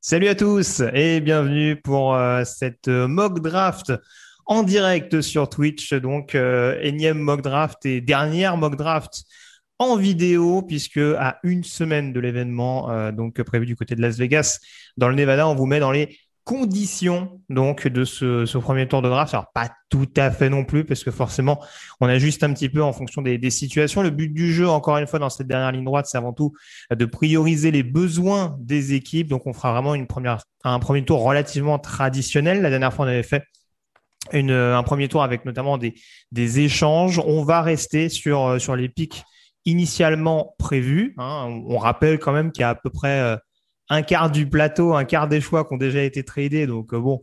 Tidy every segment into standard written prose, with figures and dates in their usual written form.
Salut à tous et bienvenue pour cette mock draft en direct sur Twitch. Donc, énième mock draft et dernière mock draft en vidéo puisque à une semaine de l'événement donc prévu du côté de Las Vegas dans le Nevada, on vous met dans les conditions donc de ce premier tour de draft. Alors, pas tout à fait non plus parce que forcément, on ajuste un petit peu en fonction des situations. Le but du jeu, encore une fois, dans cette dernière ligne droite, c'est avant tout de prioriser les besoins des équipes. Donc, on fera vraiment un premier tour relativement traditionnel. La dernière fois, on avait fait un premier tour avec notamment des échanges. On va rester sur les pics initialement prévus. Hein. On rappelle quand même qu'il y a à peu près un quart du plateau, un quart des choix qui ont déjà été tradés. Donc, bon,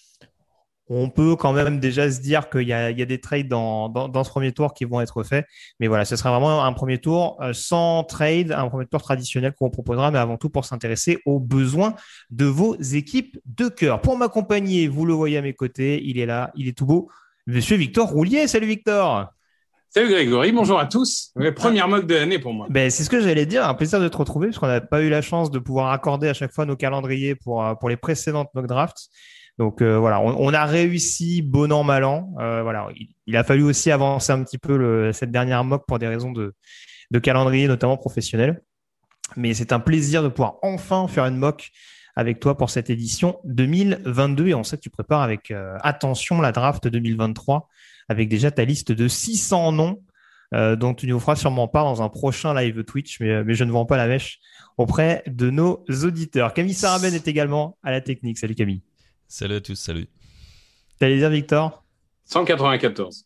on peut quand même déjà se dire qu'il y a des trades dans ce premier tour qui vont être faits. Mais voilà, ce sera vraiment un premier tour sans trade, un premier tour traditionnel qu'on vous proposera, mais avant tout pour s'intéresser aux besoins de vos équipes de cœur. Pour m'accompagner, vous le voyez à mes côtés, il est là, il est tout beau. Monsieur Victor Roulier. Salut Victor. Salut Grégory, bonjour à tous. Première mock de l'année pour moi. Ben, c'est ce que j'allais dire, un plaisir de te retrouver parce qu'on n'a pas eu la chance de pouvoir accorder à chaque fois nos calendriers pour les précédentes mock drafts. Donc voilà, on a réussi bon an mal an. Voilà, il a fallu aussi avancer un petit peu cette dernière mock pour des raisons de calendrier, notamment professionnel. Mais c'est un plaisir de pouvoir enfin faire une mock avec toi pour cette édition 2022. Et on sait que tu prépares avec attention la draft 2023 avec déjà ta liste de 600 noms dont tu nous feras sûrement part dans un prochain live Twitch, mais je ne vends pas la mèche auprès de nos auditeurs. Camille Saraben est également à la technique. Salut Camille. Salut à tous, salut. T'allais dire Victor? 194.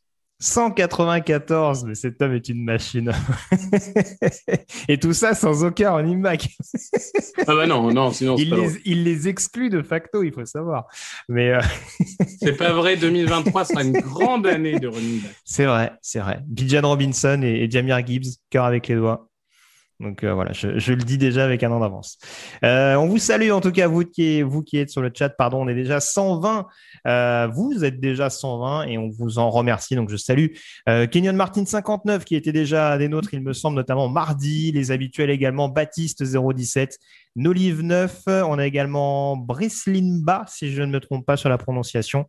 194, mais cet homme est une machine. Et tout ça sans aucun running back. Ah bah non, sinon c'est pas drôle. Il les exclut de facto, il faut savoir. Mais c'est pas vrai, 2023 sera une grande année de running back. C'est vrai. Bijan Robinson et Jahmyr Gibbs, cœur avec les doigts. Donc voilà, je le dis déjà avec un an d'avance. On vous salue en tout cas, vous qui êtes sur le chat, pardon, on est déjà 120. Vous êtes déjà 120 et on vous en remercie. Donc je salue Kenyon Martin 59 qui était déjà des nôtres, il me semble, notamment mardi. Les habituels également, Baptiste 017, Nolive 9. On a également Brislinba, si je ne me trompe pas sur la prononciation.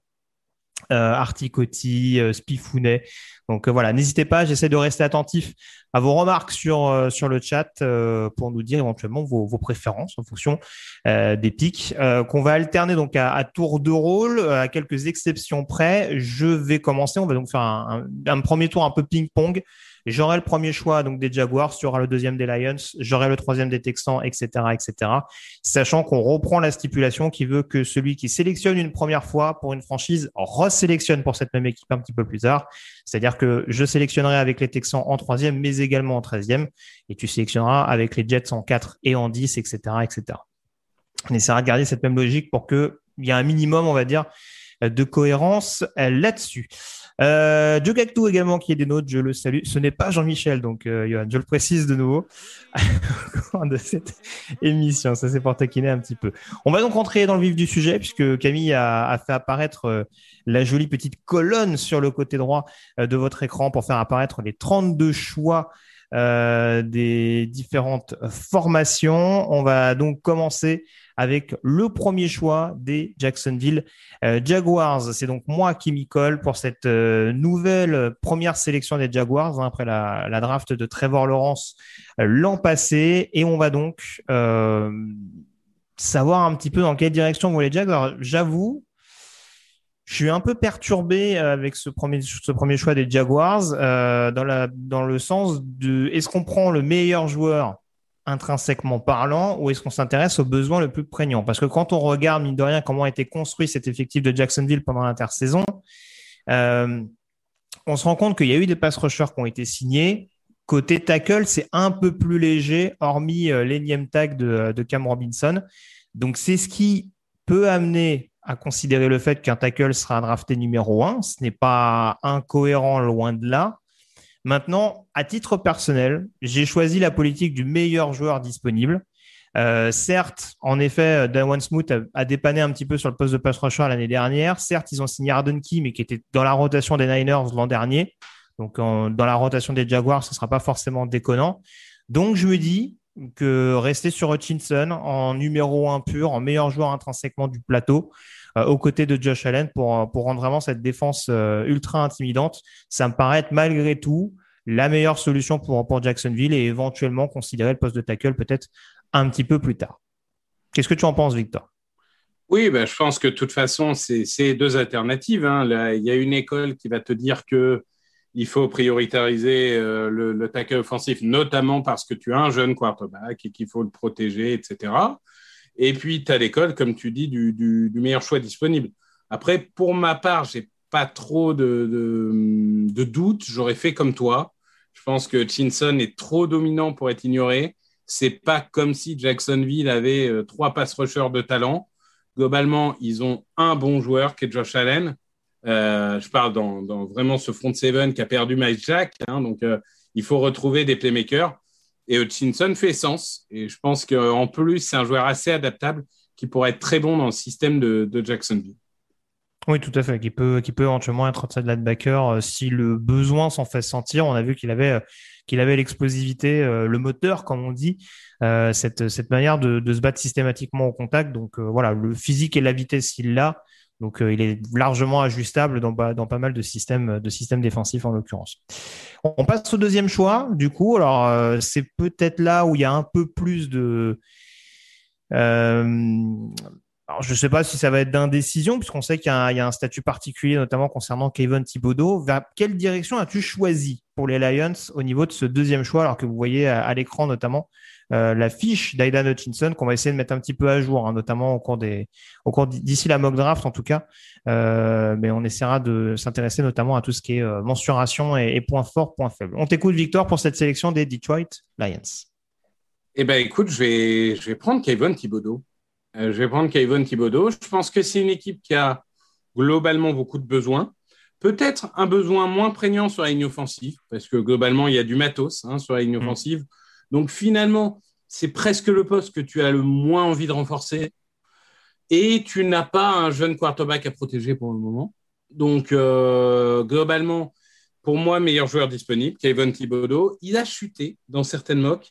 Articoti, Spifounet. Donc voilà, n'hésitez pas, j'essaie de rester attentif à vos remarques sur le chat pour nous dire éventuellement vos préférences en fonction des pics qu'on va alterner donc à tour de rôle, à quelques exceptions près. Je vais commencer, on va donc faire un premier tour un peu ping-pong. J'aurai le premier choix donc des Jaguars, tu auras le deuxième des Lions, j'aurai le troisième des Texans, etc., etc. Sachant qu'on reprend la stipulation qui veut que celui qui sélectionne une première fois pour une franchise resélectionne pour cette même équipe un petit peu plus tard. C'est-à-dire que je sélectionnerai avec les Texans en troisième, mais également en 13e, et tu sélectionneras avec les Jets en 4 et en 10, etc., etc. On essaiera de garder cette même logique pour qu'il y ait un minimum, on va dire, de cohérence là-dessus. Joe Cactou également qui est des nôtres, je le salue. Ce n'est pas Jean-Michel, donc Johan, je le précise de nouveau de cette émission. Ça c'est pour taquiner un petit peu. On va donc rentrer dans le vif du sujet puisque Camille a fait apparaître la jolie petite colonne sur le côté droit de votre écran pour faire apparaître les 32 choix des différentes formations. On va donc commencer avec le premier choix des Jacksonville Jaguars. C'est donc moi qui m'y colle pour cette nouvelle première sélection des Jaguars après la draft de Trevor Lawrence l'an passé. Et on va donc savoir un petit peu dans quelle direction vont les Jaguars. J'avoue, je suis un peu perturbé avec ce premier choix des Jaguars dans le sens de est-ce qu'on prend le meilleur joueur intrinsèquement parlant ou est-ce qu'on s'intéresse aux besoins le plus prégnants? Parce que quand on regarde, mine de rien, comment a été construit cet effectif de Jacksonville pendant l'intersaison, on se rend compte qu'il y a eu des pass rushers qui ont été signés. Côté tackle, c'est un peu plus léger, hormis l'énième tag de Cam Robinson. Donc, c'est ce qui peut amener à considérer le fait qu'un tackle sera drafté numéro 1. Ce n'est pas incohérent, loin de là. Maintenant, à titre personnel, j'ai choisi la politique du meilleur joueur disponible. Certes, en effet, Dawan Smoot a dépanné un petit peu sur le poste de pass rusher l'année dernière. Certes, ils ont signé Arden Key, mais qui était dans la rotation des Niners l'an dernier. Donc, dans la rotation des Jaguars, ce ne sera pas forcément déconnant. Donc, je me dis, que rester sur Hutchinson en numéro 1 pur, en meilleur joueur intrinsèquement du plateau, aux côtés de Josh Allen pour rendre vraiment cette défense ultra intimidante. Ça me paraît être malgré tout la meilleure solution pour Jacksonville et éventuellement considérer le poste de tackle peut-être un petit peu plus tard. Qu'est-ce que tu en penses, Victor? Oui, ben, je pense que de toute façon, c'est deux alternatives, hein. Là, il y a une école qui va te dire que il faut prioriser le tackle offensif, notamment parce que tu as un jeune quarterback et qu'il faut le protéger, etc. Et puis, tu as l'école, comme tu dis, du meilleur choix disponible. Après, pour ma part, j'ai pas trop de doutes. J'aurais fait comme toi. Je pense que Hutchinson est trop dominant pour être ignoré. C'est pas comme si Jacksonville avait trois pass rushers de talent. Globalement, ils ont un bon joueur qui est Josh Allen. Je parle dans vraiment ce front seven qui a perdu Mike Jack. Hein, donc, il faut retrouver des playmakers. Et Hutchinson fait sens. Et je pense qu'en plus, c'est un joueur assez adaptable qui pourrait être très bon dans le système de Jacksonville. Oui, tout à fait, qui peut éventuellement être outside linebacker si le besoin s'en fait sentir. On a vu qu'il avait l'explosivité, le moteur, comme on dit, cette manière de se battre systématiquement au contact. Donc voilà, le physique et la vitesse, il l'a. Donc il est largement ajustable dans pas mal de systèmes défensifs en l'occurrence. On passe au deuxième choix. Du coup, alors c'est peut-être là où il y a un peu plus de euh, alors, je ne sais pas si ça va être d'indécision, puisqu'on sait qu'il y a un statut particulier, notamment concernant Kayvon Thibodeau. Vers quelle direction as-tu choisi pour les Lions au niveau de ce deuxième choix, alors que vous voyez à l'écran notamment la fiche d'Aidan Hutchinson, qu'on va essayer de mettre un petit peu à jour, hein, notamment au cours d'ici la mock draft en tout cas. Mais on essaiera de s'intéresser notamment à tout ce qui est mensuration et points forts, points faibles. On t'écoute, Victor, pour cette sélection des Detroit Lions. Eh ben, écoute, je vais prendre Kayvon Thibodeau. Je vais prendre Kayvon Thibodeau. Je pense que c'est une équipe qui a globalement beaucoup de besoins. Peut-être un besoin moins prégnant sur la ligne offensive, parce que globalement, il y a du matos sur la ligne offensive. Donc finalement, c'est presque le poste que tu as le moins envie de renforcer. Et tu n'as pas un jeune quarterback à protéger pour le moment. Donc globalement, pour moi, meilleur joueur disponible, Kayvon Thibodeau. Il a chuté dans certaines mocks.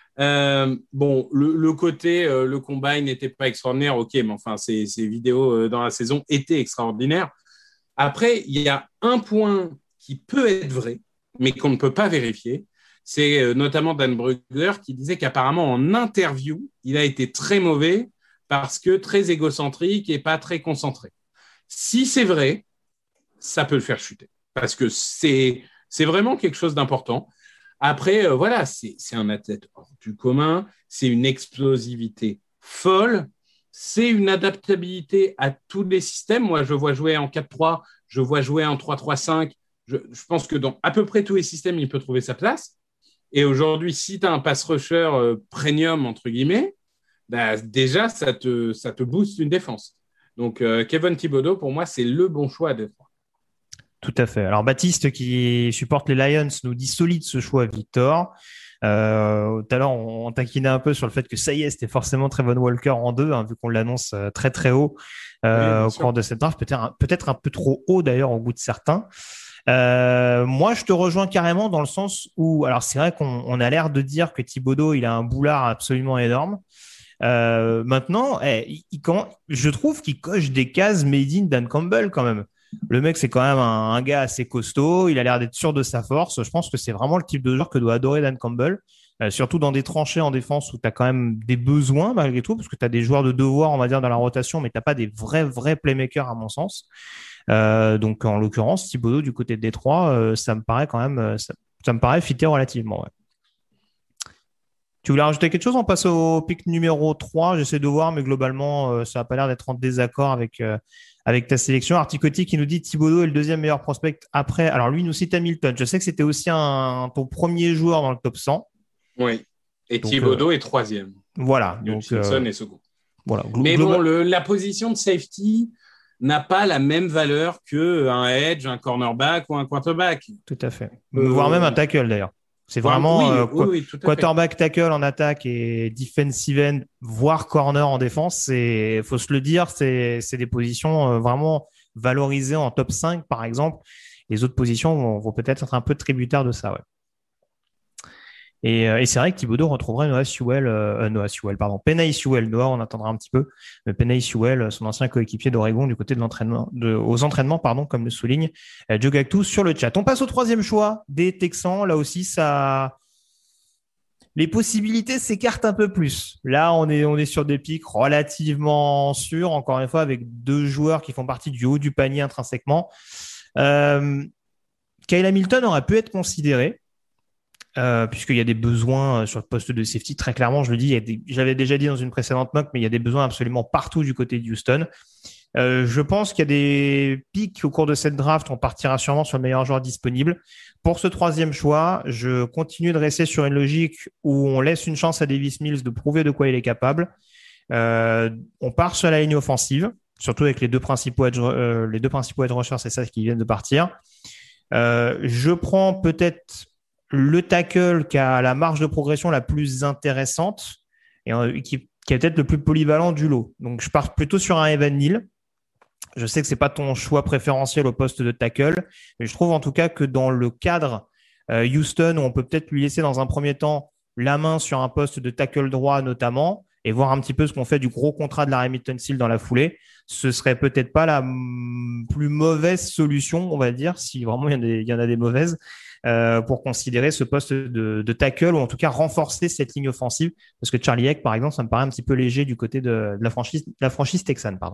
Bon, le côté, le combine n'était pas extraordinaire, ok, mais enfin, ces vidéos dans la saison étaient extraordinaires. Après, il y a un point qui peut être vrai, mais qu'on ne peut pas vérifier. C'est notamment Dan Brugler qui disait qu'apparemment, en interview, il a été très mauvais parce que très égocentrique et pas très concentré. Si c'est vrai, ça peut le faire chuter parce que c'est vraiment quelque chose d'important. Après, voilà, c'est un athlète hors du commun, c'est une explosivité folle, c'est une adaptabilité à tous les systèmes. Moi, je vois jouer en 4-3, je vois jouer en 3-3-5. Je pense que dans à peu près tous les systèmes, il peut trouver sa place. Et aujourd'hui, si tu as un pass rusher premium, entre guillemets, bah, déjà, ça te booste une défense. Donc, Kayvon Thibodeau, pour moi, c'est le bon choix à Détroit. Tout à fait. Alors Baptiste, qui supporte les Lions, nous dit solide ce choix, Victor. Tout à l'heure, on taquinait un peu sur le fait que ça y est, c'était forcément Trevon Walker en 2, hein, vu qu'on l'annonce très très haut au cours de cette draft, peut-être un peu trop haut d'ailleurs au goût de certains. Moi, je te rejoins carrément dans le sens où, alors c'est vrai qu'on a l'air de dire que Thibodeau, il a un boulard absolument énorme. Maintenant, je trouve qu'il coche des cases made in Dan Campbell quand même. Le mec, c'est quand même un gars assez costaud. Il a l'air d'être sûr de sa force. Je pense que c'est vraiment le type de joueur que doit adorer Dan Campbell, surtout dans des tranchées en défense où tu as quand même des besoins malgré tout, parce que tu as des joueurs de devoir, on va dire, dans la rotation, mais tu n'as pas des vrais playmakers à mon sens. Donc, en l'occurrence, Thibodeau du côté de Détroit, ça me paraît quand même, ça me paraît fité relativement. Ouais. Tu voulais rajouter quelque chose? On passe au pick numéro 3. J'essaie de voir, mais globalement, ça n'a pas l'air d'être en désaccord avec ta sélection. Articotti qui nous dit Thibodeau est le deuxième meilleur prospect après. Alors lui, il nous cite Hamilton. Je sais que c'était aussi ton premier joueur dans le top 100. Oui. Et donc, Thibodeau est troisième. Voilà. Hutchinson est second. Voilà. Mais bon, la position de safety n'a pas la même valeur qu'un edge, un cornerback ou un quarterback. Tout à fait. Voire même un tackle d'ailleurs. C'est vraiment quarterback, tackle en attaque et defensive end, voire corner en défense. Il faut se le dire, c'est des positions vraiment valorisées en top 5, par exemple. Les autres positions vont peut-être être un peu tributaires de ça. Ouais. Et c'est vrai que Thibodeau retrouverait Noah Sewell, pardon, Penei Sewell. Noah, on attendra un petit peu. Mais Penei Sewell, son ancien coéquipier d'Oregon du côté de aux entraînements, pardon, comme le souligne Joe Gactou sur le chat. On passe au troisième choix des Texans. Là aussi, les possibilités s'écartent un peu plus. Là, on est sur des pics relativement sûrs, encore une fois, avec deux joueurs qui font partie du haut du panier intrinsèquement. Kyle Hamilton aurait pu être considéré. Puisqu'il y a des besoins sur le poste de safety, très clairement, je le dis, j'avais déjà dit dans une précédente mock, mais il y a des besoins absolument partout du côté de Houston. Je pense qu'il y a des pics au cours de cette draft, on partira sûrement sur le meilleur joueur disponible. Pour ce troisième choix, je continue de rester sur une logique où on laisse une chance à Davis Mills de prouver de quoi il est capable. On part sur la ligne offensive, surtout avec les deux principaux edge rushers, c'est ça qui viennent de partir. Je prends peut-être le tackle qui a la marge de progression la plus intéressante et qui est peut-être le plus polyvalent du lot. Donc, je pars plutôt sur un Evan Neal. Je sais que c'est pas ton choix préférentiel au poste de tackle, mais je trouve en tout cas que dans le cadre Houston, où on peut peut-être lui laisser dans un premier temps la main sur un poste de tackle droit notamment, et voir un petit peu ce qu'on fait du gros contrat de Laremy Tunsil dans la foulée, ce serait peut-être pas la plus mauvaise solution, on va dire, si vraiment il y en a des mauvaises, pour considérer ce poste de tackle, ou en tout cas renforcer cette ligne offensive, parce que Charlie Heck, par exemple, ça me paraît un petit peu léger du côté de la franchise texane, pardon.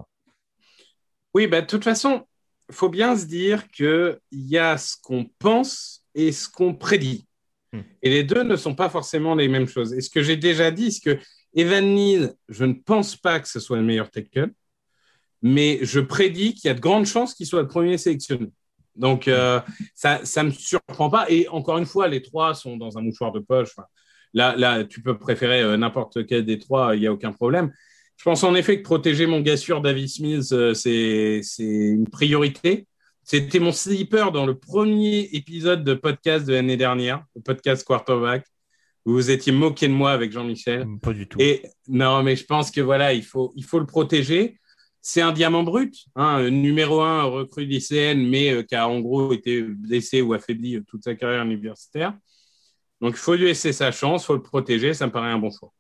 Oui, de toute façon, il faut bien se dire qu'il y a ce qu'on pense et ce qu'on prédit. Et les deux ne sont pas forcément les mêmes choses. Et ce que j'ai déjà dit, c'est que Evan Neal, je ne pense pas que ce soit le meilleur tackle, mais je prédis qu'il y a de grandes chances qu'il soit le premier sélectionné. Donc, ça ne me surprend pas. Et encore une fois, les trois sont dans un mouchoir de poche. Enfin, là, tu peux préférer n'importe quel des trois, il n'y a aucun problème. Je pense en effet que protéger mon gars sûr, Davis Mills, c'est une priorité. C'était mon sleeper dans le premier épisode de podcast de l'année dernière, le podcast Quarterback, où vous étiez moqué de moi avec Jean-Michel. Pas du tout. Et non, mais je pense que voilà, il faut le protéger. C'est un diamant brut, numéro 1 recrue lycéenne, mais qui a en gros été blessé ou affaibli toute sa carrière universitaire. Donc, il faut lui laisser sa chance, il faut le protéger, ça me paraît un bon choix.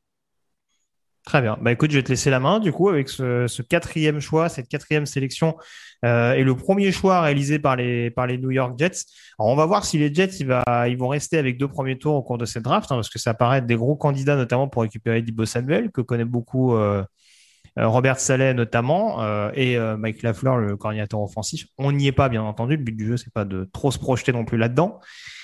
Très bien. Écoute, je vais te laisser la main du coup avec ce quatrième choix, cette quatrième sélection et le premier choix réalisé par les New York Jets. Alors, on va voir si les Jets ils vont rester avec 2 premiers tours au cours de cette draft, parce que ça paraît être des gros candidats, notamment pour récupérer Deebo Samuel, que connaît beaucoup Robert Saleh notamment, et Mike Lafleur, le coordinateur offensif. On n'y est pas, bien entendu. Le but du jeu, c'est pas de trop se projeter non plus là-dedans.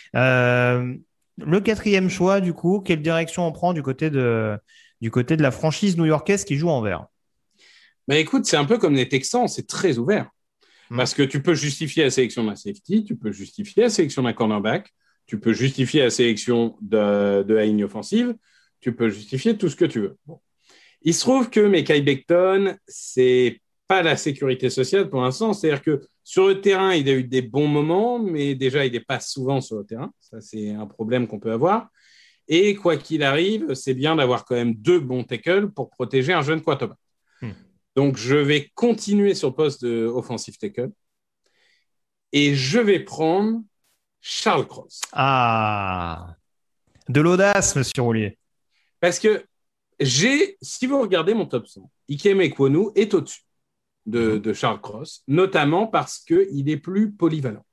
Le quatrième choix, du coup, quelle direction on prend du côté de la franchise new-yorkaise qui joue en vert? Écoute, c'est un peu comme les Texans, c'est très ouvert. Parce que tu peux justifier la sélection d'un safety, tu peux justifier la sélection d'un cornerback, tu peux justifier la sélection de la ligne offensive, tu peux justifier tout ce que tu veux. Bon. Il se trouve que Mekhi Becton, c'est pas la sécurité sociale pour l'instant. C'est-à-dire que sur le terrain, il a eu des bons moments, mais déjà, il n'est pas souvent sur le terrain. Ça, c'est un problème qu'on peut avoir. Et quoi qu'il arrive, c'est bien d'avoir quand même 2 bons tackles pour protéger un jeune quarterback. Donc, je vais continuer sur le poste de offensive tackle et je vais prendre Charles Cross. Ah, de l'audace, monsieur Roulier. Parce que si vous regardez mon top 100, Ikem Ekwonu est au-dessus de Charles Cross, notamment parce qu'il est plus polyvalent.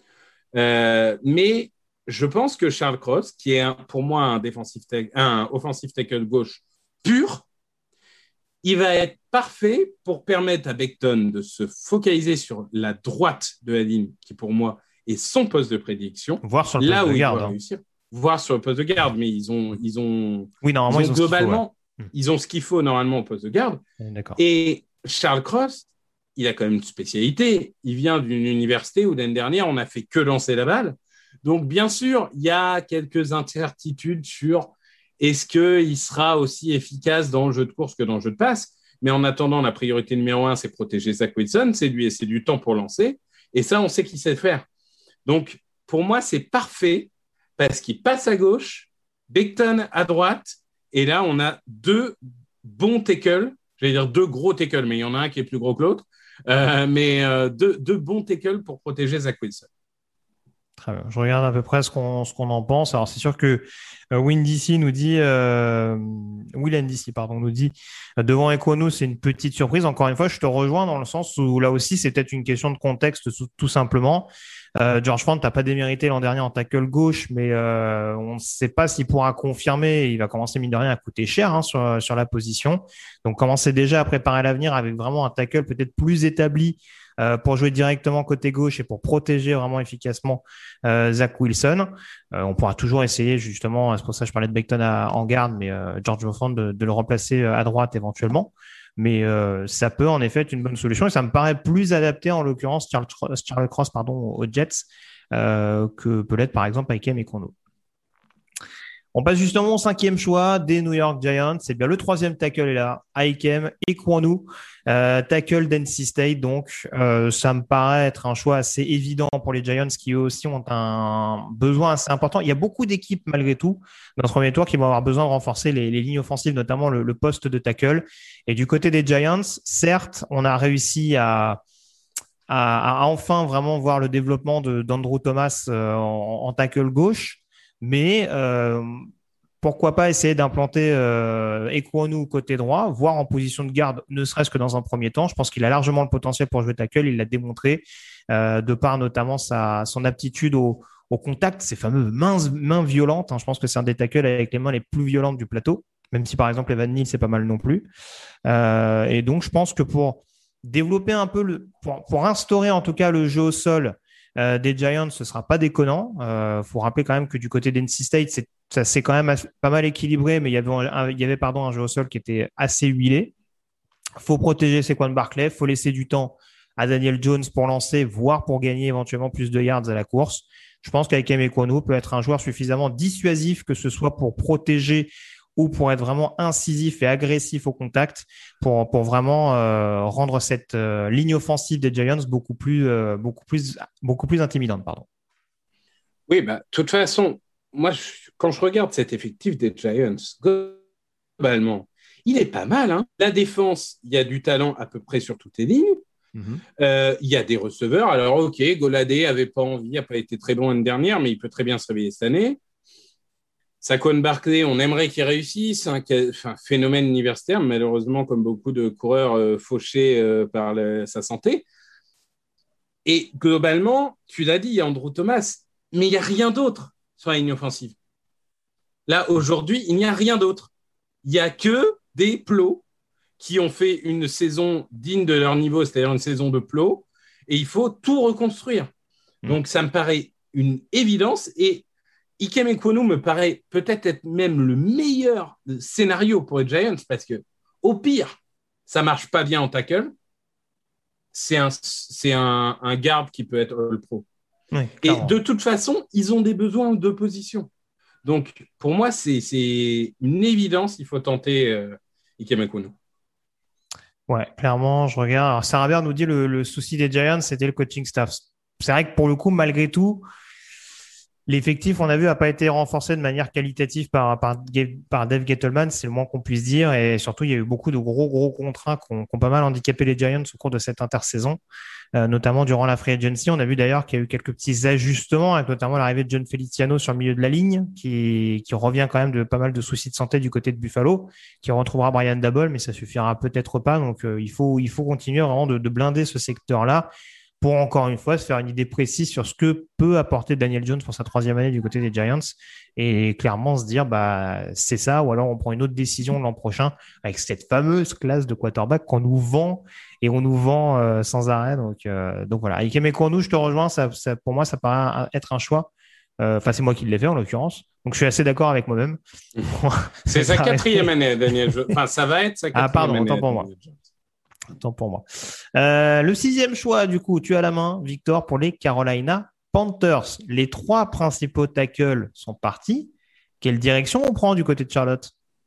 Mais je pense que Charles Cross, qui est pour moi un offensive tackle gauche pur, il va être parfait pour permettre à Becton de se focaliser sur la droite de la ligne, qui pour moi est son poste de prédilection. Voir sur le poste de garde. Réussir. Voir sur le poste de garde, mais ils ont globalement, ils ont ce qu'il faut normalement au poste de garde. D'accord. Et Charles Cross, il a quand même une spécialité. Il vient d'une université où l'année dernière, on n'a fait que lancer la balle. Donc, bien sûr, il y a quelques incertitudes sur est-ce qu'il sera aussi efficace dans le jeu de course que dans le jeu de passe. Mais en attendant, la priorité numéro 1, c'est protéger Zach Wilson, c'est lui laisser du temps pour lancer. Et ça, on sait qu'il sait faire. Donc, pour moi, c'est parfait parce qu'il passe à gauche, Becton à droite. Et là, on a 2 bons tackles. J'allais dire 2 gros tackles, mais il y en a un qui est plus gros que l'autre. Mais 2 bons tackles pour protéger Zach Wilson. Très bien. Je regarde à peu près ce qu'on en pense. Alors, c'est sûr que WinDC nous dit, Will NDC, pardon, nous dit devant Ekwonu, c'est une petite surprise. Encore une fois, je te rejoins dans le sens où là aussi, c'est peut-être une question de contexte, tout simplement. George Fant n'a pas démérité l'an dernier en tackle gauche, mais on ne sait pas s'il pourra confirmer. Il va commencer, mine de rien, à coûter cher sur la position. Donc, commencer déjà à préparer l'avenir avec vraiment un tackle peut-être plus établi pour jouer directement côté gauche et pour protéger vraiment efficacement Zach Wilson. On pourra toujours essayer justement, c'est pour ça que je parlais de Becton en garde, mais George Fant de le remplacer à droite éventuellement. Mais ça peut en effet être une bonne solution et ça me paraît plus adapté en l'occurrence Charles Cross aux Jets que peut l'être par exemple Ikem Ekwonu. On passe justement au 5e choix des New York Giants. C'est bien le 3e tackle est là, Ikem Ekwonu, tackle d'NC State. Donc, ça me paraît être un choix assez évident pour les Giants qui eux aussi ont un besoin assez important. Il y a beaucoup d'équipes malgré tout dans ce premier tour qui vont avoir besoin de renforcer les lignes offensives, notamment le poste de tackle. Et du côté des Giants, certes, on a réussi à enfin vraiment voir le développement d'Andrew Thomas en tackle gauche. Mais pourquoi pas essayer d'implanter Ekwonu côté droit, voire en position de garde, ne serait-ce que dans un premier temps. Je pense qu'il a largement le potentiel pour jouer tackle. Il l'a démontré de par notamment son aptitude au contact, ces fameuses mains violentes. Hein. Je pense que c'est un des tackles avec les mains les plus violentes du plateau, même si par exemple Evan Neal, c'est pas mal non plus. Et donc, je pense que pour développer un peu, pour instaurer en tout cas le jeu au sol, des Giants, ce sera pas déconnant. Faut rappeler quand même que du côté d'NC State, ça s'est quand même pas mal équilibré, mais il y avait un jeu au sol qui était assez huilé. Faut protéger Saquon Barkley, faut laisser du temps à Daniel Jones pour lancer, voire pour gagner éventuellement plus de yards à la course. Je pense qu'Ikem Ekwonu peut être un joueur suffisamment dissuasif, que ce soit pour protéger ou pour être vraiment incisif et agressif au contact, pour vraiment rendre cette ligne offensive des Giants beaucoup plus intimidante, pardon. Oui, de toute façon, moi, quand je regarde cet effectif des Giants, globalement, il est pas mal. Hein. La défense, il y a du talent à peu près sur toutes les lignes. Il y a des receveurs. Alors, OK, Goladé n'avait pas envie, n'a pas été très bon l'année dernière, mais il peut très bien se réveiller cette année. Saquon Barkley, on aimerait qu'il réussisse, phénomène universitaire, malheureusement, comme beaucoup de coureurs fauchés par sa santé. Et globalement, tu l'as dit, il y a Andrew Thomas, mais il n'y a rien d'autre sur la ligne offensive. Là, aujourd'hui, il n'y a rien d'autre. Il n'y a que des plots qui ont fait une saison digne de leur niveau, c'est-à-dire une saison de plots, et il faut tout reconstruire. Donc, ça me paraît une évidence, et Ikem Ekwonu me paraît peut-être être même le meilleur scénario pour les Giants, parce que au pire, ça ne marche pas bien en tackle, c'est un garde qui peut être All-Pro. Oui, et de toute façon, ils ont des besoins de position. Donc, pour moi, c'est une évidence, il faut tenter Ikem Ekwonu. Ouais, clairement, je regarde. Alors, Sarah Baird nous dit le souci des Giants, c'était le coaching staff. C'est vrai que pour le coup, malgré tout, l'effectif, on a vu, n'a pas été renforcé de manière qualitative par Dave Gettleman, c'est le moins qu'on puisse dire. Et surtout, il y a eu beaucoup de gros contrats qui ont pas mal handicapé les Giants au cours de cette intersaison, notamment durant la free agency. On a vu d'ailleurs qu'il y a eu quelques petits ajustements, avec notamment l'arrivée de John Feliciano sur le milieu de la ligne, qui revient quand même de pas mal de soucis de santé du côté de Buffalo, qui retrouvera Brian Daboll, mais ça suffira peut-être pas. Donc, il faut continuer vraiment de blinder ce secteur-là, pour encore une fois se faire une idée précise sur ce que peut apporter Daniel Jones pour sa 3e année du côté des Giants et clairement se dire c'est ça, ou alors on prend une autre décision l'an prochain avec cette fameuse classe de quarterback qu'on nous vend et on nous vend sans arrêt. Donc voilà. Ikem Ekwonu, je te rejoins, ça, pour moi ça paraît être un choix. C'est moi qui l'ai fait en l'occurrence. Donc je suis assez d'accord avec moi-même. C'est sa 4e année, Daniel. Ça va être sa 4e année. Pardon, autant pour moi. Tant pour moi. Le 6e choix, du coup, tu as la main, Victor, pour les Carolina Panthers. Les 3 principaux tackles sont partis. Quelle direction on prend du côté de Charlotte?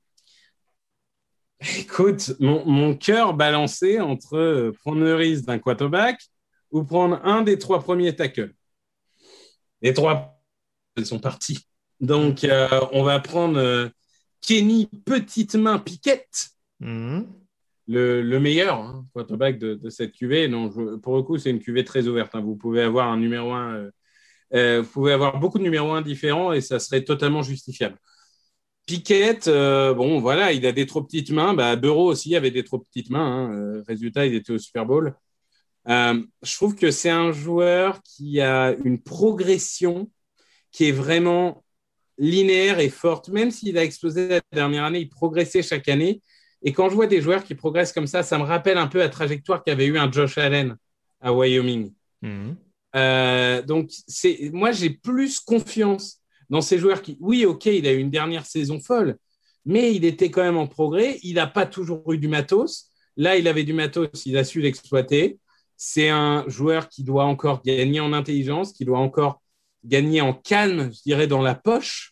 Écoute, mon cœur balancé entre prendre le risque d'un quarterback ou prendre un des 3 premiers tackles. Les 3, ils sont partis. Donc, on va prendre Kenny Petite Main Pickett. Le meilleur quarterback de cette QV. Non, pour le coup, c'est une QV très ouverte. Hein. Vous pouvez avoir un numéro 1 Vous pouvez avoir beaucoup de numéros 1 différents et ça serait totalement justifiable. Pickett, bon, voilà, il a des trop petites mains. Burrow aussi avait des trop petites mains. Résultat, il était au Super Bowl. Je trouve que c'est un joueur qui a une progression qui est vraiment linéaire et forte. Même s'il a explosé la dernière année, il progressait chaque année. Et quand je vois des joueurs qui progressent comme ça me rappelle un peu la trajectoire qu'avait eu un Josh Allen à Wyoming. Donc, moi, j'ai plus confiance dans ces joueurs qui, oui, OK, il a eu une dernière saison folle, mais il était quand même en progrès. Il n'a pas toujours eu du matos. Là, il avait du matos, il a su l'exploiter. C'est un joueur qui doit encore gagner en intelligence, qui doit encore gagner en calme, je dirais, dans la poche.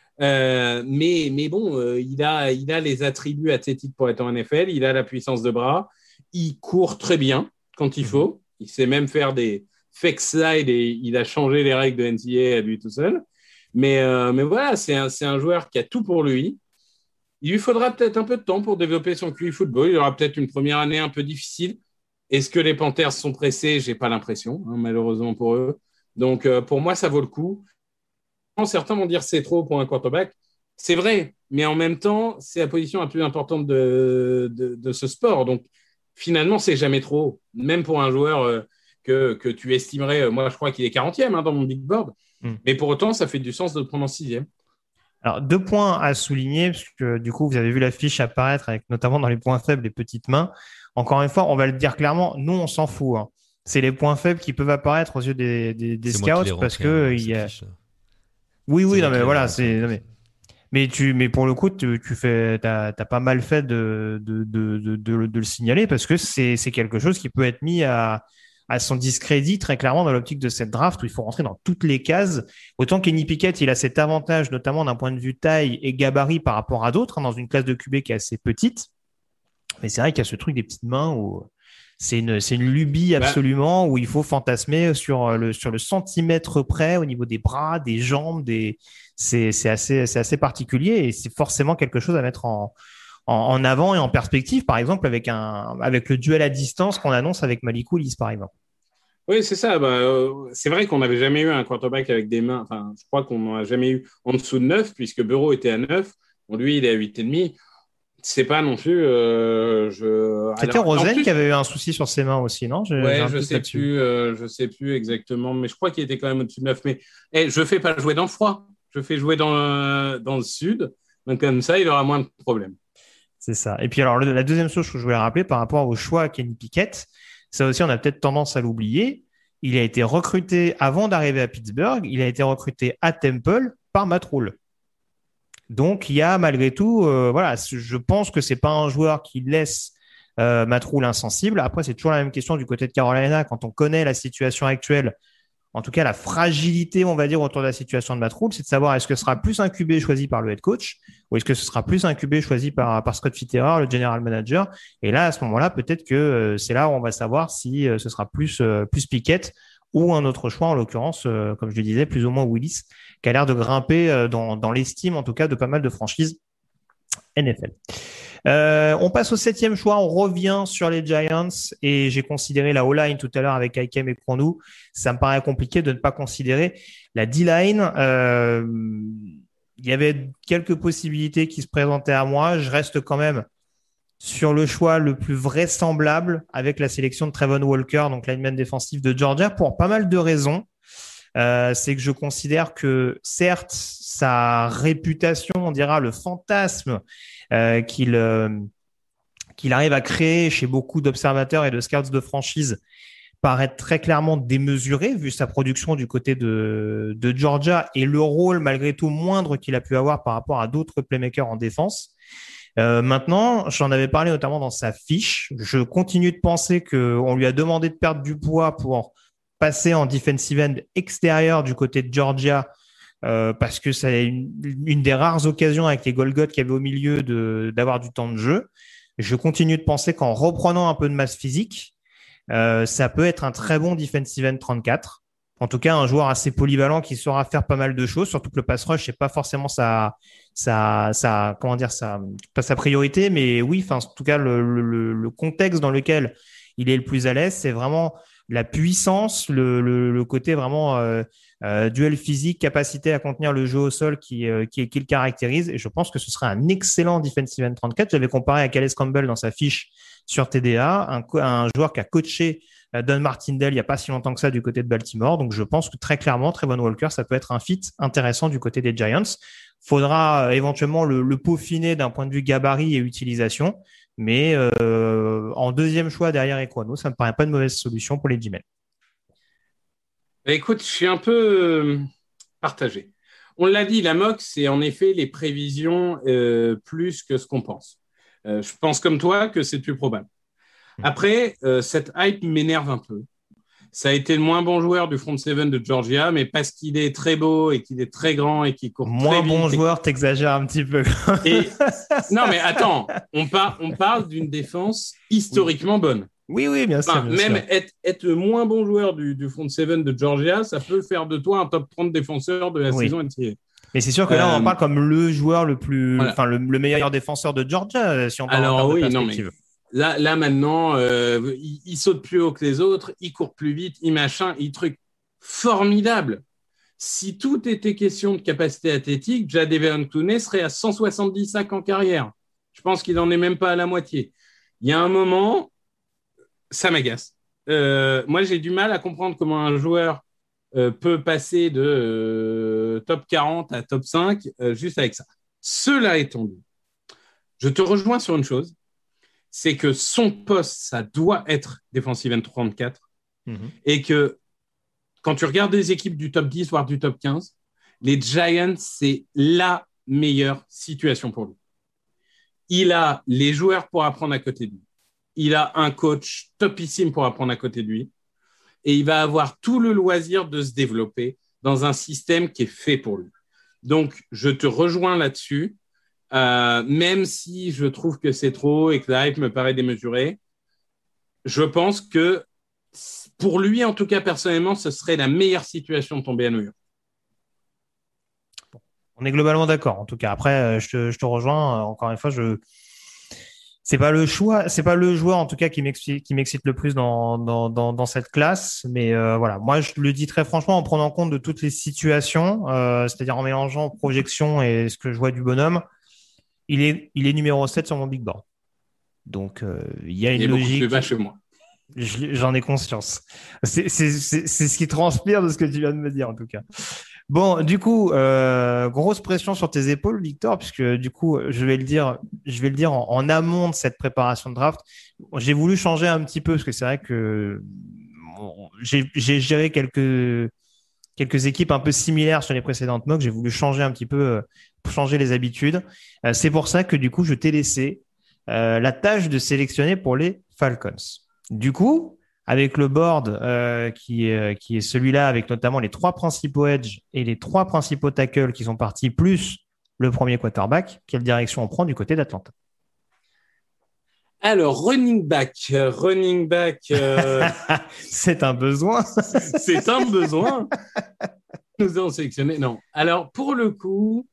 Mais bon, il a les attributs athlétiques pour être en NFL. Il a la puissance de bras. Il court très bien quand il faut. Il sait même faire des fake slide et il a changé les règles de NCAA à lui tout seul. Mais voilà, c'est un joueur qui a tout pour lui. Il lui faudra peut-être un peu de temps pour développer son QI football. Il aura peut-être une première année un peu difficile. Est-ce que les Panthers sont pressés? Je n'ai pas l'impression, malheureusement pour eux. Donc, pour moi, ça vaut le coup. Certains vont dire c'est trop pour un quarterback. C'est vrai, mais en même temps, c'est la position la plus importante de ce sport. Donc, finalement, c'est jamais trop haut. Même pour un joueur que tu estimerais, moi, je crois qu'il est 40e dans mon big board. Mais pour autant, ça fait du sens de le prendre en 6e. Alors, 2 points à souligner, parce que du coup, vous avez vu la fiche apparaître avec notamment dans les points faibles les petites mains. Encore une fois, on va le dire clairement, nous, on s'en fout. C'est les points faibles qui peuvent apparaître aux yeux des scouts parce que il y a. Oui, non, mais voilà, mais pour le coup, t'as pas mal fait de le signaler parce que c'est quelque chose qui peut être mis à son discrédit très clairement dans l'optique de cette draft où il faut rentrer dans toutes les cases. Autant Kenny Pickett, il a cet avantage, notamment d'un point de vue taille et gabarit par rapport à d'autres, dans une classe de QB qui est assez petite. Mais c'est vrai qu'il y a ce truc des petites mains où c'est une lubie absolument où il faut fantasmer sur le centimètre près au niveau des bras, des jambes, c'est assez particulier et c'est forcément quelque chose à mettre en avant et en perspective, par exemple, avec le duel à distance qu'on annonce avec Malik Willis, par exemple. Oui, c'est ça. C'est vrai qu'on n'avait jamais eu un quarterback avec des mains. Enfin, je crois qu'on n'en a jamais eu en dessous de 9, puisque Burrow était à 9. Bon, lui, il est à 8,5. C'est pas non plus. C'était Rosen qui avait eu un souci sur ses mains aussi, non? Je sais plus exactement, mais je crois qu'il était quand même au-dessus de 9. Mais je fais pas jouer dans le froid. Je fais jouer dans le sud. Donc, comme ça, il aura moins de problèmes. C'est ça. Et puis, alors, la deuxième chose que je voulais rappeler par rapport au choix à Kenny Pickett, ça aussi, on a peut-être tendance à l'oublier. Il a été recruté avant d'arriver à Pittsburgh. Il a été recruté à Temple par Matt Rhule. Donc, il y a malgré tout, voilà, je pense que c'est pas un joueur qui laisse Matt Rhule insensible. Après, c'est toujours la même question du côté de Carolina quand on connaît la situation actuelle. En tout cas, la fragilité, on va dire, autour de la situation de Matt Rhule, c'est de savoir est-ce que ce sera plus un QB choisi par le head coach ou est-ce que ce sera plus un QB choisi par Scott Fitterer, le general manager. Et là, à ce moment-là, peut-être que c'est là où on va savoir si ce sera plus Pickett ou un autre choix, en l'occurrence, comme je le disais, plus ou moins Willis, qui a l'air de grimper dans l'estime, en tout cas, de pas mal de franchises NFL. On passe au 7e choix, on revient sur les Giants et j'ai considéré la O-line tout à l'heure avec Aikem et Pronou. Ça me paraît compliqué de ne pas considérer la D-line. Il y avait quelques possibilités qui se présentaient à moi. Je reste quand même sur le choix le plus vraisemblable avec la sélection de Trevon Walker, donc lineman défensif de Georgia, pour pas mal de raisons. C'est que je considère que certes, sa réputation, on dira le fantasme qu'il arrive à créer chez beaucoup d'observateurs et de scouts de franchise paraît très clairement démesuré vu sa production du côté de Georgia et le rôle malgré tout moindre qu'il a pu avoir par rapport à d'autres playmakers en défense. Maintenant, j'en avais parlé notamment dans sa fiche. Je continue de penser qu'on lui a demandé de perdre du poids pour passer en defensive end extérieur du côté de Georgia parce que c'est une des rares occasions avec les Golgoth qu'il y avait au milieu d'avoir du temps de jeu. Je continue de penser qu'en reprenant un peu de masse physique, ça peut être un très bon defensive end 34. En tout cas, un joueur assez polyvalent qui saura faire pas mal de choses, surtout que le pass rush, c'est pas forcément comment dire, pas sa priorité, mais oui, enfin, en tout cas, le contexte dans lequel il est le plus à l'aise, c'est vraiment la puissance, le côté vraiment duel physique, capacité à contenir le jeu au sol qui le caractérise. Et je pense que ce serait un excellent defensive end 34. J'avais comparé à Calais Campbell dans sa fiche sur TDA, un joueur qui a coaché Don Martindale il n'y a pas si longtemps que ça du côté de Baltimore. Donc, je pense que très clairement, Trevon Walker, ça peut être un fit intéressant du côté des Giants. Faudra éventuellement le peaufiner d'un point de vue gabarit et utilisation. Mais en deuxième choix derrière Ekwonu, ça me paraît pas une mauvaise solution pour les G-Men. Écoute, je suis un peu partagé. On l'a dit, la mock, c'est en effet les prévisions plus que ce qu'on pense. Je pense comme toi que c'est plus probable. Après, cette hype m'énerve un peu. Ça a été le moins bon joueur du front seven de Georgia, mais parce qu'il est très beau et qu'il est très grand et qu'il court très vite. Moins bon joueur, t'exagères un petit peu. Non, mais attends, on parle d'une défense historiquement bonne. Oui, bien sûr. Même être le moins bon joueur du front seven de Georgia, ça peut faire de toi un top 30 défenseur de la saison NCAA. Mais c'est sûr que là, on en parle comme le joueur le plus, enfin, le meilleur défenseur de Georgia, si on parle en termes de perspective. Là maintenant, il saute plus haut que les autres, il court plus vite, il truc formidable. Si tout était question de capacité athlétique, Jadeveon Clowney serait à 170 sacs en carrière. Je pense qu'il n'en est même pas à la moitié. Il y a un moment, ça m'agace. Moi, j'ai du mal à comprendre comment un joueur peut passer de top 40 à top 5 juste avec ça. Cela étant dit, je te rejoins sur une chose, c'est que son poste, ça doit être defensive end 34 et que quand tu regardes les équipes du top 10, voire du top 15, les Giants, c'est la meilleure situation pour lui. Il a les joueurs pour apprendre à côté de lui. Il a un coach topissime pour apprendre à côté de lui. Et il va avoir tout le loisir de se développer dans un système qui est fait pour lui. Donc, je te rejoins là-dessus. Même si je trouve que c'est trop et que la hype me paraît démesurée, je pense que pour lui, en tout cas personnellement, ce serait la meilleure situation de tomber à New York. Bon, on est globalement d'accord. En tout cas, après, je te rejoins. Encore une fois, c'est pas le choix, c'est pas le joueur en tout cas qui m'excite le plus dans cette classe. Mais voilà, moi je le dis très franchement en prenant compte de toutes les situations, c'est-à-dire en mélangeant projection et ce que je vois du bonhomme. Il est numéro 7 sur mon big board. Donc, il y a une logique. Il est beaucoup plus bas chez moi. J'en ai conscience. C'est ce qui transpire de ce que tu viens de me dire, en tout cas. Bon, du coup, grosse pression sur tes épaules, Victor, puisque du coup, je vais le dire en amont de cette préparation de draft. J'ai voulu changer un petit peu, parce que c'est vrai que j'ai géré quelques équipes un peu similaires sur les précédentes mocks. J'ai voulu changer un petit peu, changer les habitudes. C'est pour ça que du coup, je t'ai laissé la tâche de sélectionner pour les Falcons. Du coup, avec le board qui est celui-là, avec notamment les 3 principaux edge et les 3 principaux tackles qui sont partis, plus le premier quarterback, quelle direction on prend du côté d'Atlanta? Alors, running back. C'est un besoin. C'est un besoin. Nous avons sélectionné. Non. Alors, pour le coup,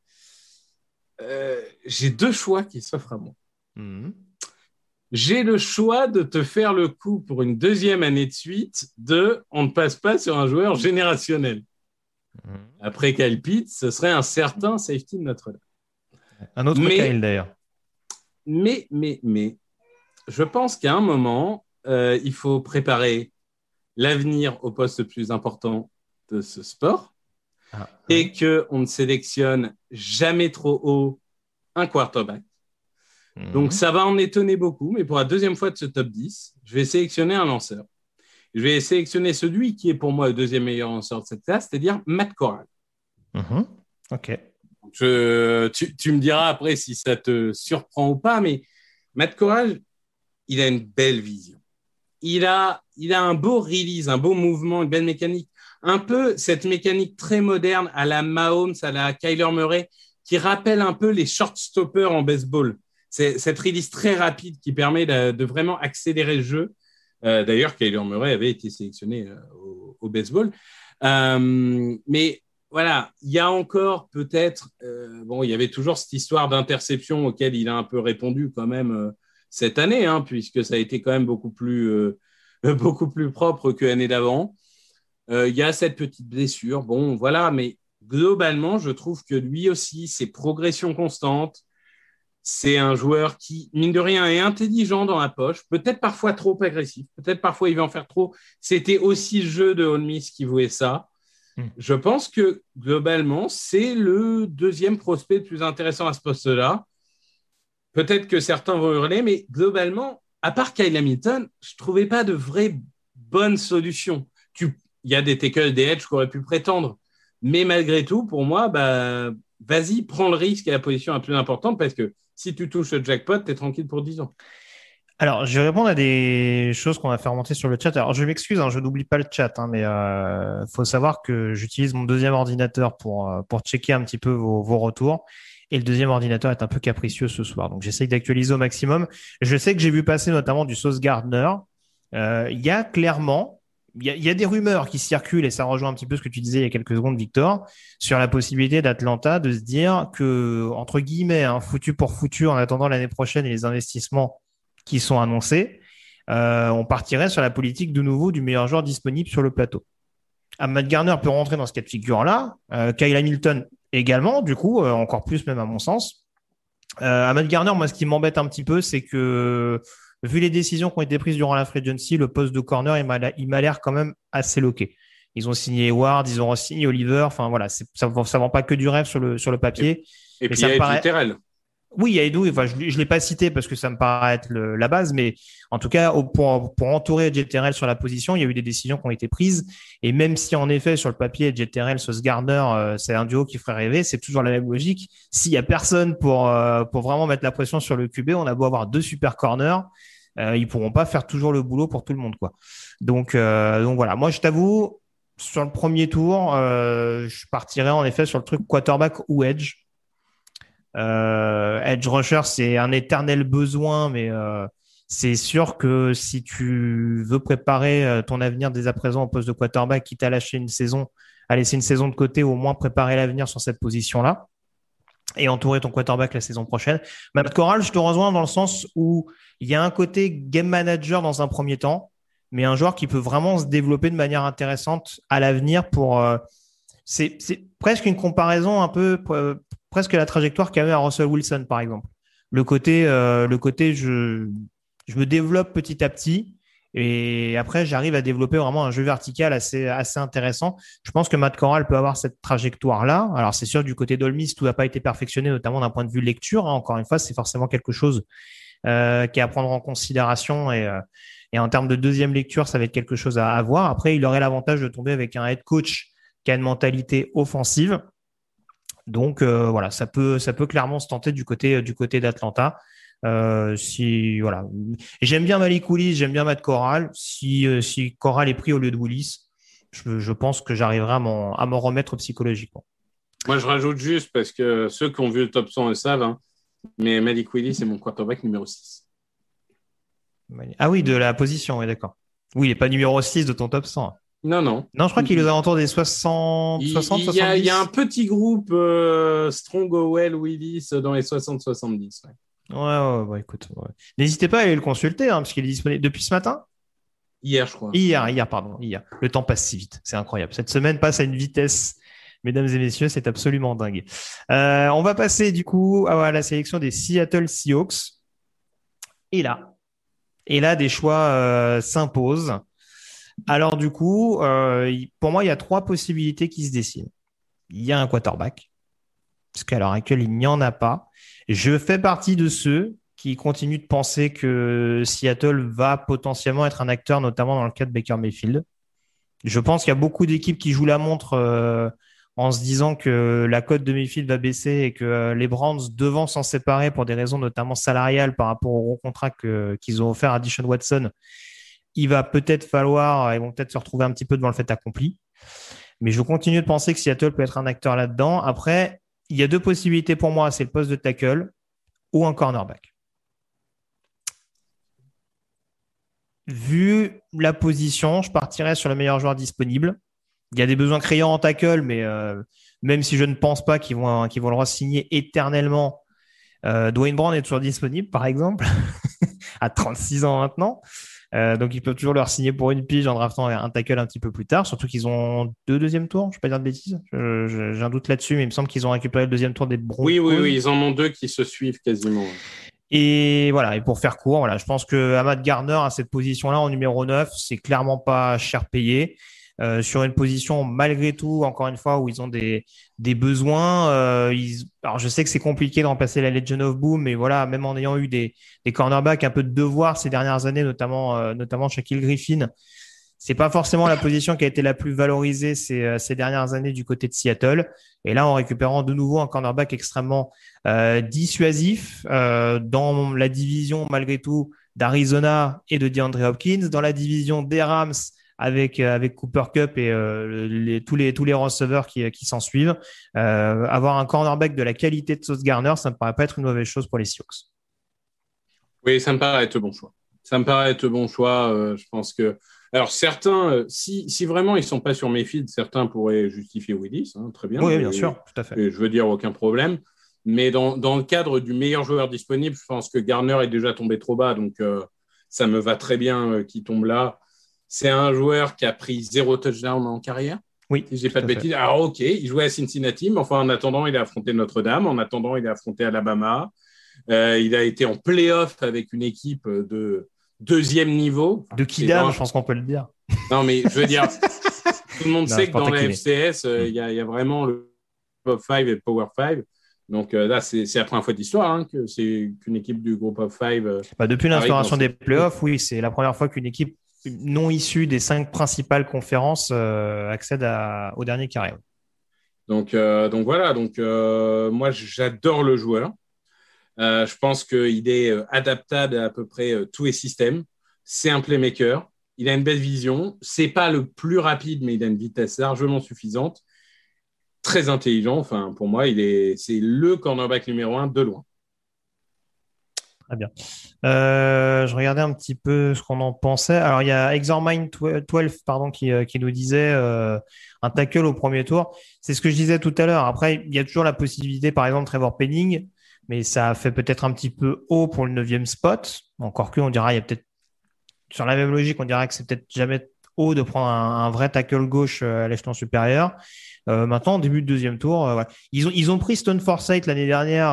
j'ai 2 choix qui s'offrent à moi. J'ai le choix de te faire le coup pour une 2e année de suite on ne passe pas sur un joueur générationnel. Après Kyle Pitts, ce serait un certain safety de Notre-Dame. Un autre Kyle d'ailleurs. Mais, je pense qu'à un moment, il faut préparer l'avenir au poste le plus important de ce sport et qu'on ne sélectionne jamais trop haut un quarterback. Donc, ça va en étonner beaucoup, mais pour la 2e fois de ce top 10, je vais sélectionner un lanceur. Je vais sélectionner celui qui est pour moi le 2e meilleur lanceur de cette classe, c'est-à-dire Matt Corral. OK. Tu me diras après si ça te surprend ou pas, mais Matt Corral, il a une belle vision. Il a un beau release, un beau mouvement, une belle mécanique. Un peu cette mécanique très moderne à la Mahomes, à la Kyler Murray, qui rappelle un peu les short stoppers en baseball. C'est cette release très rapide qui permet de vraiment accélérer le jeu. D'ailleurs, Kyler Murray avait été sélectionné au baseball. Mais voilà, il y a encore peut-être... il y avait toujours cette histoire d'interception auquel il a un peu répondu quand même cette année, puisque ça a été quand même beaucoup plus beaucoup plus propre que l'année d'avant. Il y a cette petite blessure. Bon, voilà, mais globalement, je trouve que lui aussi, ses progressions constantes, c'est un joueur qui, mine de rien, est intelligent dans la poche, peut-être parfois trop agressif, peut-être parfois il va en faire trop. C'était aussi le jeu de Ole Miss qui voulait ça. Je pense que globalement, c'est le deuxième prospect le plus intéressant à ce poste-là. Peut-être que certains vont hurler, mais globalement, à part Kyle Hamilton, je ne trouvais pas de vraie bonne solution. Il y a des tackles, des edges qui auraient pu prétendre. Mais malgré tout, pour moi, vas-y, prends le risque et la position la plus importante parce que si tu touches le jackpot, tu es tranquille pour 10 ans. Alors, je vais répondre à des choses qu'on a fait remonter sur le chat. Alors, je m'excuse, je n'oublie pas le chat, mais faut savoir que j'utilise mon deuxième ordinateur pour checker un petit peu vos retours. Et le deuxième ordinateur est un peu capricieux ce soir. Donc, j'essaye d'actualiser au maximum. Je sais que j'ai vu passer notamment du Sauce Gardner. Il y a clairement, il y a des rumeurs qui circulent et ça rejoint un petit peu ce que tu disais il y a quelques secondes, Victor, sur la possibilité d'Atlanta de se dire que, entre guillemets, foutu pour foutu en attendant l'année prochaine et les investissements qui sont annoncés, on partirait sur la politique de nouveau du meilleur joueur disponible sur le plateau. Matt Garner peut rentrer dans ce cas de figure-là. Kyle Hamilton également, du coup, encore plus même à mon sens. Matt Garner, moi, ce qui m'embête un petit peu, c'est que vu les décisions qui ont été prises durant la free agency, le poste de corner, il m'a l'air quand même assez loqué. Ils ont signé Eward, ils ont signé Oliver. Enfin voilà, ça vend pas que du rêve sur le papier. Et puis il y a Eddie Terrell. Oui, il y a Edu, enfin, je l'ai pas cité parce que ça me paraît être la base, mais en tout cas, pour entourer JTRL sur la position, il y a eu des décisions qui ont été prises. Et même si, en effet, sur le papier, JTRL, Sauce Gardner, c'est un duo qui ferait rêver, c'est toujours la même logique. S'il y a personne pour vraiment mettre la pression sur le QB, on a beau avoir deux super corners, ils pourront pas faire toujours le boulot pour tout le monde, quoi. Donc voilà. Moi, je t'avoue, sur le premier tour, je partirais en effet sur le truc quarterback ou edge. Edge rusher, c'est un éternel besoin, mais c'est sûr que si tu veux préparer ton avenir dès à présent au poste de quarterback, quitte à laisser une saison de côté, au moins préparer l'avenir sur cette position-là et entourer ton quarterback la saison prochaine. Matt Corral, je te rejoins dans le sens où il y a un côté game manager dans un premier temps, mais un joueur qui peut vraiment se développer de manière intéressante à l'avenir pour c'est presque une comparaison un peu presque la trajectoire qu'a eu à Russell Wilson, par exemple. Le côté je me développe petit à petit et après, j'arrive à développer vraiment un jeu vertical assez intéressant. Je pense que Matt Corral peut avoir cette trajectoire-là. Alors, c'est sûr, du côté d'Ole Miss, tout n'a pas été perfectionné, notamment d'un point de vue lecture. Encore une fois, c'est forcément quelque chose qui est à prendre en considération et en termes de deuxième lecture, ça va être quelque chose à voir. Après, il aurait l'avantage de tomber avec un head coach qui a une mentalité offensive. Donc voilà, ça peut clairement se tenter du côté d'Atlanta. Si voilà, j'aime bien Malik Willis, j'aime bien Matt Corral. Si Corral est pris au lieu de Willis, je pense que j'arriverai à m'en remettre psychologiquement. Moi, je rajoute juste parce que ceux qui ont vu le top 100 le savent, mais Malik Willis c'est mon quarterback numéro 6. Ah oui, de la position, oui, d'accord. Oui, il n'est pas numéro 6 de ton top 100. Non. Non, je crois qu'il est aux alentours des 60, 70. Il y a un petit groupe Strong, Howell, Willis dans les 60-70. Ouais, écoute. Ouais. N'hésitez pas à aller le consulter, parce qu'il est disponible depuis ce matin. Hier, je crois. Hier. Le temps passe si vite. C'est incroyable. Cette semaine passe à une vitesse, mesdames et messieurs, c'est absolument dingue. On va passer du coup à la sélection des Seattle Seahawks. Et là, des choix s'imposent. Alors du coup, pour moi, il y a trois possibilités qui se dessinent. Il y a un quarterback, parce qu'à l'heure actuelle, il n'y en a pas. Je fais partie de ceux qui continuent de penser que Seattle va potentiellement être un acteur, notamment dans le cas de Baker Mayfield. Je pense qu'il y a beaucoup d'équipes qui jouent la montre en se disant que la cote de Mayfield va baisser et que les Browns, devant s'en séparer pour des raisons notamment salariales par rapport au gros contrat qu'ils ont offert à Deshaun Watson, ils vont peut-être se retrouver un petit peu devant le fait accompli. Mais je continue de penser que Seattle peut être un acteur là-dedans. Après, il y a deux possibilités pour moi, c'est le poste de tackle ou un cornerback. Vu la position, je partirais sur le meilleur joueur disponible. Il y a des besoins criants en tackle, mais même si je ne pense pas qu'ils vont le re-signer éternellement, Dwayne Brown est toujours disponible, par exemple, à 36 ans maintenant. Donc, ils peuvent toujours leur signer pour une pige en draftant un tackle un petit peu plus tard, surtout qu'ils ont 2 deuxièmes tours, je ne vais pas dire de bêtises. J'ai un doute là-dessus, mais il me semble qu'ils ont récupéré le 2e tour des Oui, oui, Broncos. oui, ils en ont 2 qui se suivent quasiment. Et voilà, et pour faire court, voilà, je pense que Ahmad Gardner à cette position-là en numéro 9, c'est clairement pas cher payé. Sur une position malgré tout, encore une fois, où ils ont des besoins. Alors je sais que c'est compliqué de remplacer la Legion of Boom, mais voilà, même en ayant eu des cornerbacks un peu de devoir ces dernières années, notamment Shaquille Griffin, c'est pas forcément la position qui a été la plus valorisée ces dernières années du côté de Seattle. Et là, en récupérant de nouveau un cornerback extrêmement dissuasif dans la division, malgré tout, d'Arizona et de DeAndre Hopkins, dans la division des Rams avec Cooper Kupp et tous les receveurs qui s'en suivent. Avoir un cornerback de la qualité de Sauce Gardner, ça me paraît pas être une mauvaise chose pour les Seahawks. Oui, ça me paraît être bon choix. Ça me paraît être bon choix. Je pense que. Alors, certains, si vraiment ils ne sont pas sur mes feeds, certains pourraient justifier Willis, hein, très bien. Oui, bien sûr, tout à fait. Et je veux dire, aucun problème. Mais dans le cadre du meilleur joueur disponible, je pense que Garner est déjà tombé trop bas. Donc, ça me va très bien qu'il tombe là. C'est un joueur qui a pris 0 touchdown en carrière. Oui. Si je dis pas de bêtises. Alors, OK, il jouait à Cincinnati, mais enfin, en attendant, il a affronté Notre-Dame. En attendant, il a affronté Alabama. Il a été en play-off avec une équipe de 2e niveau. De Kidam, je pense qu'on peut le dire. Non, mais je veux dire, tout le monde sait que dans la FCS, il y a vraiment le Top 5 et le Power 5. Donc là, c'est la première fois d'histoire hein, que c'est qu'une équipe du groupe of 5. Depuis l'instauration des playoffs, oui, c'est la première fois qu'une équipe non issue des 5 principales conférences accède au dernier carré. Donc voilà, moi j'adore le joueur. Je pense qu'il est adaptable à peu près tous les systèmes. C'est un playmaker. Il a une belle vision. C'est pas le plus rapide, mais il a une vitesse largement suffisante. Très intelligent. Enfin, pour moi, c'est le cornerback numéro 1 de loin. Très bien. Je regardais un petit peu ce qu'on en pensait. Alors, il y a Exormine 12 qui nous disait un tackle au premier tour. C'est ce que je disais tout à l'heure. Après, il y a toujours la possibilité, par exemple, Trevor Penning, mais ça fait peut-être un petit peu haut pour le 9e spot. Encore que, on dira, il y a peut-être, sur la même logique, on dirait que c'est peut-être jamais haut de prendre un vrai tackle gauche à l'échelon supérieur. Maintenant, au début de 2e tour, voilà. Ils ont pris Stone Forsythe l'année dernière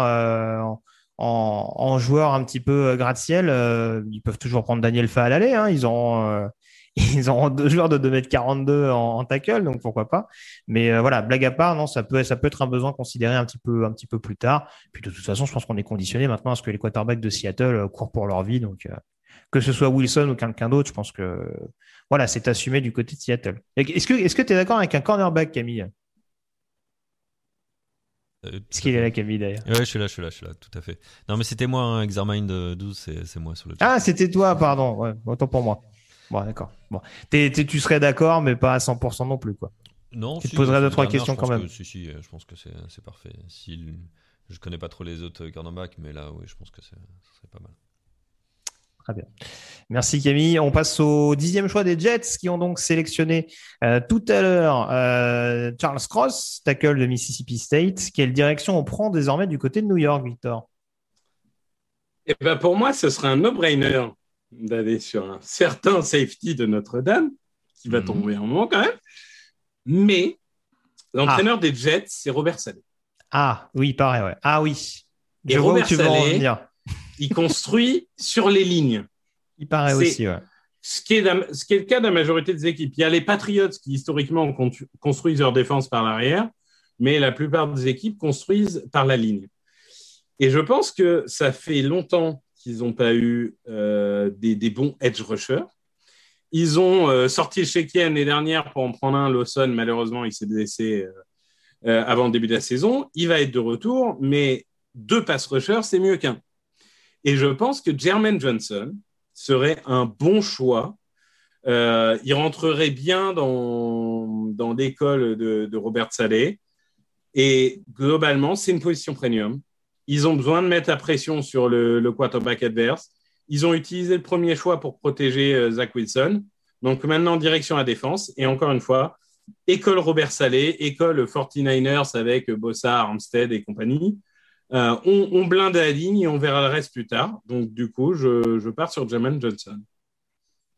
en joueur un petit peu gratte-ciel. Ils peuvent toujours prendre Daniel Fa à l'aller. Hein. Ils ont 2 joueurs de 2,42 m en tackle, donc pourquoi pas. Mais voilà, blague à part, non, ça peut être un besoin considéré un petit peu plus tard. Puis de toute façon, je pense qu'on est conditionné maintenant à ce que les quarterbacks de Seattle courent pour leur vie. Donc que ce soit Wilson ou quelqu'un d'autre, je pense que voilà, c'est assumé du côté de Seattle. Est-ce que tu es d'accord avec un cornerback, Camille? Est-ce qu'il est là, Camille, d'ailleurs? Ouais, je suis là, tout à fait. Non, mais c'était moi, hein, Exermind 12, c'est moi sur le chat. Ah, c'était toi, pardon. Ouais, autant pour moi. Bon, d'accord. Bon. Tu serais d'accord, mais pas à 100% non plus, quoi. Non, tu te poserais 2-3 questions quand même. Je pense que c'est parfait. Je connais pas trop les autres cornerbacks, mais là, oui, je pense que ça serait pas mal. Très bien. Merci Camille. On passe au 10e choix des Jets qui ont donc sélectionné tout à l'heure Charles Cross, tackle de Mississippi State. Quelle direction on prend désormais du côté de New York, Victor? Eh ben pour moi, ce serait un no-brainer d'aller sur un certain safety de Notre-Dame, qui va tomber un moment quand même. Mais l'entraîneur des Jets, c'est Robert Saleh. Ah oui, pareil, ouais. Ah oui. Je vois Robert où tu veux en venir. Il construit sur les lignes. Il paraît aussi, ouais. Ce qui est le cas de la majorité des équipes. Il y a les Patriots qui, historiquement, construisent leur défense par l'arrière, mais la plupart des équipes construisent par la ligne. Et je pense que ça fait longtemps qu'ils n'ont pas eu des bons edge rushers. Ils ont sorti le chéquier l'année dernière pour en prendre un. Lawson, malheureusement, il s'est blessé avant le début de la saison. Il va être de retour, mais 2 pass rushers, c'est mieux qu'un. Et je pense que Jermaine Johnson serait un bon choix. Il rentrerait bien dans l'école de Robert Saleh. Et globalement, c'est une position premium. Ils ont besoin de mettre la pression sur le quarterback adverse. Ils ont utilisé le premier choix pour protéger Zach Wilson. Donc maintenant, direction à la défense. Et encore une fois, école Robert Saleh, école 49ers avec Bossa, Armstead et compagnie. On blinde la ligne et on verra le reste plus tard. Donc, du coup, je pars sur Jermaine Johnson.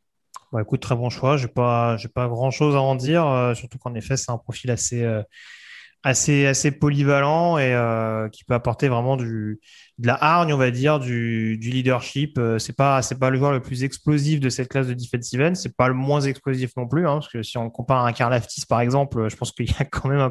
Bah, écoute, très bon choix. J'ai pas grand-chose à en dire, surtout qu'en effet, c'est un profil assez polyvalent et qui peut apporter vraiment de la hargne, on va dire, du leadership. C'est pas le joueur le plus explosif de cette classe de defensive end. C'est pas le moins explosif non plus, hein, parce que si on compare à un Karlaftis, par exemple, je pense qu'il y a quand même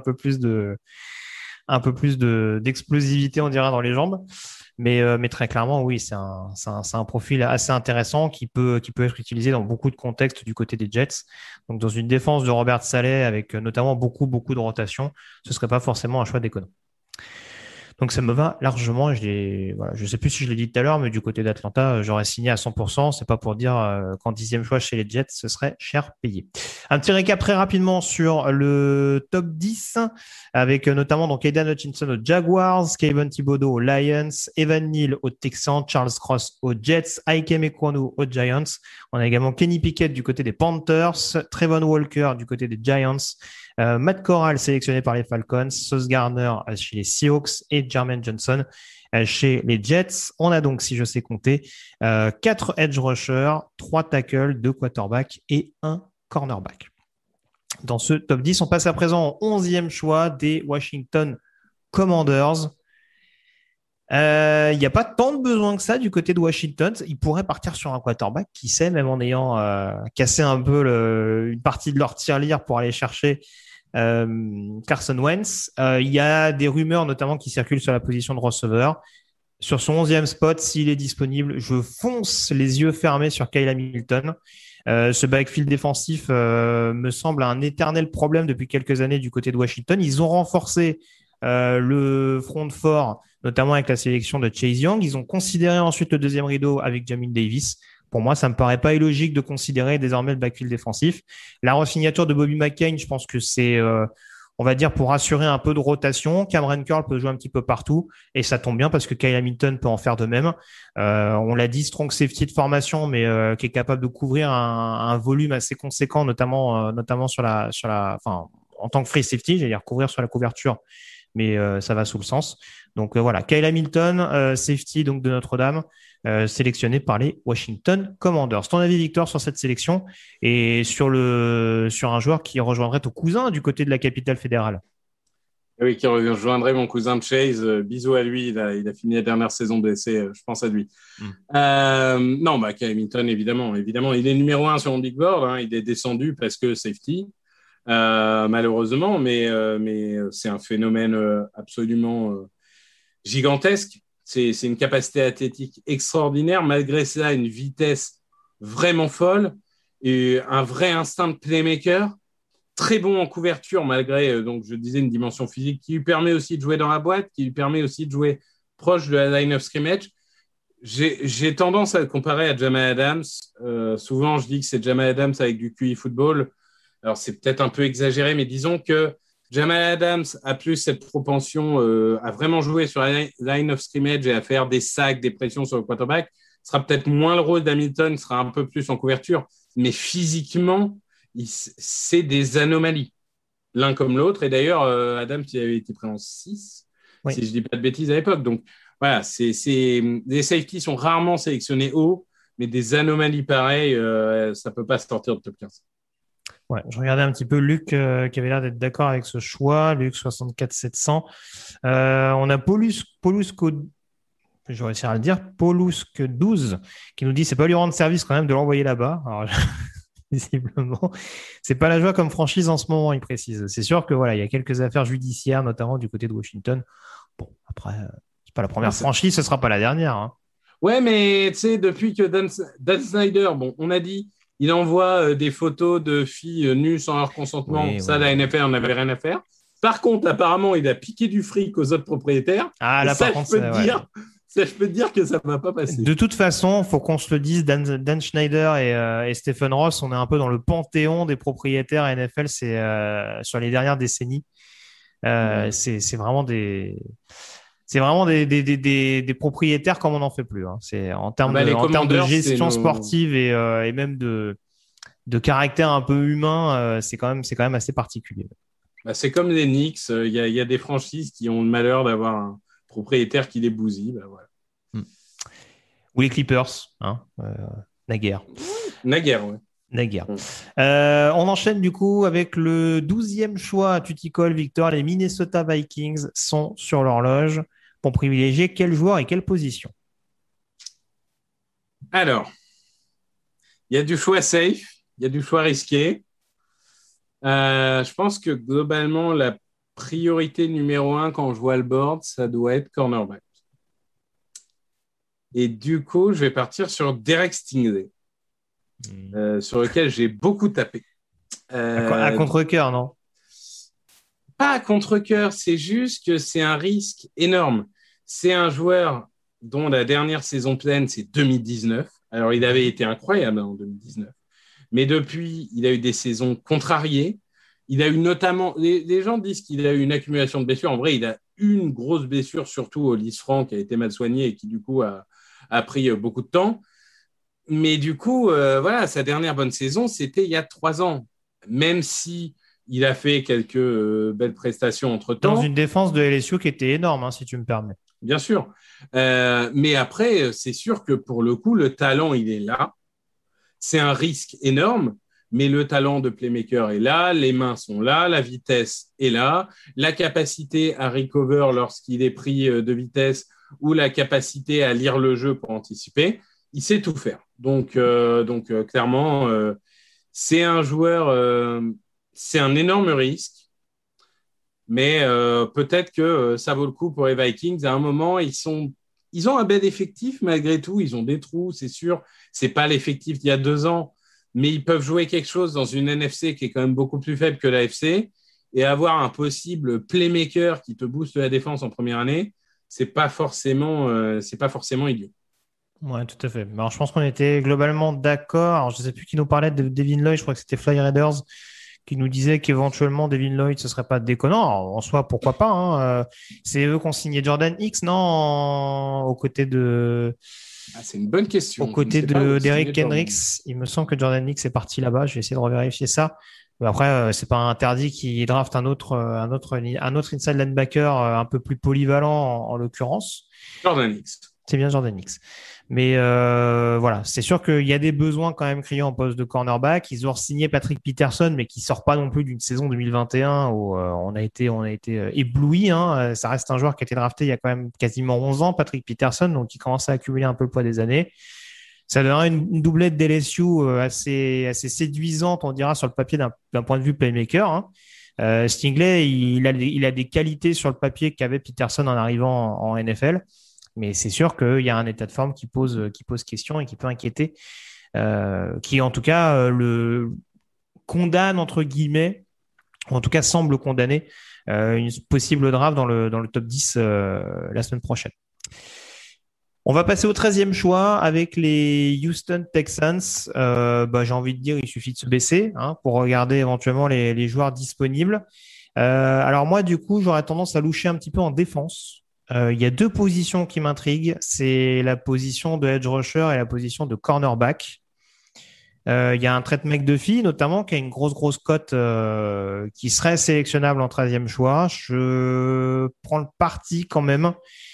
d'explosivité, on dirait, dans les jambes. Mais très clairement, oui, c'est un profil assez intéressant qui peut être utilisé dans beaucoup de contextes du côté des Jets. Donc, dans une défense de Robert Saleh avec notamment beaucoup de rotation, ce serait pas forcément un choix déconnant. Donc ça me va largement. Voilà, je sais plus si je l'ai dit tout à l'heure, mais du côté d'Atlanta, j'aurais signé à 100%. C'est pas pour dire qu'en 10e choix chez les Jets, ce serait cher payé. Un petit récap très rapidement sur le top 10, avec notamment donc Aidan Hutchinson aux Jaguars, Kayvon Thibodeau aux Lions, Evan Neal aux Texans, Charles Cross aux Jets, Ikem Ekwonu aux Giants. On a également Kenny Pickett du côté des Panthers, Trevon Walker du côté des Giants, Matt Corral sélectionné par les Falcons, Sauce Gardner chez les Seahawks et Jermaine Johnson chez les Jets. On a donc, si je sais compter, 4 edge rushers, 3 tackles, 2 quarterbacks et 1 cornerback. Dans ce top 10, on passe à présent au 11e choix des Washington Commanders. Il n'y a pas tant de besoin que ça du côté de Washington. Ils pourraient partir sur un quarterback, qui sait, même en ayant cassé un peu une partie de leur tirelire pour aller chercher Carson Wentz. Il y a des rumeurs notamment qui circulent sur la position de receveur. Sur son 11e spot, s'il est disponible, je fonce les yeux fermés sur Kyle Hamilton. Ce backfield défensif me semble un éternel problème depuis quelques années du côté de Washington. Ils ont renforcé le front fort, notamment avec la sélection de Chase Young. Ils ont considéré ensuite le deuxième rideau avec Jamin Davis. Pour moi, ça me paraît pas illogique de considérer désormais le backfield défensif. La re-signature de Bobby McCain, je pense que c'est, on va dire, pour assurer un peu de rotation. Cameron Curl peut jouer un petit peu partout et ça tombe bien parce que Kyle Hamilton peut en faire de même. On l'a dit, strong safety de formation, mais qui est capable de couvrir un volume assez conséquent, notamment enfin, en tant que free safety, j'allais dire couvrir sur la couverture, mais ça va sous le sens. Donc voilà, Kyle Hamilton, safety donc de Notre-Dame, sélectionné par les Washington Commanders. Ton avis, Victor, sur cette sélection et sur un joueur qui rejoindrait ton cousin du côté de la capitale fédérale? Oui, qui rejoindrait mon cousin Chase. Bisous à lui, il a fini la dernière saison d'essai, je pense à lui. Non, Kyle Hamilton, évidemment, il est numéro 1 sur mon big board, hein, il est descendu parce que safety. Malheureusement, mais c'est un phénomène absolument gigantesque. C'est une capacité athlétique extraordinaire. Malgré ça, une vitesse vraiment folle et un vrai instinct de playmaker. Très bon en couverture, malgré, donc je disais, une dimension physique qui lui permet aussi de jouer dans la boîte, qui lui permet aussi de jouer proche de la line of scrimmage. J'ai tendance à le comparer à Jamal Adams. Souvent, je dis que c'est Jamal Adams avec du QI football. Alors, c'est peut-être un peu exagéré, mais disons que Jamal Adams a plus cette propension à vraiment jouer sur la line of scrimmage et à faire des sacs, des pressions sur le quarterback. Ce sera peut-être moins le rôle d'Hamilton, il sera un peu plus en couverture. Mais physiquement, c'est des anomalies, l'un comme l'autre. Et d'ailleurs, Adams, il avait été pris en 6, oui, si je ne dis pas de bêtises à l'époque. Donc, voilà, les safeties sont rarement sélectionnés haut, mais des anomalies pareilles, ça ne peut pas sortir de top 15. Ouais, je regardais un petit peu Luc qui avait l'air d'être d'accord avec ce choix, Luc 64-700. On a Paulus je vais essayer de le dire, Paulusk 12 qui nous dit c'est pas lui rendre service quand même de l'envoyer là-bas. Alors, visiblement, c'est pas la joie comme franchise en ce moment, il précise. C'est sûr que voilà, il y a quelques affaires judiciaires, notamment du côté de Washington. Bon, après, c'est pas la première franchise, ce sera pas la dernière. Hein. Ouais, mais tu sais, depuis que Dan Snyder, bon, on a dit, il envoie des photos de filles nues sans leur consentement. Oui, ça, la NFL, on n'avait rien à faire. Par contre, apparemment, il a piqué du fric aux autres propriétaires. Ah, là, par contre, je peux te dire que ça ne va pas passer. De toute façon, il faut qu'on se le dise, Dan Schneider et Stephen Ross, on est un peu dans le panthéon des propriétaires NFL sur les dernières décennies. C'est vraiment des propriétaires comme on n'en fait plus. Hein. C'est en termes de gestion sportive et même de caractère un peu humain, c'est quand même assez particulier. C'est comme les Knicks, il y a des franchises qui ont le malheur d'avoir un propriétaire qui les bousille. Voilà. Ou les Clippers, hein, naguère. Naguère, ouais. Naguère. On enchaîne du coup avec le 12e choix à Tuticol, Victor. Les Minnesota Vikings sont sur l'horloge pour privilégier quel joueur et quelle position? Alors, il y a du choix safe, il y a du choix risqué. Je pense que globalement, la priorité numéro 1 quand je vois le board, ça doit être cornerback. Et du coup, je vais partir sur Derek Stingley, sur lequel j'ai beaucoup tapé. À contre-cœur, non? Pas à contre-cœur, c'est juste que c'est un risque énorme. C'est un joueur dont la dernière saison pleine, c'est 2019. Alors, il avait été incroyable en 2019. Mais depuis, il a eu des saisons contrariées. Il a eu notamment... Les gens disent qu'il a eu une accumulation de blessures. En vrai, il a une grosse blessure, surtout au Lisfranc, qui a été mal soignée et qui, du coup, a pris beaucoup de temps. Mais du coup, voilà, sa dernière bonne saison, c'était il y a 3 ans. Même si il a fait quelques belles prestations entre-temps. Dans une défense de LSU qui était énorme, hein, si tu me permets. Bien sûr. Mais après, c'est sûr que pour le coup, le talent, il est là. C'est un risque énorme, mais le talent de playmaker est là, les mains sont là, la vitesse est là, la capacité à recover lorsqu'il est pris de vitesse ou la capacité à lire le jeu pour anticiper, il sait tout faire. Donc clairement, c'est un joueur, c'est un énorme risque. Mais peut-être que ça vaut le coup pour les Vikings. À un moment, ils ont un bel effectif malgré tout. Ils ont des trous, c'est sûr. C'est pas l'effectif d'il y a 2 ans, mais ils peuvent jouer quelque chose dans une NFC qui est quand même beaucoup plus faible que l'AFC et avoir un possible playmaker qui te booste la défense en première année. C'est pas forcément idiot. Ouais, tout à fait. Alors, je pense qu'on était globalement d'accord. Alors, je ne sais plus qui nous parlait de Devin Lloyd. Je crois que c'était Fly Raiders qui nous disait qu'éventuellement Devin Lloyd ce serait pas déconnant. Alors, en soi, pourquoi pas, hein. C'est eux qui ont signé Jordan Hicks, non, aux côtés de. C'est une bonne question. Aux côtés d'Eric Kendricks. Il me semble que Jordan Hicks est parti là-bas. Je vais essayer de revérifier ça. Mais après, c'est pas interdit qu'il draft un autre inside linebacker un peu plus polyvalent en l'occurrence. Jordan Hicks. C'est bien Jordan Hicks. Mais voilà, c'est sûr qu'il y a des besoins quand même criants en poste de cornerback. Ils ont signé Patrick Peterson, mais qui sort pas non plus d'une saison 2021 où on a été ébloui, hein. Ça reste un joueur qui a été drafté il y a quand même quasiment 11 ans, Patrick Peterson, donc il commence à accumuler un peu le poids des années. Ça donnera une doublette d'LSU assez séduisante, on dira, sur le papier d'un point de vue playmaker, hein. Stingley, il a des qualités sur le papier qu'avait Peterson en arrivant en NFL. Mais c'est sûr qu'il y a un état de forme qui pose question et qui peut inquiéter, qui en tout cas le condamne entre guillemets, ou en tout cas semble condamner une possible draft dans le top 10 la semaine prochaine. On va passer au 13e choix avec les Houston Texans. J'ai envie de dire, il suffit de se baisser, hein, pour regarder éventuellement les joueurs disponibles. Alors moi, du coup, j'aurais tendance à loucher un petit peu en défense. Il y a 2 positions qui m'intriguent. C'est la position de edge rusher et la position de cornerback. Il y a un Trent McDuffie, notamment, qui a une grosse cote qui serait sélectionnable en 13e choix. Je prends le parti quand même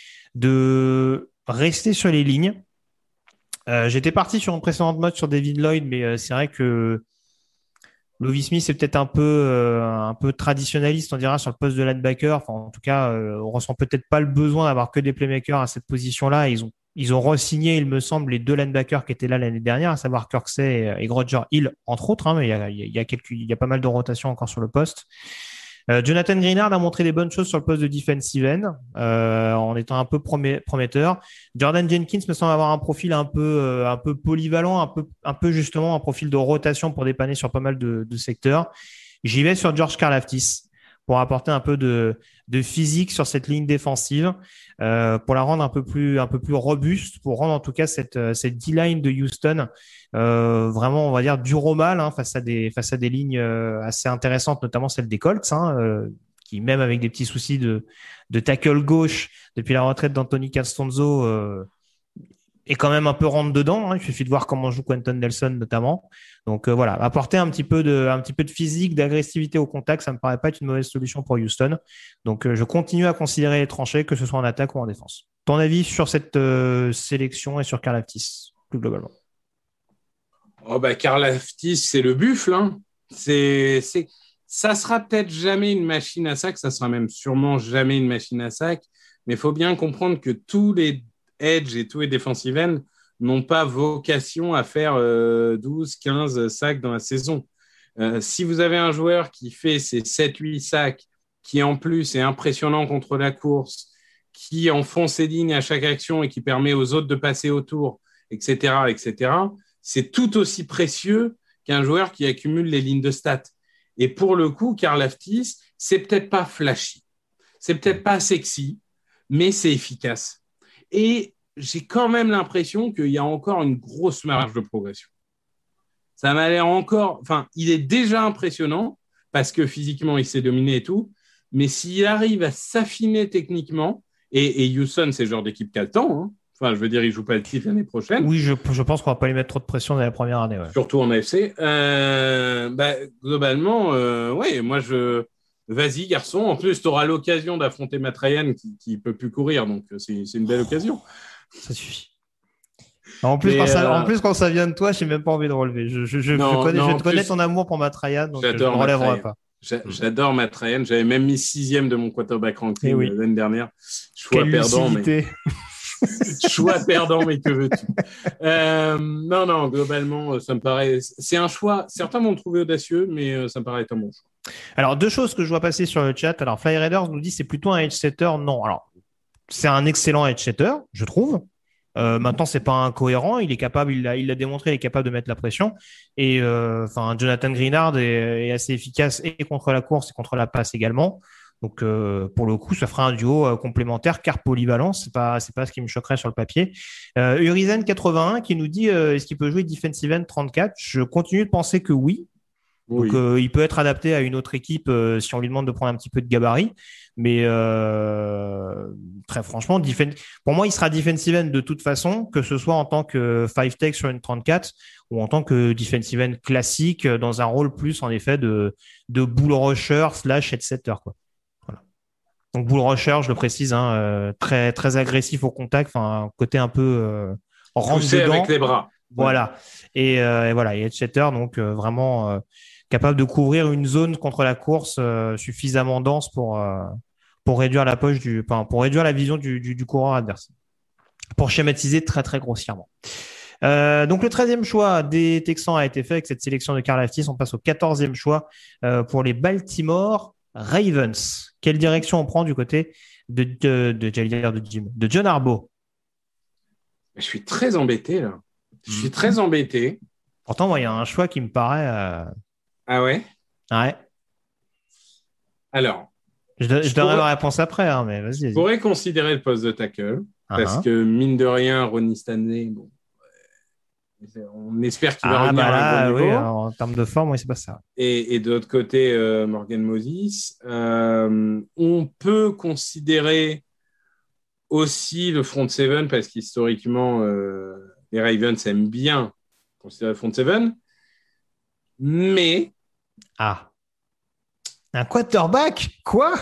de rester sur les lignes. J'étais parti sur une précédente mode sur Devin Lloyd, mais c'est vrai que Lovie Smith est peut-être un peu traditionnaliste, on dira, sur le poste de linebacker. Enfin, en tout cas, on ressent peut-être pas le besoin d'avoir que des playmakers à cette position-là. Ils ont re-signé, il me semble, les 2 linebackers qui étaient là l'année dernière, à savoir Kirksey et Roger Hill, entre autres, hein, mais il y a pas mal de rotation encore sur le poste. Jonathan Greenard a montré des bonnes choses sur le poste de defensive end, en étant un peu prometteur. Jordan Jenkins me semble avoir un profil un peu polyvalent, un peu justement un profil de rotation pour dépanner sur pas mal de secteurs. J'y vais sur George Karlaftis pour apporter un peu de physique sur cette ligne défensive, pour la rendre un peu plus robuste, pour rendre en tout cas cette D-line de Houston vraiment, on va dire, dur au mal, hein, face à des lignes assez intéressantes, notamment celle des Colts, hein, qui même avec des petits soucis de tackle gauche depuis la retraite d'Anthony Castonzo est quand même un peu rentre dedans, hein. Il suffit de voir comment joue Quentin Nelson notamment. Donc voilà, apporter un petit peu de physique, d'agressivité au contact, ça me paraît pas être une mauvaise solution pour Houston. Donc je continue à considérer les tranchées, que ce soit en attaque ou en défense. Ton avis sur cette sélection et sur Karlaftis plus globalement? Oh bah Karlaftis, c'est le buffle. Hein. Ça sera peut-être jamais une machine à sac, ça sera même sûrement jamais une machine à sac, mais il faut bien comprendre que tous les edge et tous les defensive ends n'ont pas vocation à faire 12, 15 sacs dans la saison. Si vous avez un joueur qui fait ses 7-8 sacs, qui en plus est impressionnant contre la course, qui enfonce ses lignes à chaque action et qui permet aux autres de passer autour, etc., c'est tout aussi précieux qu'un joueur qui accumule les lignes de stats. Et pour le coup, Karlaftis, c'est peut-être pas flashy, c'est peut-être pas sexy, mais c'est efficace. Et j'ai quand même l'impression qu'il y a encore une grosse marge de progression. Ça m'a l'air encore... Enfin, il est déjà impressionnant parce que physiquement, il s'est dominé et tout. Mais s'il arrive à s'affiner techniquement, et Houston, c'est le genre d'équipe qui a le temps, hein. Enfin, je veux dire, il ne joue pas le titre l'année prochaine. Oui, je pense qu'on ne va pas lui mettre trop de pression dans la première année. Ouais. Surtout en AFC. Globalement, ouais, moi, vas-y, garçon. En plus, tu auras l'occasion d'affronter Matt Ryan qui ne peut plus courir. Donc, c'est une belle occasion. Ça suffit. En plus, quand ça vient de toi, je n'ai même pas envie de relever. Je connais ton amour pour Matt Ryan, donc je ne relèverai pas. J'adore Matt Ryan. J'avais même mis 6e de mon quarterback ranking l'année dernière. Choix perdant, mais que veux-tu. Non, globalement, ça me paraît... C'est un choix. Certains vont le trouver audacieux, mais ça me paraît un bon choix. Alors, deux choses que je vois passer sur le chat. Alors, Fly Raiders nous dit c'est plutôt un edge setter. Non, alors, c'est un excellent edge setter, je trouve. Maintenant, c'est pas incohérent. Il est capable, il l'a démontré, il est capable de mettre la pression. Et Jonathan Greenard est assez efficace et contre la course et contre la passe également. Donc, pour le coup, ça fera un duo complémentaire, car polyvalent. C'est pas ce qui me choquerait sur le papier. Urizen 81 qui nous dit est-ce qu'il peut jouer defensive end 34 ? Je continue de penser que oui. Donc, il peut être adapté à une autre équipe si on lui demande de prendre un petit peu de gabarit. Mais très franchement, pour moi, il sera defensive end de toute façon, que ce soit en tant que 5-tech sur une 34 ou en tant que defensive end classique dans un rôle plus, en effet, de bull rusher / head setter, quoi. Voilà. Donc, bull rusher, je le précise, très, très agressif au contact, enfin, côté un peu rentre dedans. Avec les bras. Voilà. Et voilà, et head setter, donc vraiment capable de couvrir une zone contre la course suffisamment dense pour réduire pour réduire la vision du coureur adverse. Pour schématiser très, très grossièrement. Donc, le 13e choix des Texans a été fait avec cette sélection de Karlaftis. On passe au 14e choix pour les Baltimore Ravens. Quelle direction on prend du côté de John Harbaugh? Je suis très embêté, là. Je suis très embêté. Pourtant, moi, il y a un choix qui me paraît... Ah ouais? Ouais. Alors... Je donnerai ma réponse après, mais vas-y. Je pourrais considérer le poste de tackle, parce que, mine de rien, Ronnie Stanley, on espère qu'il va revenir à un bon niveau. Oui, en termes de forme, oui, c'est pas ça. Et de l'autre côté, Morgan Moses. On peut considérer aussi le front seven, parce qu'historiquement, les Ravens aiment bien considérer le front seven. Mais... Un quarterback? Quoi?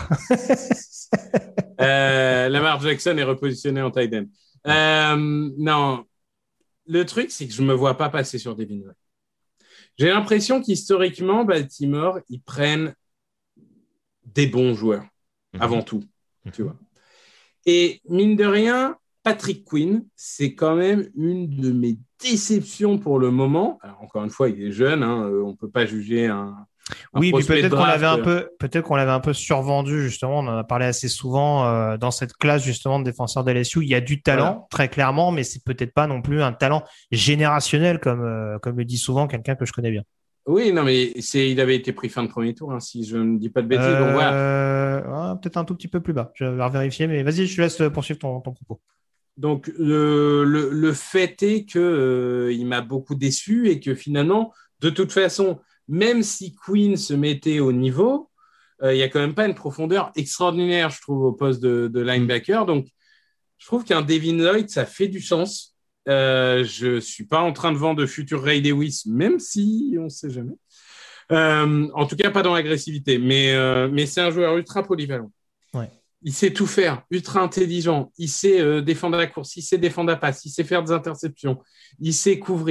Lamar Jackson est repositionné en tight end. Non. Le truc, c'est que je ne me vois pas passer sur Devin Lloyd. J'ai l'impression qu'historiquement, Baltimore, ils prennent des bons joueurs, avant tout. Tu vois. Et mine de rien, Patrick Quinn, c'est quand même une de mes déceptions pour le moment. Alors, encore une fois, il est jeune, on ne peut pas juger oui, puis peut-être qu'on l'avait un peu survendu, justement. On en a parlé assez souvent dans cette classe, justement, de défenseurs de LSU. Il y a du talent, très clairement, mais c'est peut-être pas non plus un talent générationnel, comme le dit souvent quelqu'un que je connais bien. Oui, non, mais il avait été pris fin de premier tour, si je ne dis pas de bêtises. Donc voilà. Peut-être un tout petit peu plus bas. Je vais vérifier, mais vas-y, je te laisse poursuivre ton propos. Donc, le fait est qu'il m'a beaucoup déçu et que finalement, de toute façon, même si Quinn se mettait au niveau, il n'y a quand même pas une profondeur extraordinaire, je trouve, au poste de linebacker. Donc, je trouve qu'un Devin Lloyd, ça fait du sens. Je ne suis pas en train de vendre de futur Ray Lewis, même si on ne sait jamais. En tout cas, pas dans l'agressivité. Mais c'est un joueur ultra polyvalent. Ouais. Il sait tout faire, ultra intelligent. Il sait défendre la course, il sait défendre la passe, il sait faire des interceptions, il sait couvrir.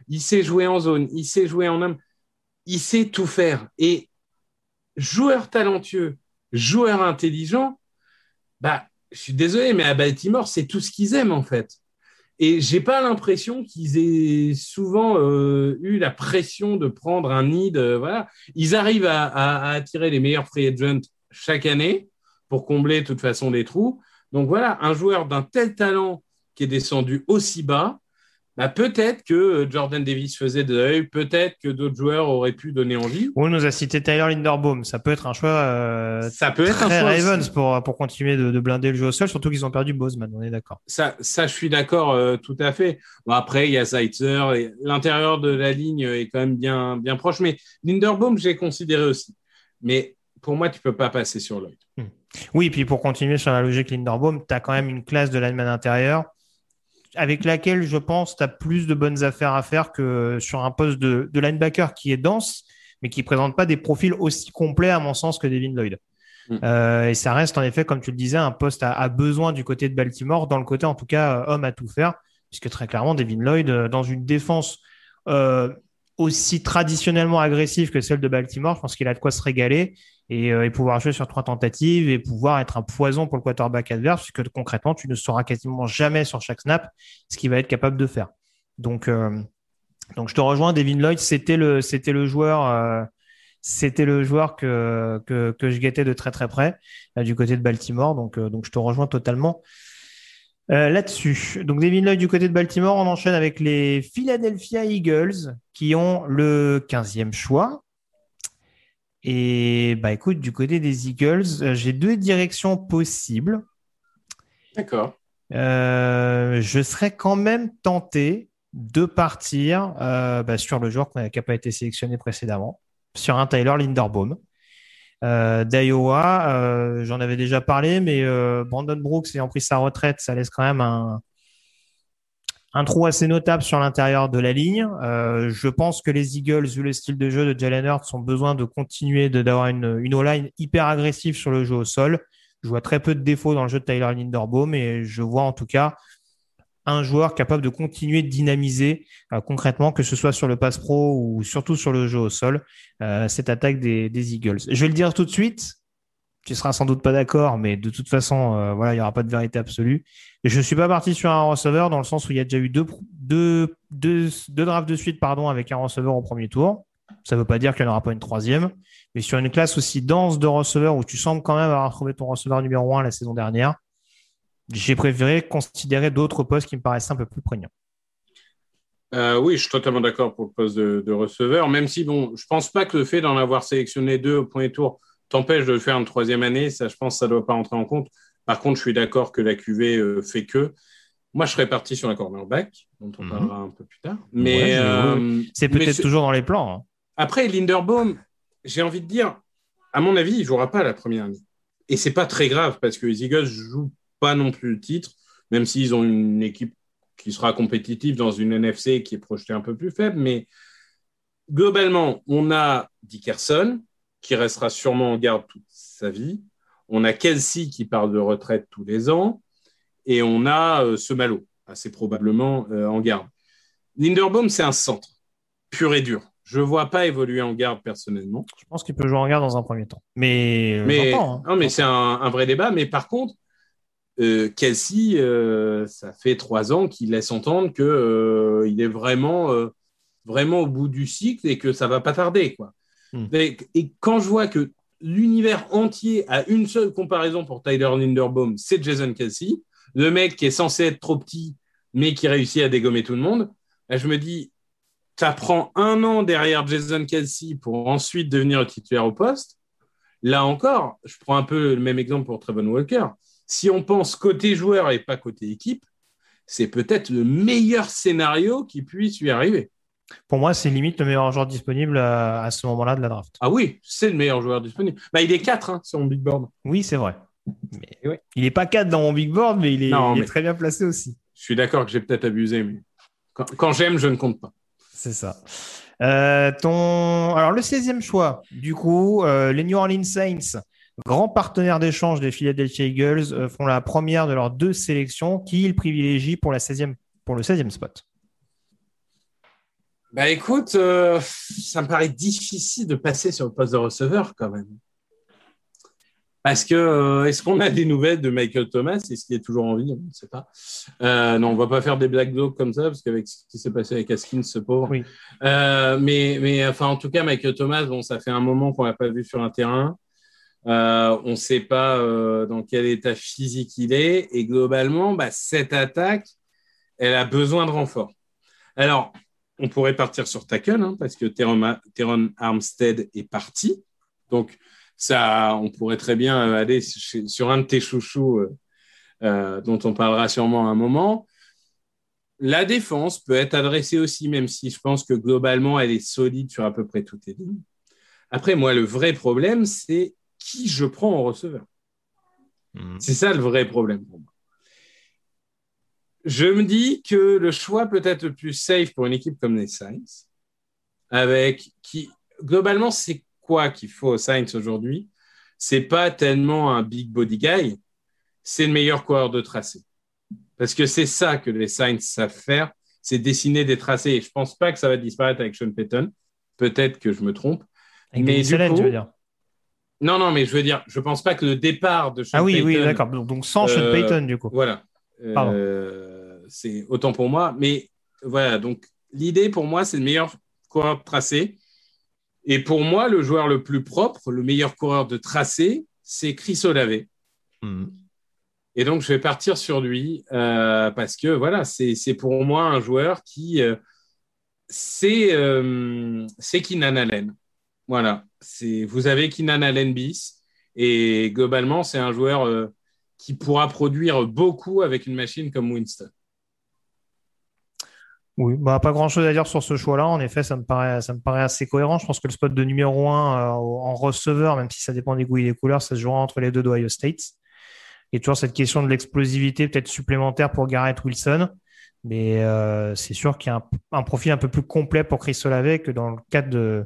il sait jouer en zone, il sait jouer en homme, il sait tout faire. Et joueur talentueux, joueur intelligent, je suis désolé, mais à Baltimore, c'est tout ce qu'ils aiment en fait. Et j'ai pas l'impression qu'ils aient souvent eu la pression de prendre un need. Voilà. Ils arrivent à attirer les meilleurs free agents chaque année pour combler de toute façon les trous. Donc voilà, un joueur d'un tel talent qui est descendu aussi bas, peut-être que Jordan Davis faisait de l'œil, peut-être que d'autres joueurs auraient pu donner envie. On nous a cité Tyler Linderbaum. Ça peut être un choix ça peut être très un choix Ravens pour continuer de blinder le jeu au sol, surtout qu'ils ont perdu Bozeman, on est d'accord. Ça, je suis d'accord tout à fait. Bon, après, il y a Zeitzer. Et l'intérieur de la ligne est quand même bien proche. Mais Linderbaum, j'ai considéré aussi. Mais pour moi, tu ne peux pas passer sur Lloyd. Oui, puis pour continuer sur la logique Linderbaum, tu as quand même une classe de lineman intérieur avec laquelle, je pense, tu as plus de bonnes affaires à faire que sur un poste de linebacker qui est dense, mais qui ne présente pas des profils aussi complets, à mon sens, que Devin Lloyd. Et ça reste, en effet, comme tu le disais, un poste à besoin du côté de Baltimore, dans le côté, en tout cas, homme à tout faire, puisque très clairement, Devin Lloyd, dans une défense aussi traditionnellement agressive que celle de Baltimore, je pense qu'il a de quoi se régaler et pouvoir jouer sur 3 tentatives et pouvoir être un poison pour le quarterback adverse, puisque concrètement, tu ne sauras quasiment jamais sur chaque snap ce qu'il va être capable de faire. Donc je te rejoins, Devin Lloyd, c'était le joueur que je guettais de très très près du côté de Baltimore. Donc je te rejoins totalement là-dessus. Donc Devin Lloyd du côté de Baltimore, on enchaîne avec les Philadelphia Eagles qui ont le 15e choix. Et écoute, du côté des Eagles, j'ai 2 directions possibles. D'accord. Je serais quand même tenté de partir sur le joueur qui n'a pas été sélectionné précédemment, sur un Tyler Linderbaum d'Iowa. J'en avais déjà parlé, mais Brandon Brooks ayant pris sa retraite, ça laisse quand même un trou assez notable sur l'intérieur de la ligne. Je pense que les Eagles, vu le style de jeu de Jalen Hurts, ont besoin de continuer d'avoir une O-line hyper agressive sur le jeu au sol. Je vois très peu de défauts dans le jeu de Tyler Linderbaum, et je vois en tout cas un joueur capable de continuer de dynamiser concrètement, que ce soit sur le pass pro ou surtout sur le jeu au sol, cette attaque des Eagles. Je vais le dire tout de suite, tu seras sans doute pas d'accord, mais de toute façon, il n'y aura pas de vérité absolue. Et je ne suis pas parti sur un receveur dans le sens où il y a déjà eu deux drafts de suite avec un receveur au premier tour. Ça ne veut pas dire qu'il n'y en aura pas une troisième, mais sur une classe aussi dense de receveurs où tu sembles quand même avoir trouvé ton receveur numéro 1 la saison dernière, j'ai préféré considérer d'autres postes qui me paraissaient un peu plus prégnants. Oui, je suis totalement d'accord pour le poste de receveur, même si, je ne pense pas que le fait d'en avoir sélectionné 2 au premier tour t'empêche de le faire une 3e année. Ça, je pense que ça ne doit pas entrer en compte. Par contre, je suis d'accord que la QV fait que. Moi, je serais parti sur un cornerback, dont on parlera un peu plus tard. Mais c'est peut-être toujours dans les plans. Hein. Après, Linderbaum, j'ai envie de dire, à mon avis, il ne jouera pas la première année. Et ce n'est pas très grave parce que les Eagles ne jouent pas non plus le titre, même s'ils ont une équipe qui sera compétitive dans une NFC qui est projetée un peu plus faible. Mais globalement, on a Dickerson, qui restera sûrement en garde toute sa vie. On a Kelsey qui part de retraite tous les ans. Et on a Semalo, assez probablement en garde. Linderbaum, c'est un centre, pur et dur. Je ne vois pas évoluer en garde personnellement. Je pense qu'il peut jouer en garde dans un premier temps. Mais j'entends. Non, mais c'est un vrai débat. Mais par contre, Kelsey, ça fait 3 ans qu'il laisse entendre qu'il est vraiment au bout du cycle et que ça ne va pas tarder, quoi. Et quand je vois que l'univers entier a une seule comparaison pour Tyler Linderbaum, c'est Jason Kelsey, le mec qui est censé être trop petit, mais qui réussit à dégommer tout le monde, là, je me dis, tu apprends 1 an derrière Jason Kelsey pour ensuite devenir titulaire au poste. Là encore, je prends un peu le même exemple pour Trevon Walker. Si on pense côté joueur et pas côté équipe, c'est peut-être le meilleur scénario qui puisse lui arriver. Pour moi, c'est limite le meilleur joueur disponible à ce moment-là de la draft. Ah oui, c'est le meilleur joueur disponible. Il est 4 sur mon big board. Oui, c'est vrai. Mais ouais. Il n'est pas 4 dans mon big board, mais il est très bien placé aussi. Je suis d'accord que j'ai peut-être abusé, mais quand j'aime, je ne compte pas. C'est ça. Alors, le 16e choix, du coup, les New Orleans Saints, grands partenaires d'échange des Philadelphia Eagles, font la première de leurs 2 sélections qui ils privilégient pour le 16e spot. Bah écoute, ça me paraît difficile de passer sur le poste de receveur quand même. Parce que, est-ce qu'on a des nouvelles de Michael Thomas? Est-ce qu'il est toujours en vie? On ne sait pas. Non, on ne va pas faire des black jokes comme ça, parce qu'avec ce qui s'est passé avec Haskins, ce pauvre. Oui. Mais enfin, en tout cas, Michael Thomas, bon, ça fait un moment qu'on ne l'a pas vu sur un terrain. On ne sait pas dans quel état physique il est. Et globalement, cette attaque, elle a besoin de renfort. Alors, on pourrait partir sur tackle, hein, parce que Teron Armstead est parti. Donc, ça, on pourrait très bien aller sur un de tes chouchous dont on parlera sûrement à un moment. La défense peut être adressée aussi, même si je pense que globalement, elle est solide sur à peu près toutes les lignes. Après, moi, le vrai problème, c'est qui je prends en receveur. C'est ça le vrai problème pour moi. Je me dis que le choix peut être le plus safe pour une équipe comme les Saints, avec qui, globalement, c'est quoi qu'il faut aux Saints aujourd'hui? C'est pas tellement un big body guy, c'est le meilleur coureur de tracé. Parce que c'est ça que les Saints savent faire, c'est dessiner des tracés. Et je pense pas que ça va disparaître avec Sean Payton. Peut-être que je me trompe. Avec mais Dennis Allen, tu veux dire? Non, mais je veux dire, je pense pas que le départ de Sean Payton... Ah oui, d'accord. Donc sans Sean Payton, du coup. Voilà. C'est autant pour moi. Mais voilà, donc l'idée pour moi, c'est le meilleur coureur de tracé. Et pour moi, le joueur le plus propre, le meilleur coureur de tracé, c'est Chris Olave. Et donc, je vais partir sur lui parce que voilà, c'est pour moi un joueur qui c'est Keenan Allen. Voilà, vous avez Keenan Allen bis et globalement, c'est un joueur qui pourra produire beaucoup avec une machine comme Winston. Oui, pas grand-chose à dire sur ce choix-là. En effet, ça me paraît assez cohérent. Je pense que le spot de numéro 1 en receveur, même si ça dépend des goûts et des couleurs, ça se jouera entre les deux d'Ohio State. Et toujours cette question de l'explosivité peut-être supplémentaire pour Garrett Wilson. Mais c'est sûr qu'il y a un profil un peu plus complet pour Chris Olave que dans le cadre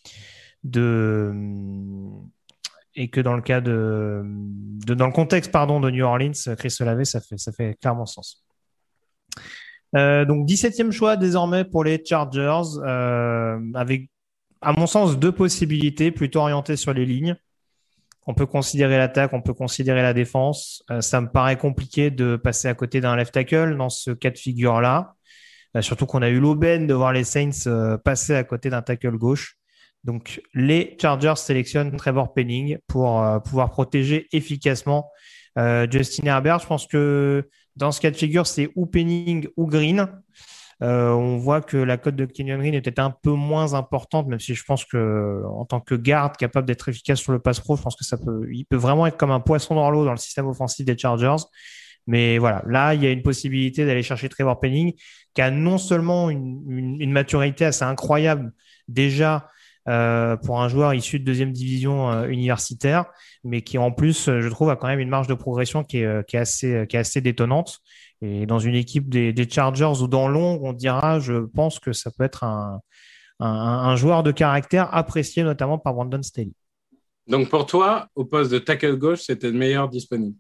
et que dans le cas dans le contexte de New Orleans, Chris Olave, ça fait clairement sens. Donc 17e choix désormais pour les Chargers, avec à mon sens 2 possibilités plutôt orientées sur les lignes. On peut considérer l'attaque, on peut considérer la défense. Ça me paraît compliqué de passer à côté d'un left tackle dans ce cas de figure-là. Surtout qu'on a eu l'aubaine de voir les Saints passer à côté d'un tackle gauche. Donc les Chargers sélectionnent Trevor Penning pour pouvoir protéger efficacement Justin Herbert. Je pense que dans ce cas de figure, c'est ou Penning ou Green. On voit que la cote de Kenyon Green est peut-être un peu moins importante, même si je pense que en tant que garde capable d'être efficace sur le pass pro, je pense que il peut vraiment être comme un poisson dans l'eau dans le système offensif des Chargers. Mais voilà, là, il y a une possibilité d'aller chercher Trevor Penning, qui a non seulement une maturité assez incroyable déjà pour un joueur issu de 2e division universitaire, mais qui en plus, je trouve, a quand même une marge de progression qui est assez détonnante. Et dans une équipe des Chargers ou dans l'ombre, on dira, je pense que ça peut être un joueur de caractère apprécié notamment par Brandon Staley. Donc pour toi, au poste de tackle gauche, c'était le meilleur disponible?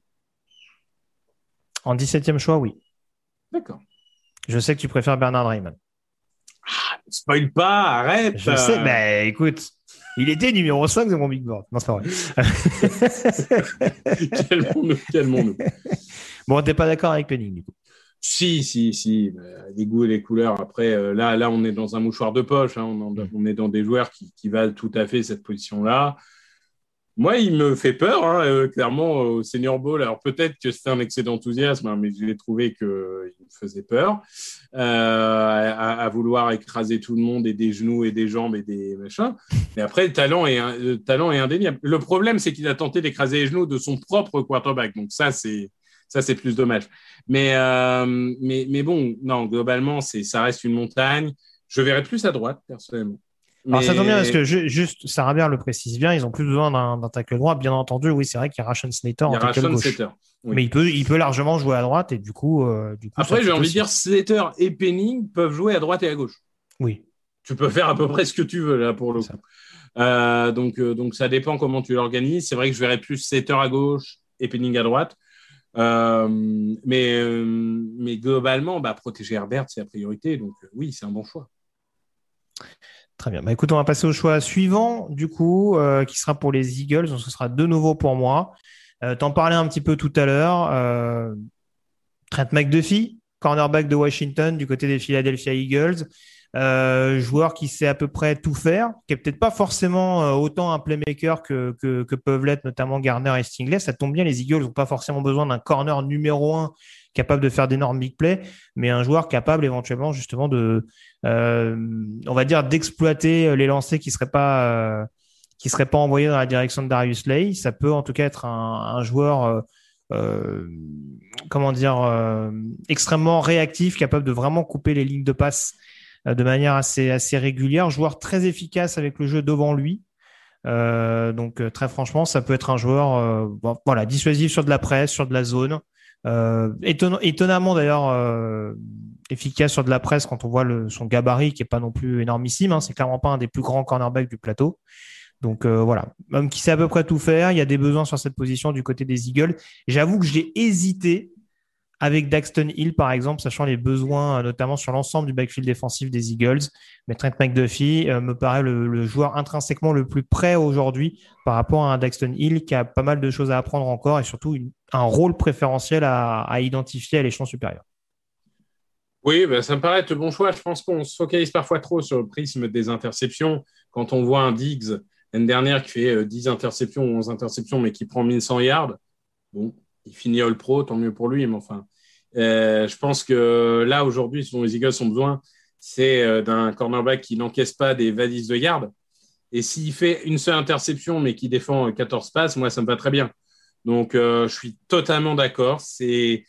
En 17e choix, oui. D'accord. Je sais que tu préfères Bernard Raymond. Spoil pas, arrête. Je sais, mais écoute, il était numéro 5 de mon big board. Non, c'est pas vrai. Calmons-nous. Bon, t'es pas d'accord avec Penning, du coup? Si. Les goûts et les couleurs. Après, là, on est dans un mouchoir de poche. Hein. On est dans des joueurs qui valent tout à fait cette position-là. Moi, il me fait peur, hein, clairement, au Senior Bowl. Alors, peut-être que c'était un excès d'enthousiasme, hein, mais j'ai trouvé qu'il me faisait peur à vouloir écraser tout le monde et des genoux et des jambes et des machins. Mais après, le talent est indéniable. Le problème, c'est qu'il a tenté d'écraser les genoux de son propre quarterback. Donc, ça, c'est plus dommage. Mais bon, non, globalement, ça reste une montagne. Je verrais plus à droite, personnellement. Alors ça tombe bien parce que juste, Sarah Bière le précise bien, ils ont plus besoin d'un tackle droit. Bien entendu, oui, c'est vrai qu'il y a Rashawn Slater en tackle gauche. Oui. Mais il peut largement jouer à droite et du coup après, j'ai envie de dire, Slater et Penning peuvent jouer à droite et à gauche. Oui. Tu peux faire à peu près ce que tu veux là pour le coup. Donc ça dépend comment tu l'organises. C'est vrai que je verrais plus Slater à gauche et Penning à droite. Mais globalement, protéger Herbert, c'est la priorité. Donc oui, c'est un bon choix. Très bien. Bah, écoute, on va passer au choix suivant, du coup, qui sera pour les Eagles. Donc, ce sera de nouveau pour moi. T'en parlais un petit peu tout à l'heure. Trent McDuffie, cornerback de Washington du côté des Philadelphia Eagles. Joueur qui sait à peu près tout faire, qui est peut-être pas forcément autant un playmaker que peuvent l'être notamment Garner et Stingley. Ça tombe bien, les Eagles n'ont pas forcément besoin d'un corner numéro un capable de faire d'énormes big plays, mais un joueur capable éventuellement justement on va dire, d'exploiter les lancers qui seraient pas envoyés dans la direction de Darius Slay. Ça peut en tout cas être un joueur euh, comment dire, extrêmement réactif, capable de vraiment couper les lignes de passe de manière assez régulière, joueur très efficace avec le jeu devant lui. Donc très franchement, ça peut être un joueur voilà, dissuasif sur de la presse, sur de la zone. Étonnamment d'ailleurs efficace sur de la presse quand on voit son gabarit qui est pas non plus énormissime. Hein, c'est clairement pas un des plus grands cornerbacks du plateau. Donc voilà, homme qui sait à peu près tout faire. Il y a des besoins sur cette position du côté des Eagles. J'avoue que j'ai hésité avec Daxton Hill, par exemple, sachant les besoins, notamment sur l'ensemble du backfield défensif des Eagles. Mais Trent McDuffie me paraît le joueur intrinsèquement le plus prêt aujourd'hui par rapport à un Daxton Hill qui a pas mal de choses à apprendre encore et surtout un rôle préférentiel à identifier à l'échelon supérieur. Oui, bah, ça me paraît être le bon choix. Je pense qu'on se focalise parfois trop sur le prisme des interceptions. Quand on voit un Diggs l'année dernière qui fait 10 interceptions ou 11 interceptions, mais qui prend 1100 yards, bon, il finit All-Pro, tant mieux pour lui. Mais enfin, je pense que là, aujourd'hui, ce dont les Eagles ont besoin, c'est d'un cornerback qui n'encaisse pas des valises de yards. Et s'il fait une seule interception, mais qui défend 14 passes, moi, ça me va très bien. Donc, je suis totalement d'accord. C'est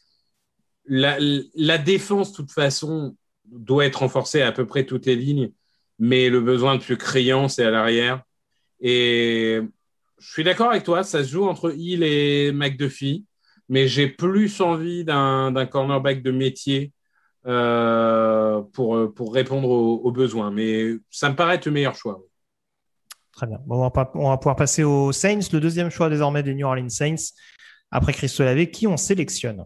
la défense, de toute façon, doit être renforcée à peu près toutes les lignes, mais le besoin le plus criant, c'est à l'arrière. Et je suis d'accord avec toi, ça se joue entre Hill et McDuffie, mais j'ai plus envie d'un cornerback de métier pour répondre aux besoins. Mais ça me paraît être le meilleur choix. Très bien. Bon, on va pouvoir passer aux Saints, le deuxième choix désormais des New Orleans Saints. Après Chris Olave, qui on sélectionne?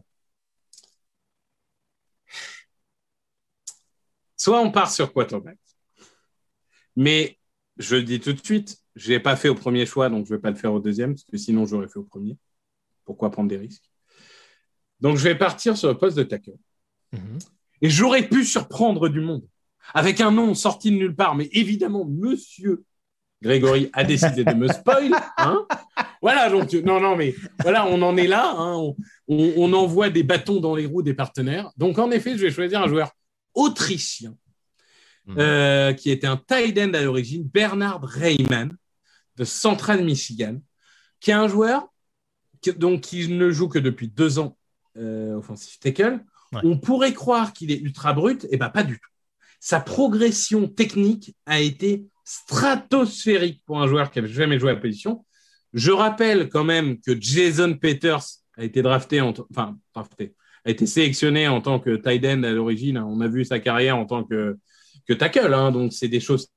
Soit on part sur quarterback, mais je le dis tout de suite, je ne l'ai pas fait au premier choix, donc je ne vais pas le faire au deuxième, parce que sinon j'aurais fait au premier. Pourquoi prendre des risques? Donc je vais partir sur le poste de tackle. Et j'aurais pu surprendre du monde avec un nom sorti de nulle part, mais évidemment, monsieur Grégory a décidé de me spoil. Hein, voilà, donc, non, mais voilà, on en est là. Hein, on envoie des bâtons dans les roues des partenaires. Donc, en effet, je vais choisir un joueur autrichien qui était un tight end à l'origine, Bernard Reimann, de Central Michigan, qui est un joueur qui ne joue que depuis 2 ans offensive tackle. Ouais. On pourrait croire qu'il est ultra brut, et bien pas du tout. Sa progression technique a été stratosphérique pour un joueur qui n'avait jamais joué à la position. Je rappelle quand même que Jason Peters a été a été sélectionné en tant que tight end à l'origine. On a vu sa carrière en tant que tackle, hein, donc c'est des choses.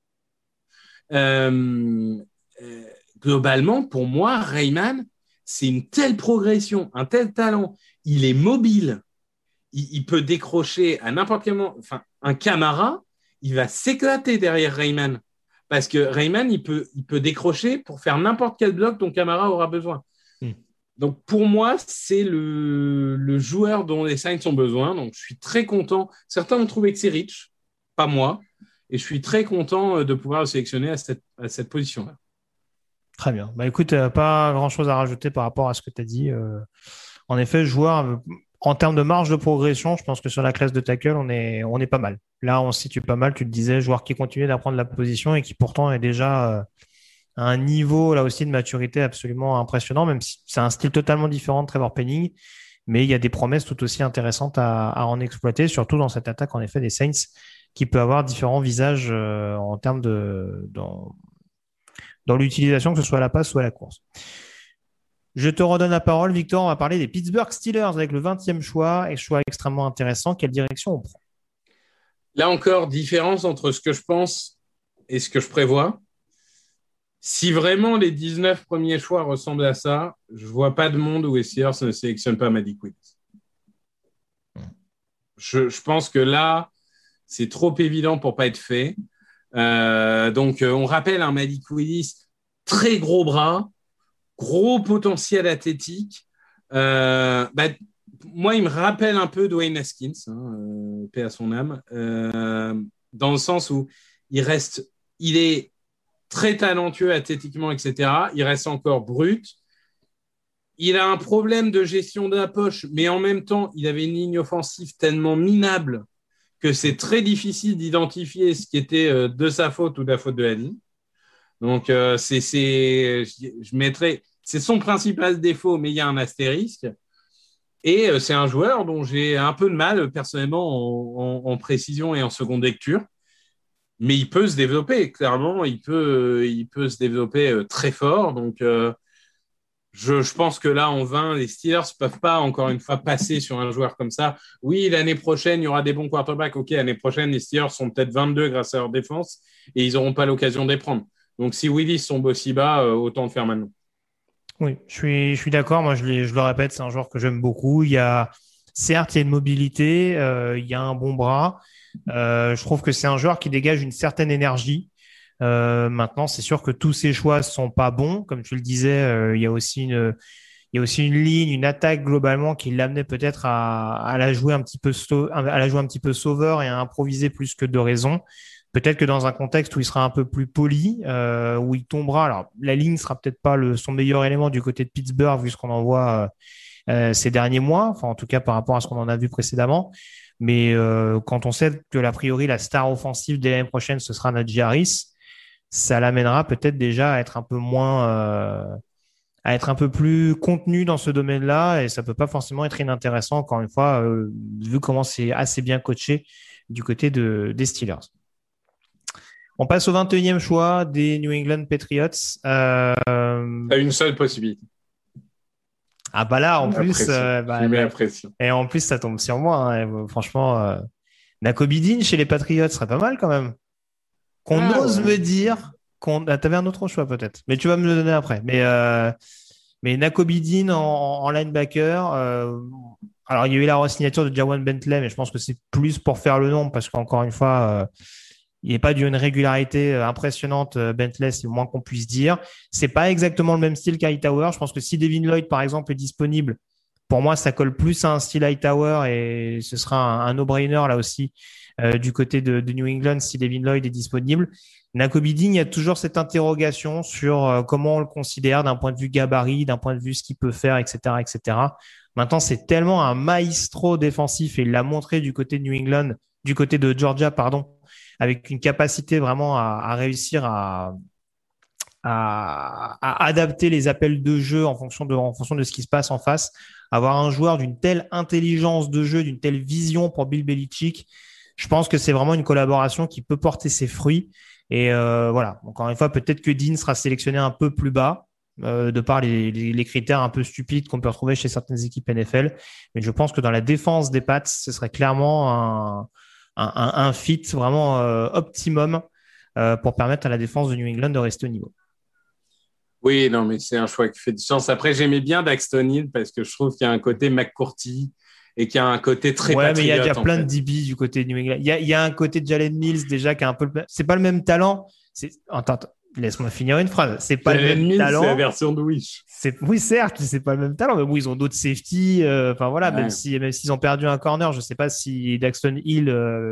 Globalement, pour moi, Reimann, c'est une telle progression, un tel talent. Il est mobile. Il peut décrocher à n'importe quel moment. Enfin, un Camara, il va s'éclater derrière Reimann. Parce que Reimann, il peut décrocher pour faire n'importe quel bloc dont Camara aura besoin. Donc, pour moi, c'est le joueur dont les Saints ont besoin. Donc, je suis très content. Certains ont trouvé que c'est Rich, pas moi. Et je suis très content de pouvoir le sélectionner à cette position-là. Très bien. Bah, écoute, pas grand-chose à rajouter par rapport à ce que tu as dit. En effet, joueur, en termes de marge de progression, je pense que sur la classe de tackle, on est pas mal. Là, on se situe pas mal. Tu te disais, joueur qui continue d'apprendre la position et qui pourtant est déjà à un niveau là aussi de maturité absolument impressionnant, même si c'est un style totalement différent de Trevor Penning. Mais il y a des promesses tout aussi intéressantes à en exploiter, surtout dans cette attaque en effet des Saints, qui peut avoir différents visages en termes dans l'utilisation, que ce soit à la passe ou à la course. Je te redonne la parole, Victor. On va parler des Pittsburgh Steelers avec le 20e choix, et choix extrêmement intéressant. Quelle direction on prend? Là encore, différence entre ce que je pense et ce que je prévois. Si vraiment les 19 premiers choix ressemblent à ça, je ne vois pas de monde où les Steelers ne sélectionnent pas Malik Willis. Je pense que là, c'est trop évident pour ne pas être fait. Donc, on rappelle un Malik Willis, très gros bras, gros potentiel athlétique. Moi, il me rappelle un peu Dwayne Haskins, paix à son âme, dans le sens où il est très talentueux athlétiquement, etc. Il reste encore brut. Il a un problème de gestion de la poche, mais en même temps, il avait une ligne offensive tellement minable que c'est très difficile d'identifier ce qui était de sa faute ou de la faute de la ligne. Donc, je mettrais, c'est son principal défaut, mais il y a un astérisque. Et c'est un joueur dont j'ai un peu de mal, personnellement, en précision et en seconde lecture. Mais il peut se développer, clairement. Il peut se développer très fort. Donc, je pense que là, en 20, les Steelers ne peuvent pas, encore une fois, passer sur un joueur comme ça. Oui, l'année prochaine, il y aura des bons quarterbacks. OK, l'année prochaine, les Steelers sont peut-être 22 grâce à leur défense et ils n'auront pas l'occasion de les prendre. Donc, si Willis tombe aussi bas, autant le faire maintenant. Oui, je suis d'accord. Moi, je le répète, c'est un joueur que j'aime beaucoup. Certes, il y a une mobilité, il y a un bon bras. Je trouve que c'est un joueur qui dégage une certaine énergie. Maintenant, c'est sûr que tous ses choix sont pas bons. Comme tu le disais, il y a aussi une ligne, une attaque globalement qui l'amenait peut-être à la jouer un petit peu sauveur et à improviser plus que de raison. Peut-être que dans un contexte où il sera un peu plus poli, où il tombera. Alors, la ligne sera peut-être pas son meilleur élément du côté de Pittsburgh vu ce qu'on en voit ces derniers mois. Enfin, en tout cas par rapport à ce qu'on en a vu précédemment. Mais quand on sait que a priori la star offensive de l'année prochaine ce sera Najee Harris, ça l'amènera peut-être déjà à être un peu moins, à être un peu plus contenu dans ce domaine-là, et ça peut pas forcément être inintéressant, encore une fois, vu comment c'est assez bien coaché du côté des Steelers. On passe au 21e choix des New England Patriots. T'as une seule possibilité. Ah bah là, en plus, la pression. Et en plus, ça tombe sur moi. Hein. Franchement, Nakobe Dean chez les Patriots serait pas mal quand même. Qu'on ose me dire t'avais un autre choix peut-être, mais tu vas me le donner après. Mais Nakobe Dean en linebacker. Alors, il y a eu la re-signature de Jawan Bentley, mais je pense que c'est plus pour faire le nom parce qu'encore une fois, il n'est pas d'une régularité impressionnante. Bentley, c'est le moins qu'on puisse dire. C'est pas exactement le même style qu'Hightower. Je pense que si Devin Lloyd, par exemple, est disponible, pour moi, ça colle plus à un style Hightower et ce sera un no-brainer là aussi du côté de New England si Devin Lloyd est disponible. Nakobe Dean, il y a toujours cette interrogation sur comment on le considère d'un point de vue gabarit, d'un point de vue ce qu'il peut faire, etc., etc. Maintenant, c'est tellement un maestro défensif et il l'a montré du côté de New England, du côté de Georgia, pardon, avec une capacité vraiment à réussir à adapter les appels de jeu en fonction de ce qui se passe en face. Avoir un joueur d'une telle intelligence de jeu, d'une telle vision pour Bill Belichick, je pense que c'est vraiment une collaboration qui peut porter ses fruits. Et voilà, encore une fois, peut-être que Dean sera sélectionné un peu plus bas, de par les critères un peu stupides qu'on peut retrouver chez certaines équipes NFL. Mais je pense que dans la défense des Pats, ce serait clairement un fit vraiment optimum pour permettre à la défense de New England de rester au niveau. Oui, non, mais c'est un choix qui fait du sens. Après, j'aimais bien Daxton Hill parce que je trouve qu'il y a un côté McCourty et qu'il y a un côté très patriote. Ouais, mais il y a déjà plein de DB du côté de New England. Il y a un côté de Jalen Mills déjà qui a un peu c'est pas le même talent. Attends, laisse-moi finir une phrase. C'est pas Jalen le même Mills, talent. C'est la version de Wish. Oui, certes, c'est pas le même talent, mais bon, ils ont d'autres safety. Enfin voilà, ouais. même s'ils ont perdu un corner, je sais pas si Daxton Hill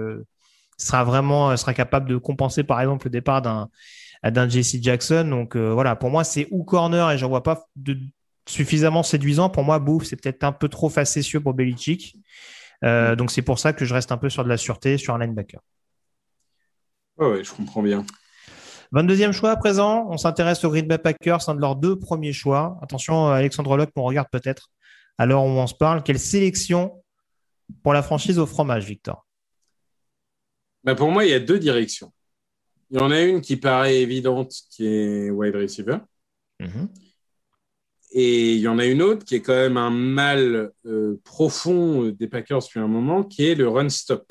sera capable de compenser par exemple le départ d'un JC Jackson. Donc voilà, pour moi, c'est ou corner et j'en vois pas suffisamment séduisant. Pour moi, Bouffe, c'est peut-être un peu trop facétieux pour Belichick. Donc c'est pour ça que je reste un peu sur de la sûreté, sur un linebacker. Ouais, je comprends bien. 22e choix à présent, on s'intéresse aux Green Bay Packers, un de leurs deux premiers choix. Attention, Alexandre Locke, on regarde peut-être à l'heure où on se parle. Quelle sélection pour la franchise au fromage, Victor? Pour moi, il y a deux directions. Il y en a une qui paraît évidente, qui est wide receiver. Mm-hmm. Et il y en a une autre qui est quand même un mal profond des Packers depuis un moment, qui est le run-stop.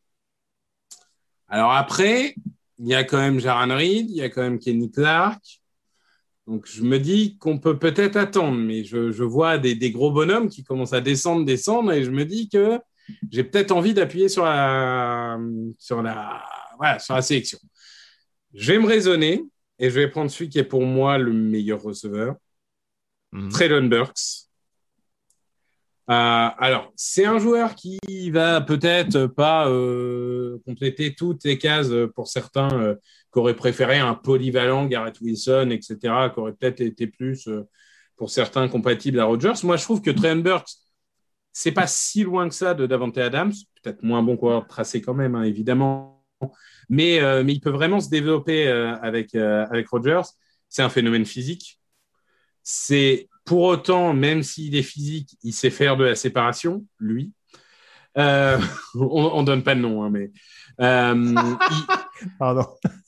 Alors après, il y a quand même Jaron Reed, il y a quand même Kenny Clark. Donc je me dis qu'on peut peut-être attendre, mais je vois des gros bonhommes qui commencent à descendre, et je me dis que j'ai peut-être envie d'appuyer sur la sélection. Je vais me raisonner et je vais prendre celui qui est pour moi le meilleur receveur, Treylon Burks. Alors, c'est un joueur qui va peut-être pas compléter toutes les cases pour certains qui auraient préféré un polyvalent Garrett Wilson, etc., qui aurait peut-être été plus pour certains compatible à Rodgers. Moi, je trouve que Treylon Burks, c'est pas si loin que ça de Davante Adams, peut-être moins bon coureur tracé quand même, hein, évidemment, mais il peut vraiment se développer avec Rodgers. C'est un phénomène physique. C'est pour autant, même s'il est physique, il sait faire de la séparation, lui. On donne pas de nom, hein, mais Pardon.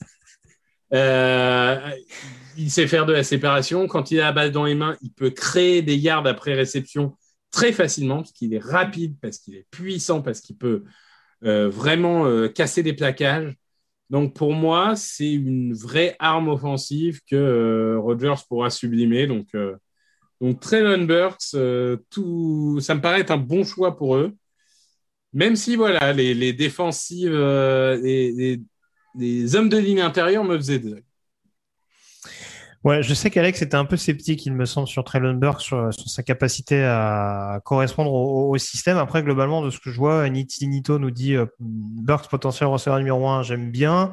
Il sait faire de la séparation. Quand il a la balle dans les mains, il peut créer des yards après réception très facilement parce qu'il est rapide, parce qu'il est puissant, parce qu'il peut vraiment casser des plaquages. Donc, pour moi, c'est une vraie arme offensive que Rodgers pourra sublimer. Donc Treylon Burks, ça me paraît être un bon choix pour eux. Même si, voilà, les défensives, les hommes de ligne intérieure me faisaient des. Ouais, je sais qu'Alex était un peu sceptique, il me semble, sur Treylon Burks, sur sa capacité à correspondre au système. Après, globalement, de ce que je vois, Niti Nito nous dit Burks potentiel receveur numéro 1, j'aime bien.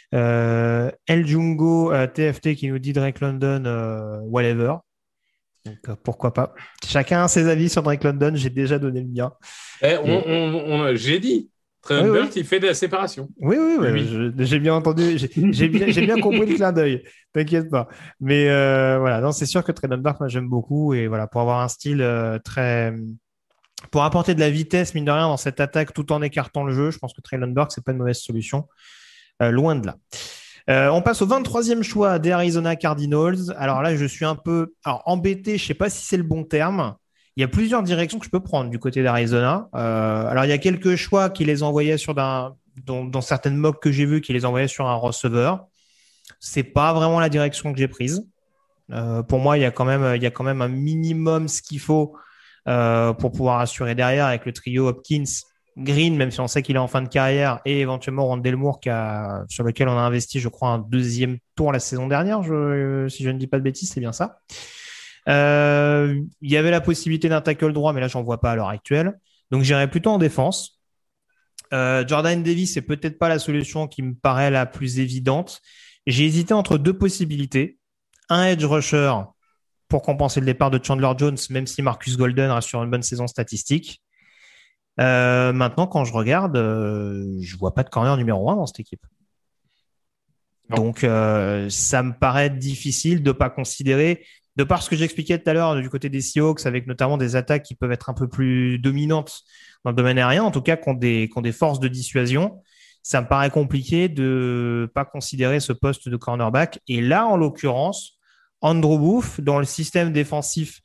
El Jungo TFT qui nous dit Drake London, whatever. Donc, pourquoi pas. Chacun a ses avis sur Drake London, j'ai déjà donné le mien. J'ai dit. Treylon Burks, il fait de la séparation. Oui, j'ai bien entendu, j'ai bien compris le clin d'œil, t'inquiète pas. Mais voilà, non, c'est sûr que Treylon Burks, moi j'aime beaucoup et voilà, pour avoir un style pour apporter de la vitesse, mine de rien, dans cette attaque tout en écartant le jeu, je pense que Treylon Burks, c'est pas une mauvaise solution, loin de là. On passe au 23e choix des Arizona Cardinals. Alors là, je suis un peu embêté, je sais pas si c'est le bon terme. Il y a plusieurs directions que je peux prendre du côté d'Arizona. Alors, il y a quelques choix qui les envoyaient dans certaines mocks que j'ai vues, qui les envoyaient sur un receveur. C'est pas vraiment la direction que j'ai prise. Pour moi, il y a quand même un minimum ce qu'il faut pour pouvoir assurer derrière avec le trio Hopkins, Green, même si on sait qu'il est en fin de carrière, et éventuellement Rondale Moore sur lequel on a investi, je crois, un 2e tour la saison dernière. Si je ne dis pas de bêtises, c'est bien ça. Il y avait la possibilité d'un tackle droit, mais là, j'en vois pas à l'heure actuelle. Donc, j'irai plutôt en défense. Jordan Davis, c'est peut-être pas la solution qui me paraît la plus évidente. J'ai hésité entre deux possibilités. Un edge rusher pour compenser le départ de Chandler Jones, même si Marcus Golden reste sur une bonne saison statistique. Maintenant, quand je regarde, je vois pas de corner numéro 1 dans cette équipe. Non. Donc, ça me paraît difficile de pas considérer, de par ce que j'expliquais tout à l'heure du côté des Seahawks, avec notamment des attaques qui peuvent être un peu plus dominantes dans le domaine aérien, en tout cas, qui ont des forces de dissuasion, ça me paraît compliqué de pas considérer ce poste de cornerback. Et là, en l'occurrence, Andrew Booth, dans le système défensif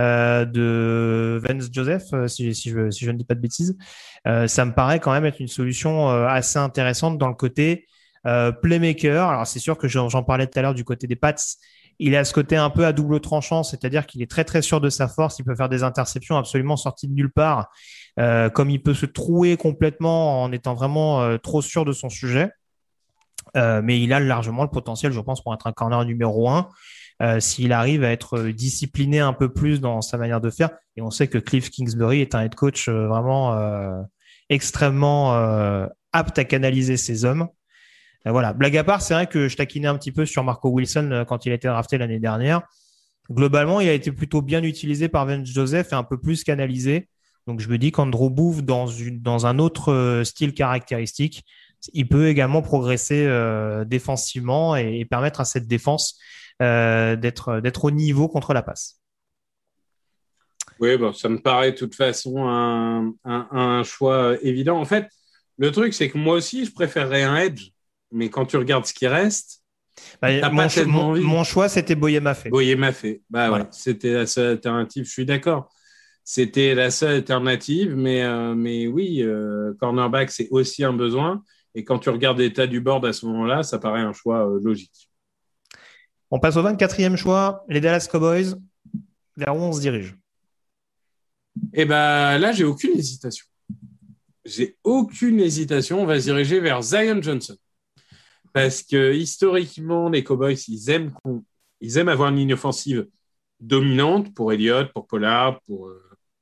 de Vance Joseph, si je ne dis pas de bêtises, ça me paraît quand même être une solution assez intéressante dans le côté playmaker. Alors, c'est sûr que j'en parlais tout à l'heure du côté des Pats. Il a ce côté un peu à double tranchant, c'est-à-dire qu'il est très très sûr de sa force, il peut faire des interceptions absolument sorties de nulle part, comme il peut se trouer complètement en étant vraiment trop sûr de son sujet. Mais il a largement le potentiel, je pense, pour être un corner numéro 1, s'il arrive à être discipliné un peu plus dans sa manière de faire. Et on sait que Cliff Kingsbury est un head coach vraiment extrêmement apte à canaliser ses hommes. Voilà. Blague à part, c'est vrai que je taquinais un petit peu sur Marco Wilson quand il a été drafté l'année dernière. Globalement, il a été plutôt bien utilisé par Vance Joseph et un peu plus canalisé. Donc, je me dis qu'Andrew Booth, dans un autre style caractéristique, il peut également progresser défensivement et permettre à cette défense d'être au niveau contre la passe. Oui, bon, ça me paraît de toute façon un choix évident. En fait, le truc, c'est que moi aussi, je préférerais un edge. Mais quand tu regardes ce qui reste, mon choix, c'était Boye Mafe. Boye Mafe. Bah ouais, c'était la seule alternative. Je suis d'accord. C'était la seule alternative, mais oui, cornerback, c'est aussi un besoin. Et quand tu regardes l'état du board à ce moment-là, ça paraît un choix logique. On passe au 24e choix, les Dallas Cowboys. Vers où on se dirige? Eh ben là, j'ai aucune hésitation. On va se diriger vers Zion Johnson. parce que historiquement, les Cowboys, ils aiment avoir une ligne offensive dominante pour Elliott, pour Pollard, pour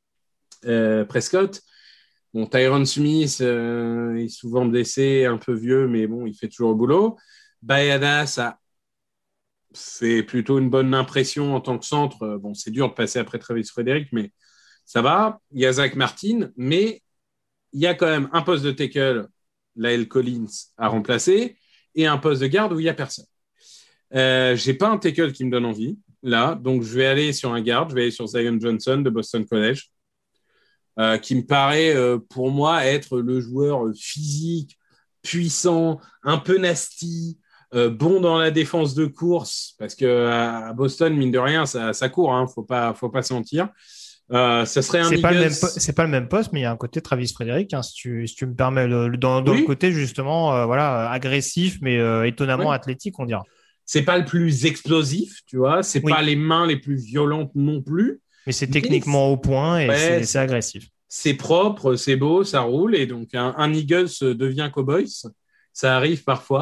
Prescott. Bon, Tyron Smith est souvent blessé, un peu vieux, mais bon, il fait toujours le boulot. Bayada, ça fait plutôt une bonne impression en tant que centre. Bon, c'est dur de passer après Travis Frederick, mais ça va. Il y a Zach Martin, mais il y a quand même un poste de tackle, La'el Collins, à remplacer, et un poste de garde où il n'y a personne. J'ai pas un tackle qui me donne envie, là, donc je vais aller sur un garde, je vais aller sur Zion Johnson de Boston College, qui me paraît, pour moi, être le joueur physique, puissant, un peu nasty, bon dans la défense de course, parce qu'à Boston, mine de rien, ça court, hein, faut pas se mentir. Ça serait un Eagles. C'est pas le même poste, mais il y a un côté Travis Frederick, hein, si tu me permets, dans Oui. le côté justement, voilà, agressif, mais étonnamment Ouais. athlétique, on dirait. C'est pas le plus explosif, tu vois. C'est Oui. pas les mains les plus violentes non plus. Mais c'est techniquement au point et Ouais, c'est agressif. C'est propre, c'est beau, ça roule. Et donc, un Eagles devient Cowboys. Ça arrive parfois.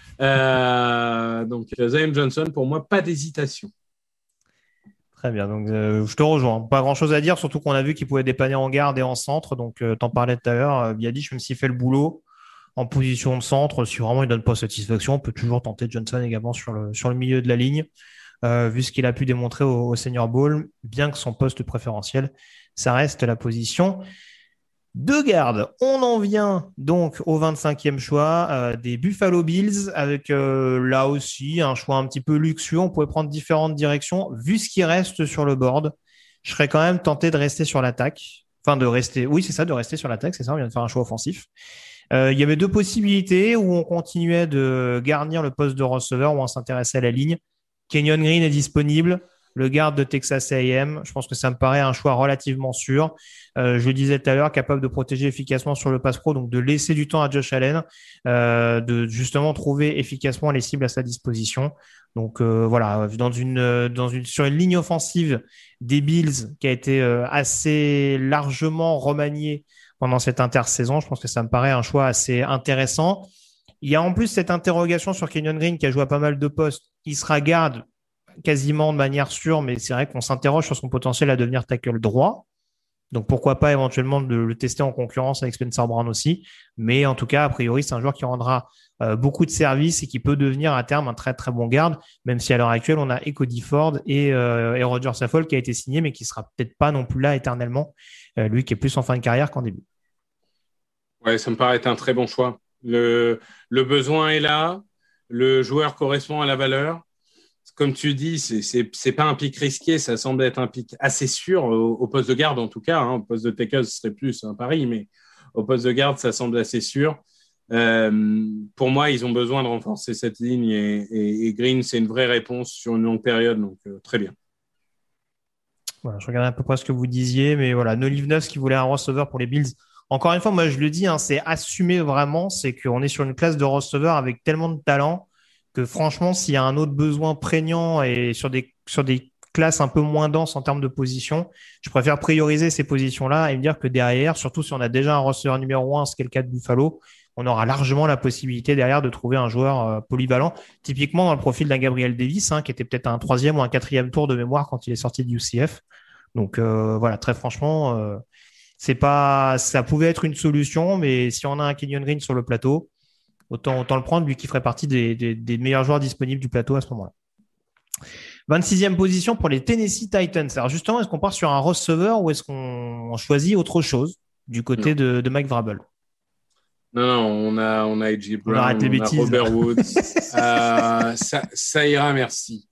Donc, Zion Johnson, pour moi, pas d'hésitation. Très bien, donc je te rejoins. Pas grand-chose à dire, surtout qu'on a vu qu'il pouvait dépanner en garde et en centre. Donc, t'en parlais tout à l'heure. Biadic, même s'il fait le boulot en position de centre, si vraiment il donne pas satisfaction, on peut toujours tenter Johnson également sur le milieu de la ligne, vu ce qu'il a pu démontrer au Senior Bowl, bien que son poste préférentiel, ça reste la position de garde. On en vient donc au 25e choix des Buffalo Bills, avec là aussi un choix un petit peu luxueux. On pouvait prendre différentes directions. Vu ce qui reste sur le board, je serais quand même tenté de rester sur l'attaque. Enfin, de rester, oui, c'est ça, de rester sur l'attaque, c'est ça, on vient de faire un choix offensif. Il y avait deux possibilités où on continuait de garnir le poste de receveur, où on s'intéressait à la ligne. Kenyon Green est disponible, le garde de Texas A&M. Je pense que ça me paraît un choix relativement sûr. Je le disais tout à l'heure, capable de protéger efficacement sur le pass pro, donc de laisser du temps à Josh Allen, de justement trouver efficacement les cibles à sa disposition. Donc voilà, sur une ligne offensive des Bills qui a été assez largement remaniée pendant cette intersaison, je pense que ça me paraît un choix assez intéressant. Il y a en plus cette interrogation sur Kenyon Green qui a joué à pas mal de postes. Il sera garde quasiment de manière sûre, mais c'est vrai qu'on s'interroge sur son potentiel à devenir tackle droit. Donc pourquoi pas éventuellement de le tester en concurrence avec Spencer Brown aussi. Mais en tout cas, a priori, c'est un joueur qui rendra beaucoup de services et qui peut devenir à terme un très très bon garde, même si à l'heure actuelle, on a Cody Ford et Roger Saffold qui a été signé, mais qui sera peut-être pas non plus là éternellement. Lui qui est plus en fin de carrière qu'en début. Ouais, ça me paraît être un très bon choix. Le besoin est là, le joueur correspond à la valeur. Comme tu dis, c'est pas un pic risqué, ça semble être un pic assez sûr au poste de garde en tout cas. Hein. Au poste de tackle, ce serait plus un pari, mais au poste de garde, ça semble assez sûr. Pour moi, ils ont besoin de renforcer cette ligne et Green, c'est une vraie réponse sur une longue période, donc très bien. Voilà, je regardais à peu près ce que vous disiez, mais voilà, No Live 9 qui voulait un receveur pour les Bills. Encore une fois, moi je le dis, hein, c'est assumé vraiment, c'est qu'on est sur une classe de receveurs avec tellement de talent que franchement, s'il y a un autre besoin prégnant et sur des classes un peu moins denses en termes de position, je préfère prioriser ces positions-là et me dire que derrière, surtout si on a déjà un receveur numéro 1, ce qui est le cas de Buffalo, on aura largement la possibilité derrière de trouver un joueur polyvalent. Typiquement dans le profil d'un Gabriel Davis, hein, qui était peut-être un 3e ou un 4e tour de mémoire quand il est sorti du UCF. Donc voilà, très franchement, ça pouvait être une solution, mais si on a un Kenyon Green sur le plateau, autant le prendre, lui qui ferait partie des meilleurs joueurs disponibles du plateau à ce moment-là. 26e position pour les Tennessee Titans. Alors justement, est-ce qu'on part sur un receveur ou est-ce qu'on choisit autre chose du côté de Mike Vrabel? Non, on a A.J. Brown, on a Robert Woods. Ça ira, merci.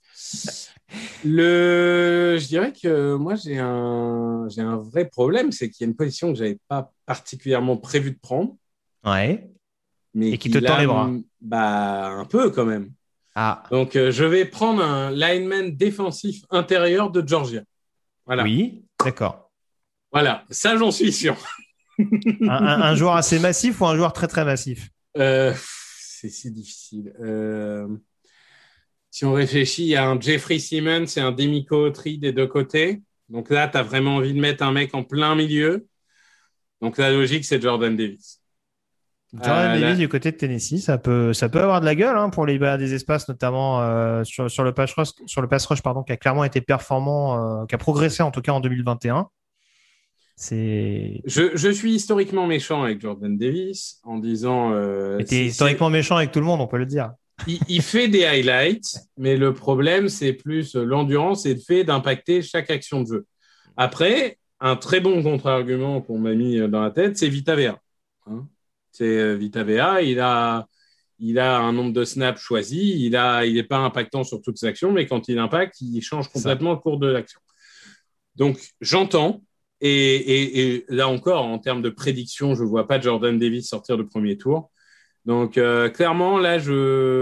Je dirais que moi, j'ai un vrai problème, c'est qu'il y a une position que je n'avais pas particulièrement prévu de prendre. Ouais. Mais et qui te tend les bras. Bah, un peu quand même. Ah. Donc, je vais prendre un lineman défensif intérieur de Georgia. Voilà. Oui, d'accord. Voilà, ça, j'en suis sûr. un joueur assez massif ou un joueur très, très massif? C'est si difficile. Si on réfléchit, il y a un Jeffrey Simmons et un Demico Autry des deux côtés. Donc là, tu as vraiment envie de mettre un mec en plein milieu. Donc la logique, c'est Jordan Davis. Jordan Davis du côté de Tennessee, ça peut avoir de la gueule pour libérer des espaces, notamment sur le pass rush, pardon, qui a clairement été performant, qui a progressé en tout cas en 2021. Je suis historiquement méchant avec Jordan Davis en disant. T'es historiquement méchant avec tout le monde, on peut le dire. Il fait des highlights, mais le problème, c'est plus l'endurance et le fait d'impacter chaque action de jeu. Après, un très bon contre-argument qu'on m'a mis dans la tête, c'est Vita Vea. C'est Vita Vea, il a un nombre de snaps choisi, il n'est pas impactant sur toutes ses actions, mais quand il impacte, il change complètement le cours de l'action. Donc, j'entends, et là encore, en termes de prédiction, je ne vois pas Jordan Davis sortir de premier tour. Donc, clairement, là, je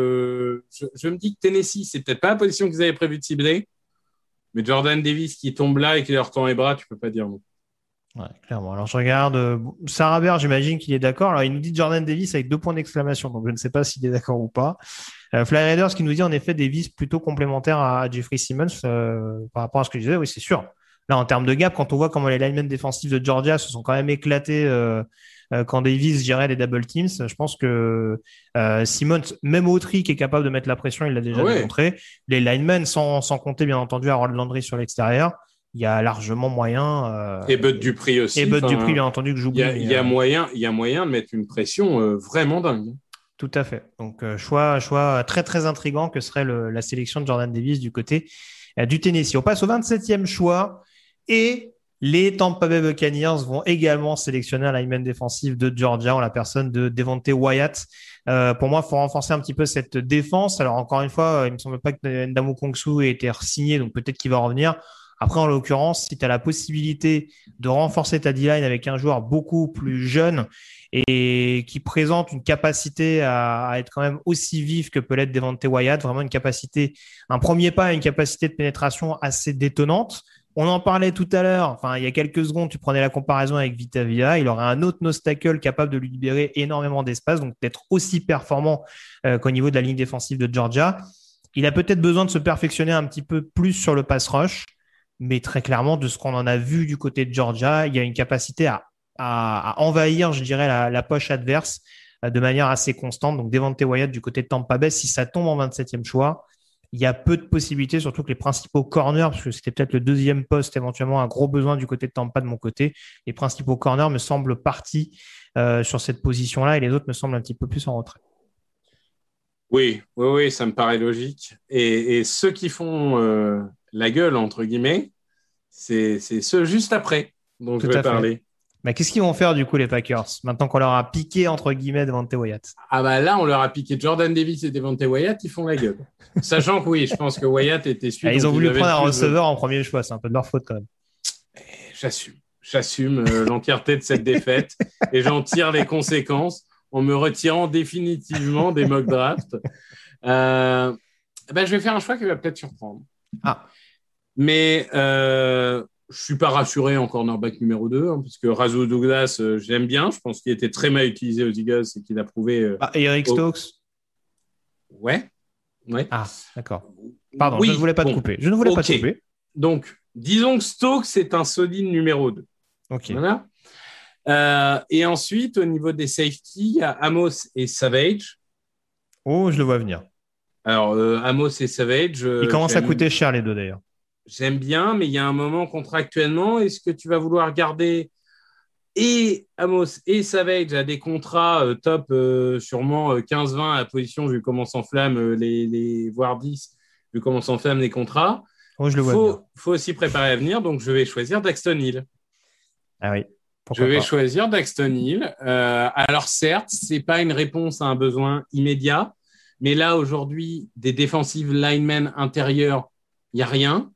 me dis que Tennessee, c'est peut-être pas la position qu'ils avaient prévu de cibler, mais Jordan Davis qui tombe là et qui leur tend les bras, tu peux pas dire non. Ouais, clairement. Alors, je regarde Sarah Baird, j'imagine qu'il est d'accord. Alors, il nous dit Jordan Davis avec 2 points d'exclamation, donc je ne sais pas s'il est d'accord ou pas. Fly Raiders qui nous dit en effet Davis plutôt complémentaire à Jeffrey Simmons par rapport à ce que je disais. Oui, c'est sûr. Là, en termes de gap, quand on voit comment les linemen défensifs de Georgia se sont quand même éclatés quand Davis gérait les double teams, je pense que Simmons, même Autry qui est capable de mettre la pression, il l'a déjà démontré. Les linemen, sans compter bien entendu Harold Landry sur l'extérieur, il y a largement moyen. Et Bud Dupree aussi. Et Bud Dupree, bien entendu, que j'oublie. Il y a moyen de mettre une pression vraiment dingue. Tout à fait. Donc, choix très, très intriguant que serait la sélection de Jordan Davis du côté du Tennessee. On passe au 27e choix et les Tampa Bay Buccaneers vont également sélectionner un lineman défensif de Georgia en la personne de Devonte Wyatt. Pour moi, il faut renforcer un petit peu cette défense. Alors, encore une fois, il me semble pas que Ndamukong Kongsu ait été signé, donc peut-être qu'il va revenir. Après, en l'occurrence, si tu as la possibilité de renforcer ta D-line avec un joueur beaucoup plus jeune et qui présente une capacité à être quand même aussi vif que peut l'être Devonte Wyatt, vraiment un premier pas à une capacité de pénétration assez détonnante. On en parlait tout à l'heure, il y a quelques secondes, tu prenais la comparaison avec Vita Vea, il aurait un autre nose tackle capable de lui libérer énormément d'espace, donc d'être aussi performant qu'au niveau de la ligne défensive de Georgia. Il a peut-être besoin de se perfectionner un petit peu plus sur le pass rush, mais très clairement, de ce qu'on en a vu du côté de Georgia, il y a une capacité à envahir, je dirais, la poche adverse de manière assez constante. Donc, Devonte Wyatt du côté de Tampa Bay, si ça tombe en 27e choix, il y a peu de possibilités, surtout que les principaux corners, parce que c'était peut-être le 2e poste, éventuellement un gros besoin du côté de Tampa de mon côté, les principaux corners me semblent partis sur cette position-là et les autres me semblent un petit peu plus en retrait. Oui, ça me paraît logique. Et ceux qui font la gueule, entre guillemets, c'est ceux juste après dont je vais parler. Mais qu'est-ce qu'ils vont faire du coup les Packers maintenant qu'on leur a piqué entre guillemets Devonte Wyatt? Ah bah là on leur a piqué Jordan Davis et Devonte Wyatt, ils font la gueule. Sachant que oui, je pense que Wyatt était celui. Ils ont voulu prendre un receveur en premier choix, c'est un peu de leur faute quand même. J'assume l'entièreté de cette défaite et j'en tire les conséquences en me retirant définitivement des mock drafts. Je vais faire un choix qui va peut-être surprendre. Mais je ne suis pas rassuré en cornerback numéro 2, parce que Razoo Douglas, j'aime bien. Je pense qu'il était très mal utilisé aux Eagles et qu'il a prouvé. Eric Stokes. Ouais. Ah, d'accord. Pardon, oui, je ne voulais pas te couper. Je ne voulais pas te couper. Donc, disons que Stokes est un solide numéro 2. OK. Voilà. Et ensuite, au niveau des safety, il y a Amos et Savage. Oh, je le vois venir. Alors, Amos et Savage. Ils commencent à coûter cher, les deux, d'ailleurs. J'aime bien, mais il y a un moment contractuellement. Est-ce que tu vas vouloir garder et Amos et Savage à des contrats top, sûrement 15-20 à la position, vu comment s'enflamment voire 10, vu comment s'enflamment les contrats. Oh, je le vois. Faut aussi préparer à venir, donc je vais choisir Daxton Hill. Ah oui. Je vais choisir Daxton Hill. Alors certes, c'est pas une réponse à un besoin immédiat, mais là aujourd'hui, des defensive linemen intérieurs, il n'y a rien.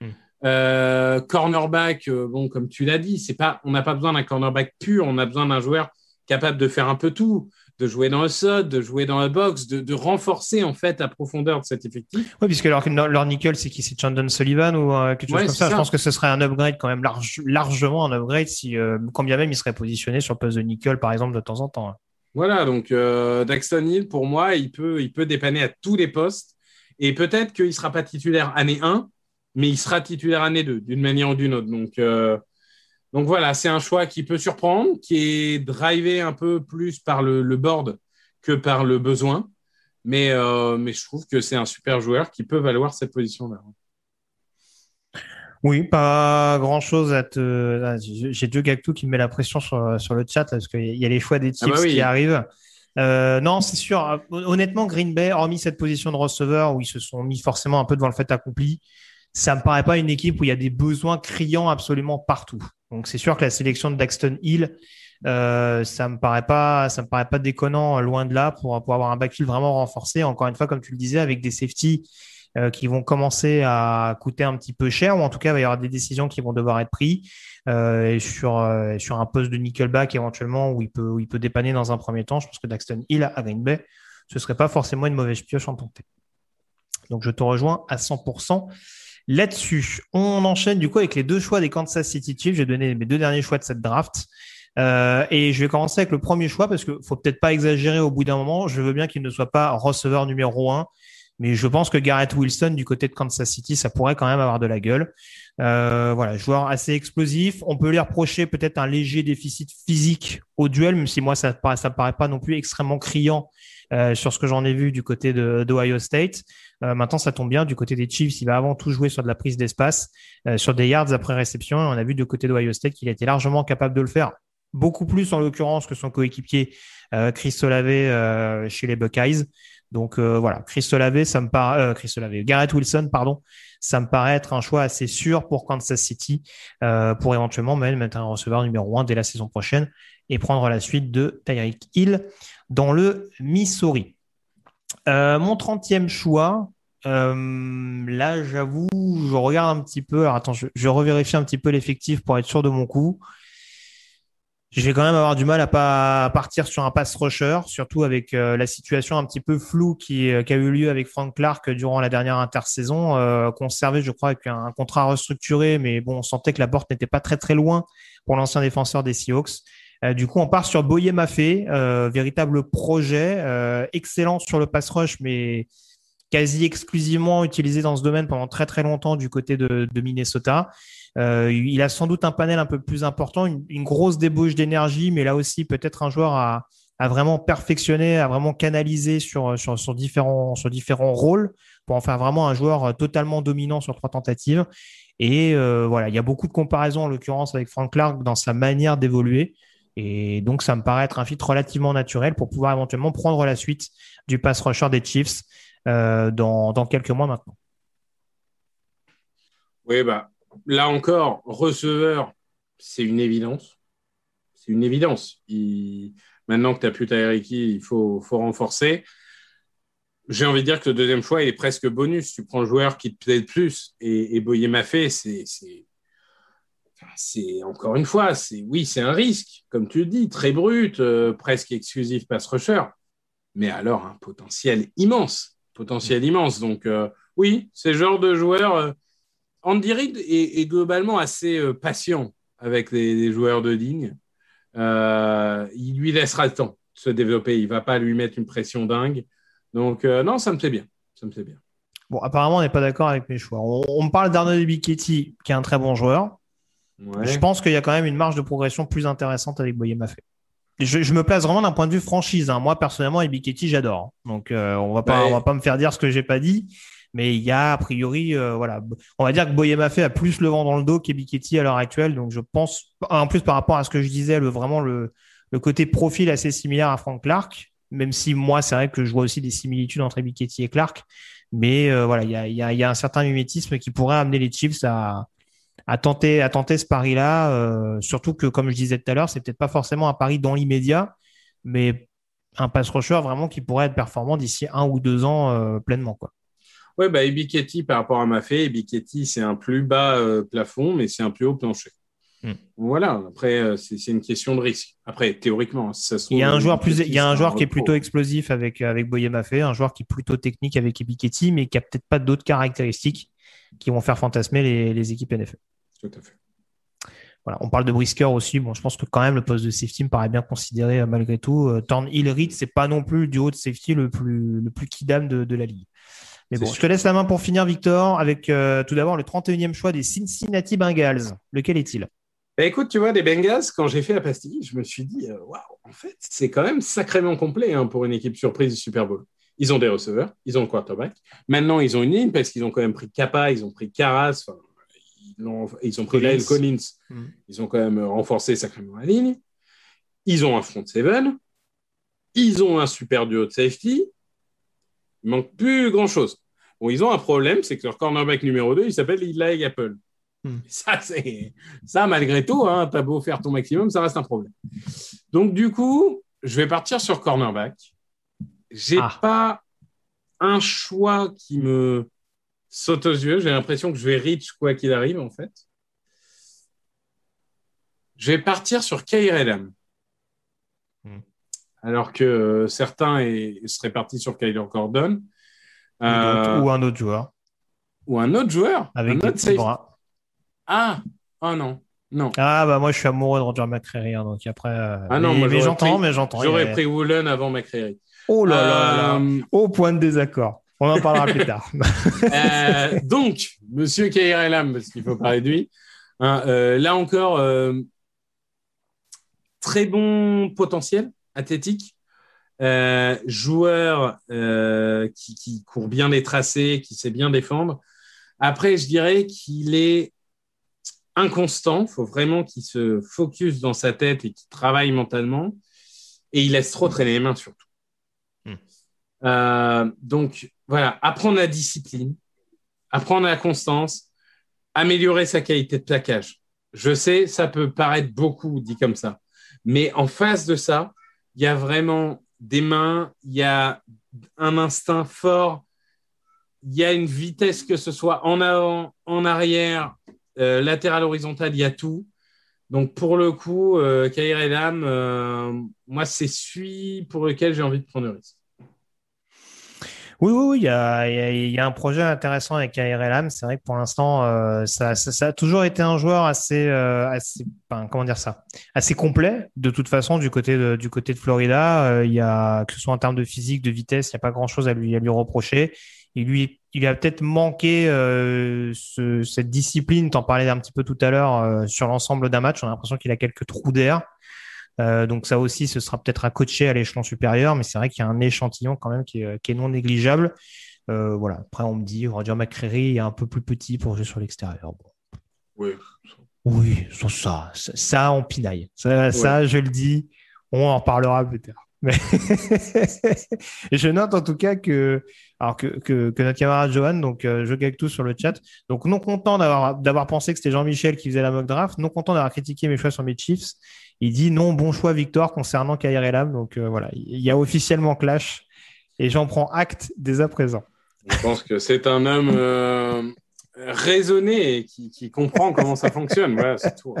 Cornerback, comme tu l'as dit, on n'a pas besoin d'un cornerback pur, on a besoin d'un joueur capable de faire un peu tout, de jouer dans le slot, de jouer dans la box, de renforcer en fait la profondeur de cet effectif. Oui, puisque leur nickel, c'est qui? C'est Chandon Sullivan ou quelque chose comme ça. Je pense que ce serait un upgrade quand même, largement un upgrade, si quand bien même il serait positionné sur le poste de nickel, par exemple, de temps en temps. Voilà, donc Daxton Hill, pour moi, il peut dépanner à tous les postes, et peut-être qu'il ne sera pas titulaire année 1, mais il sera titulaire année 2, d'une manière ou d'une autre. Donc Donc voilà, c'est un choix qui peut surprendre, qui est drivé un peu plus par le board que par le besoin. Mais je trouve que c'est un super joueur qui peut valoir cette position-là. Oui, pas grand-chose à te. J'ai Joe Gactou qui me met la pression sur le chat là, parce qu'il y a les choix des Ah bah Chiefs qui oui. arrivent. Non, c'est sûr. Honnêtement, Green Bay, hormis cette position de receveur où ils se sont mis forcément un peu devant le fait accompli, ça me paraît pas une équipe où il y a des besoins criants absolument partout. Donc c'est sûr que la sélection de Daxton Hill, ça me paraît pas déconnant loin de là pour avoir un backfield vraiment renforcé. Encore une fois, comme tu le disais, avec des safeties qui vont commencer à coûter un petit peu cher, ou en tout cas, il va y avoir des décisions qui vont devoir être prises et sur un poste de nickelback éventuellement où il peut dépanner dans un premier temps. Je pense que Daxton Hill à Green Bay, ce serait pas forcément une mauvaise pioche en tant que tel. Donc je te rejoins à 100% là-dessus. On enchaîne du coup avec les deux choix des Kansas City Chiefs. J'ai donné mes deux derniers choix de cette draft. Et je vais commencer avec le premier choix parce qu'il faut peut-être pas exagérer au bout d'un moment. Je veux bien qu'il ne soit pas receveur numéro 1. Mais je pense que Garrett Wilson, du côté de Kansas City, ça pourrait quand même avoir de la gueule. Voilà, joueur assez explosif. On peut lui reprocher peut-être un léger déficit physique au duel, même si moi, ça me paraît pas non plus extrêmement criant sur ce que j'en ai vu du côté d'Ohio State. Maintenant, ça tombe bien. Du côté des Chiefs, il va avant tout jouer sur de la prise d'espace, sur des yards après réception. Et on a vu du côté d'Ohio State qu'il était largement capable de le faire. Beaucoup plus, en l'occurrence, que son coéquipier Chris Olave chez les Buckeyes. Donc voilà, Garrett Wilson, pardon, ça me paraît être un choix assez sûr pour Kansas City pour éventuellement même mettre un receveur numéro 1 dès la saison prochaine et prendre la suite de Tyreek Hill dans le Missouri. Mon 30e choix, là j'avoue, je regarde un petit peu. Alors attends, je revérifie un petit peu l'effectif pour être sûr de mon coup. Je vais quand même avoir du mal à pas partir sur un pass rusher, surtout avec la situation un petit peu floue qui a eu lieu avec Frank Clark durant la dernière intersaison, conservé, je crois, avec un contrat restructuré, mais bon, on sentait que la porte n'était pas très très loin pour l'ancien défenseur des Seahawks. Du coup, on part sur Boye Mafe, véritable projet, excellent sur le pass rush, mais quasi exclusivement utilisé dans ce domaine pendant très très longtemps du côté de Minnesota. Il a sans doute un panel un peu plus important, une grosse débauche d'énergie, mais là aussi peut-être un joueur à vraiment perfectionner, à vraiment canaliser sur différents rôles pour en faire vraiment un joueur totalement dominant sur 3 tentatives. Et voilà, il y a beaucoup de comparaisons en l'occurrence avec Frank Clark dans sa manière d'évoluer. Et donc, ça me paraît être un fit relativement naturel pour pouvoir éventuellement prendre la suite du pass rusher des Chiefs dans quelques mois maintenant. Oui, bah, là encore, receveur, c'est une évidence. C'est une évidence. Maintenant que tu n'as plus Tyreek Hill, il faut renforcer. J'ai envie de dire que le deuxième choix, il est presque bonus. Tu prends le joueur qui te plaît le plus. Et Boye Mafe, c'est encore une fois, c'est un risque, comme tu le dis, très brut, presque exclusif pass rusher. Mais alors, un potentiel immense. Donc, oui, c'est le genre de joueur... Andy Reid est globalement assez patient avec les joueurs de ligne. Il lui laissera le temps de se développer. Il ne va pas lui mettre une pression dingue. Donc, non, ça me plaît bien. Bon, apparemment, on n'est pas d'accord avec mes choix. On me parle d'Arnold Ebiketie, qui est un très bon joueur. Ouais. Je pense qu'il y a quand même une marge de progression plus intéressante avec Boye Mafe. Je me place vraiment d'un point de vue franchise. Moi, personnellement, Ebiketie, j'adore. Donc, on va pas me faire dire ce que j'ai pas dit. Mais il y a, a priori, voilà, on va dire que Boye Mafe a plus le vent dans le dos qu'Ebiketie à l'heure actuelle. Donc, je pense, en plus, par rapport à ce que je disais, vraiment le côté profil assez similaire à Frank Clark, même si moi, c'est vrai que je vois aussi des similitudes entre Ebiketie et Clark. Mais voilà, il y a un certain mimétisme qui pourrait amener les Chiefs à tenter ce pari-là. Surtout que, comme je disais tout à l'heure, c'est peut-être pas forcément un pari dans l'immédiat, mais un pass rusher vraiment qui pourrait être performant d'ici 1 ou 2 ans pleinement, quoi. Oui, bah, Ebiketie par rapport à Mafe, Ebiketie, c'est un plus bas plafond, mais c'est un plus haut plancher. Voilà, après, c'est une question de risque. Après, théoriquement, ça se trouve, il y a un joueur qui est plutôt explosif avec Boye Mafe, un joueur qui est plutôt technique avec Ebiketie, mais qui a peut-être pas d'autres caractéristiques qui vont faire fantasmer les équipes NFL. Tout à fait. Voilà, on parle de Brisker aussi. Bon, je pense que quand même le poste de safety me paraît bien considéré malgré tout. Thornhill Reed, c'est pas non plus du haut de safety le plus kidam de la ligue. Mais bon, je te laisse la main pour finir, Victor, avec tout d'abord le 31e choix des Cincinnati Bengals. Lequel est-il ? Bah, écoute, tu vois, les Bengals, quand j'ai fait la pastille, je me suis dit, waouh, en fait, c'est quand même sacrément complet pour une équipe surprise du Super Bowl. Ils ont des receveurs, ils ont le quarterback. Maintenant, ils ont une ligne parce qu'ils ont quand même pris Kappa, ils ont pris Carras, ils ont pris Lyle Collins. Ils ont quand même renforcé sacrément la ligne. Ils ont un front seven. Ils ont un super duo de safety. Il manque plus grand-chose. Bon, ils ont un problème, c'est que leur cornerback numéro 2, il s'appelle Eli Apple. Ça, malgré tout, t'as beau faire ton maximum, ça reste un problème. Donc, du coup, je vais partir sur cornerback. J'ai pas un choix qui me saute aux yeux. J'ai l'impression que je vais reach quoi qu'il arrive, en fait. Je vais partir sur Kyle Elam. Alors que certains seraient partis sur Kyler Gordon. Ou un autre joueur. Ou un autre joueur. Avec des petits bras. Oh non. Ah, bah moi, je suis amoureux de Roger McCreary. Donc après, mais j'entends. J'aurais pris Woolen avant McCreary. Oh là là. Au point de désaccord. On en parlera plus tard. Donc, monsieur Kyle Elam, parce qu'il faut parler de lui. Là encore, très bon potentiel athlétique. Joueur qui court bien les tracés, qui sait bien défendre. Après, je dirais qu'il est inconstant. Il faut vraiment qu'il se focus dans sa tête et qu'il travaille mentalement. Et il laisse trop traîner les mains, surtout. Donc, voilà, apprendre la discipline, apprendre la constance, améliorer sa qualité de plaquage. Je sais, ça peut paraître beaucoup dit comme ça. Mais en face de ça, il y a vraiment des mains, il y a un instinct fort, il y a une vitesse, que ce soit en avant, en arrière, latéral, horizontal, il y a tout. Donc, pour le coup, Kyle Elam, moi, c'est celui pour lequel j'ai envie de prendre le risque. Oui, il y a un projet intéressant avec Kyle Elam. C'est vrai que pour l'instant, ça a toujours été un joueur assez complet. De toute façon, du côté de Florida, il y a, que ce soit en termes de physique, de vitesse, il n'y a pas grand-chose à lui reprocher. Il a peut-être manqué cette discipline. T'en parlais un petit peu tout à l'heure sur l'ensemble d'un match. On a l'impression qu'il a quelques trous d'air. Donc ça aussi, ce sera peut-être à coacher à l'échelon supérieur, mais c'est vrai qu'il y a un échantillon quand même qui est non négligeable. Voilà. Après, on me dit Roger McCreary est un peu plus petit pour jouer sur l'extérieur. Bon. Oui, ça on pinaille. Ça, je le dis, on en reparlera plus tard. Mais je note en tout cas que notre camarade Johan, donc je gagne tout sur le chat, donc non content d'avoir pensé que c'était Jean-Michel qui faisait la mock draft, non content d'avoir critiqué mes choix sur mes Chiefs. Il dit non, bon choix Victor concernant Kyle Elam. Donc voilà, il y a officiellement clash et j'en prends acte dès à présent. Je pense que c'est un homme raisonné et qui comprend comment ça fonctionne. Voilà, c'est tout.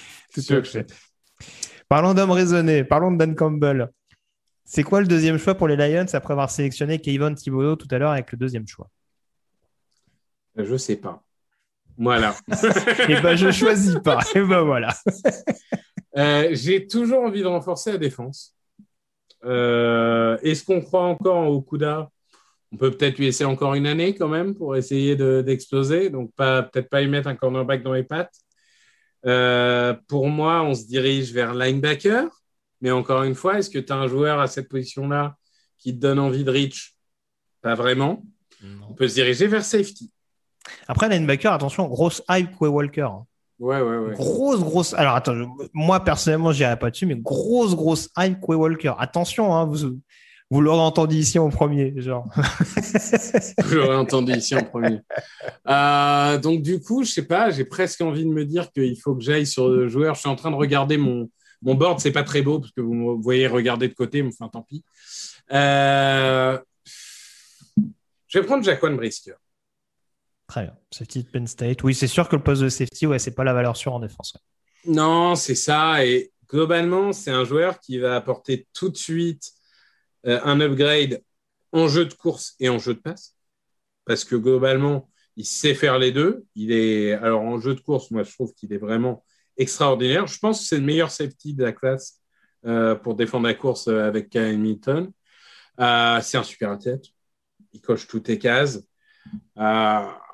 Parlons d'homme raisonné, parlons de Dan Campbell. C'est quoi le deuxième choix pour les Lions après avoir sélectionné Kayvon Thibodeau tout à l'heure avec le deuxième choix? Je sais pas. Voilà. Et ben je choisis pas. Et ben voilà. J'ai toujours envie de renforcer la défense. Est-ce qu'on croit encore au Okudah? On peut peut-être lui laisser encore une année quand même pour essayer d'exploser. Donc peut-être pas lui mettre un cornerback dans les pattes. Pour moi, on se dirige vers linebacker. Mais encore une fois, est-ce que tu as un joueur à cette position-là qui te donne envie de reach? Pas vraiment. Non. On peut se diriger vers safety. Après, linebacker, attention, grosse hype Quay Walker. Ouais. Grosse. Alors, attends, moi, personnellement, je n'irai pas dessus, mais grosse hype Quay Walker. Attention, vous l'aurez entendu ici en premier, genre. Vous l'aurez entendu ici en premier. Donc, du coup, je sais pas, j'ai presque envie de me dire qu'il faut que j'aille sur le joueur. Je suis en train de regarder mon board, c'est pas très beau parce que vous me voyez regarder de côté, mais enfin, tant pis. Je vais prendre Jaquan Brisker. Très bien. Safety de Penn State. Oui, c'est sûr que le poste de safety, c'est pas la valeur sûre en défense. Ouais. Non, c'est ça. Et globalement, c'est un joueur qui va apporter tout de suite un upgrade en jeu de course et en jeu de passe. Parce que globalement, il sait faire les deux. Alors, en jeu de course, moi, je trouve qu'il est vraiment extraordinaire. Je pense que c'est le meilleur safety de la classe pour défendre la course avec Kyle Hamilton. C'est un super athlète. Il coche toutes les cases.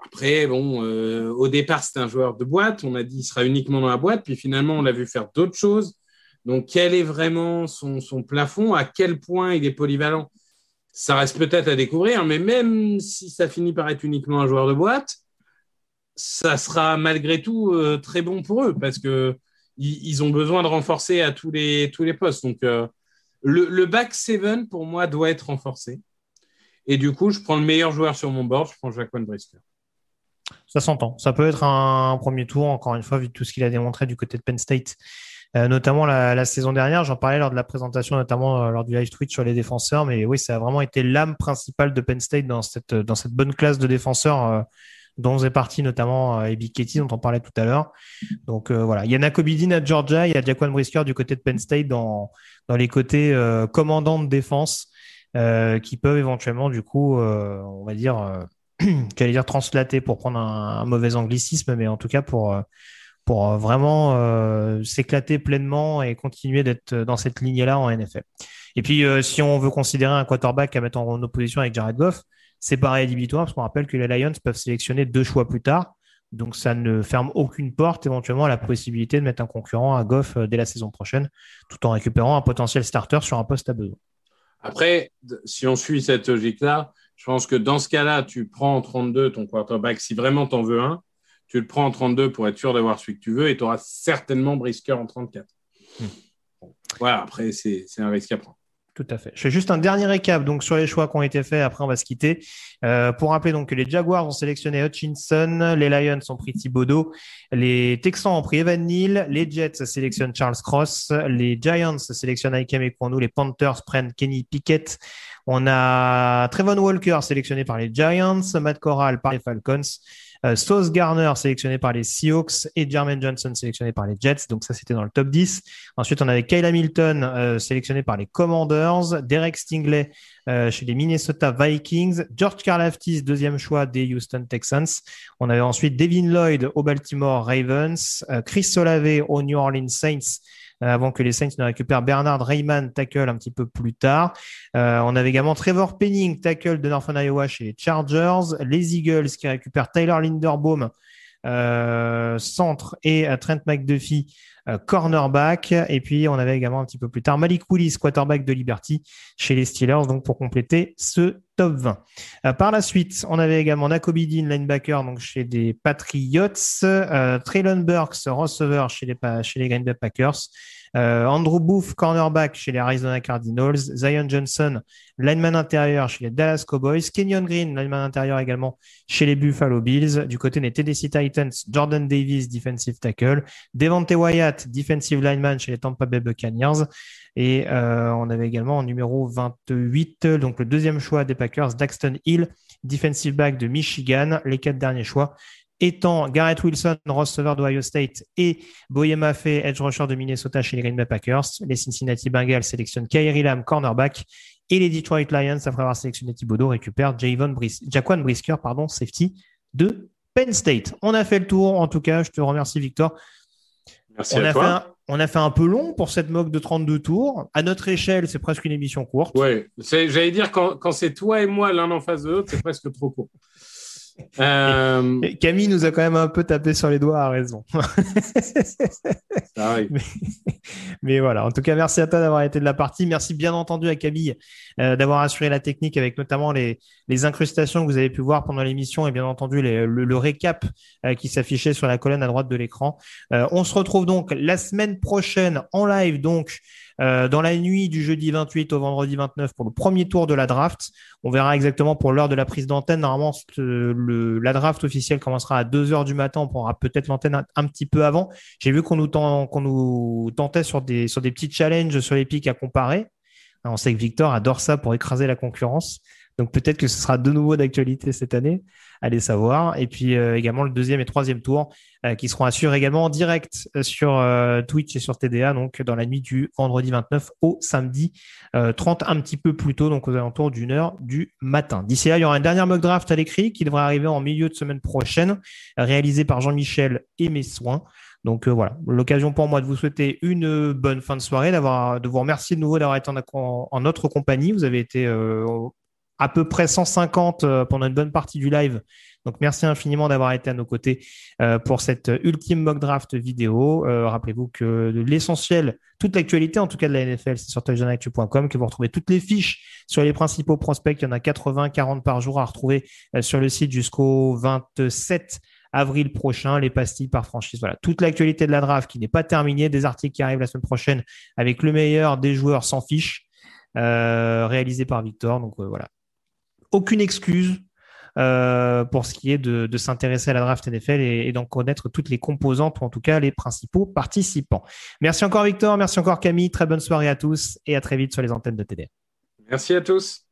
Après, bon, au départ, c'était un joueur de boîte. On a dit qu'il sera uniquement dans la boîte. Puis finalement, on l'a vu faire d'autres choses. Donc, quel est vraiment son plafond? À quel point il est polyvalent? Ça reste peut-être à découvrir. Mais même si ça finit par être uniquement un joueur de boîte, ça sera malgré tout très bon pour eux parce qu'ils ont besoin de renforcer à tous les postes. Donc, le back 7, pour moi, doit être renforcé. Et du coup, je prends le meilleur joueur sur mon board. Je prends Jaquan Brisker. Ça s'entend. Ça peut être un premier tour, encore une fois, vu tout ce qu'il a démontré du côté de Penn State, notamment la saison dernière. J'en parlais lors de la présentation, notamment lors du live tweet sur les défenseurs. Mais oui, ça a vraiment été l'âme principale de Penn State dans cette bonne classe de défenseurs dont faisait partie notamment Ebi Ketty, dont on parlait tout à l'heure. Donc voilà, il y a Nakobe Dean à Georgia, il y a Jaquan Brisker du côté de Penn State dans les côtés commandants de défense qui peuvent éventuellement, du coup, on va dire... j'allais dire translater pour prendre un mauvais anglicisme, mais en tout cas pour vraiment s'éclater pleinement et continuer d'être dans cette lignée-là en NFL. Et puis, si on veut considérer un quarterback à mettre en opposition avec Jared Goff, c'est pas rédhibitoire parce qu'on rappelle que les Lions peuvent sélectionner 2 choix plus tard. Donc, ça ne ferme aucune porte éventuellement à la possibilité de mettre un concurrent à Goff dès la saison prochaine, tout en récupérant un potentiel starter sur un poste à besoin. Après, si on suit cette logique-là, je pense que dans ce cas-là, tu prends en 32 ton quarterback. Si vraiment tu en veux un, tu le prends en 32 pour être sûr d'avoir celui que tu veux et tu auras certainement Brisker en 34. Voilà, après, c'est un risque à prendre. Tout à fait. Je fais juste un dernier récap donc sur les choix qui ont été faits. Après, on va se quitter. Pour rappeler donc que les Jaguars ont sélectionné Hutchinson, les Lions ont pris Thibodeau, les Texans ont pris Evan Neal, les Jets sélectionnent Charles Cross, les Giants sélectionnent Ikem Ekwonu, les Panthers prennent Kenny Pickett. On a Trevon Walker sélectionné par les Giants, Matt Corral par les Falcons, Sauce Garner sélectionné par les Seahawks et Jermaine Johnson sélectionné par les Jets. Donc ça, c'était dans le top 10. Ensuite, on avait Kyle Hamilton sélectionné par les Commanders, Derek Stingley chez les Minnesota Vikings, George Karlaftis, deuxième choix des Houston Texans. On avait ensuite Devin Lloyd aux Baltimore Ravens, Chris Olave aux New Orleans Saints, avant que les Saints ne récupèrent Bernard Rayman, tackle un petit peu plus tard. On avait également Trevor Penning, tackle de Northern Iowa chez les Chargers, les Eagles qui récupèrent Tyler Linderbaum, centre, et Trent McDuffie, cornerback. Et puis, on avait également un petit peu plus tard Malik Willis, quarterback de Liberty chez les Steelers, donc pour compléter ce top 20. Par la suite, on avait également Nakobe Dean, linebacker, donc chez les Patriots, Traylon Burks, receveur chez les Green Bay Packers, Andrew Booth, cornerback chez les Arizona Cardinals, Zion Johnson, lineman intérieur chez les Dallas Cowboys, Kenyon Green, lineman intérieur également chez les Buffalo Bills. Du côté des Tennessee Titans, Jordan Davis, defensive tackle, Devontae Wyatt, defensive lineman chez les Tampa Bay Buccaneers. Et on avait également en numéro 28, donc le deuxième choix des Packers, Daxton Hill, defensive back de Michigan. Les 4 derniers choix étant Garrett Wilson, receveur d'Ohio State, et Boye Mafe, edge rusher de Minnesota chez les Green Bay Packers. Les Cincinnati Bengals sélectionnent Kyrie Lamb, cornerback, et les Detroit Lions, après avoir sélectionné Thibodeau, récupèrent Jaquan Brisker, safety de Penn State. On a fait le tour, en tout cas. Je te remercie, Victor. Merci à toi. On a fait un peu long pour cette mock de 32 tours. À notre échelle, c'est presque une émission courte. Oui, j'allais dire, quand c'est toi et moi l'un en face de l'autre, c'est presque trop court. Et Camille nous a quand même un peu tapé sur les doigts, a raison. Ça arrive. Mais voilà, en tout cas, merci à toi d'avoir été de la partie. Merci bien entendu à Camille d'avoir assuré la technique avec notamment les incrustations que vous avez pu voir pendant l'émission et bien entendu le récap qui s'affichait sur la colonne à droite de l'écran. On se retrouve donc la semaine prochaine en live, donc dans la nuit du jeudi 28 au vendredi 29 pour le premier tour de la draft. On verra exactement pour l'heure de la prise d'antenne. Normalement, la draft officielle commencera à 2h du matin. On prendra peut-être l'antenne un petit peu avant. J'ai vu qu'on nous tentait sur des petits challenges sur les pics à comparer. On sait que Victor adore ça pour écraser la concurrence. Donc peut-être que ce sera de nouveau d'actualité cette année. Allez savoir. Et puis également le deuxième et troisième tour qui seront assurés également en direct sur Twitch et sur TDA, donc dans la nuit du vendredi 29 au samedi 30, un petit peu plus tôt, donc aux alentours d'1h du matin. D'ici là, il y aura une dernière mock draft à l'écrit qui devrait arriver en milieu de semaine prochaine, réalisée par Jean-Michel et mes soins. Donc voilà, l'occasion pour moi de vous souhaiter une bonne fin de soirée, de vous remercier de nouveau d'avoir été en notre compagnie. Vous avez été à peu près 150 pendant une bonne partie du live Donc, merci infiniment d'avoir été à nos côtés pour cette ultime mock draft vidéo. Rappelez-vous que l'essentiel, toute l'actualité, en tout cas de la NFL, c'est sur touchdownactu.com que vous retrouvez toutes les fiches sur les principaux prospects. Il y en a 80, 40 par jour à retrouver sur le site jusqu'au 27 avril prochain, les pastilles par franchise. Voilà, toute l'actualité de la draft qui n'est pas terminée, des articles qui arrivent la semaine prochaine avec le meilleur des joueurs sans fiche, réalisé par Victor. Donc voilà, aucune excuse pour ce qui est de s'intéresser à la draft NFL et d'en connaître toutes les composantes ou en tout cas les principaux participants. Merci encore Victor, merci encore Camille, très bonne soirée à tous et à très vite sur les antennes de TDR. Merci à tous.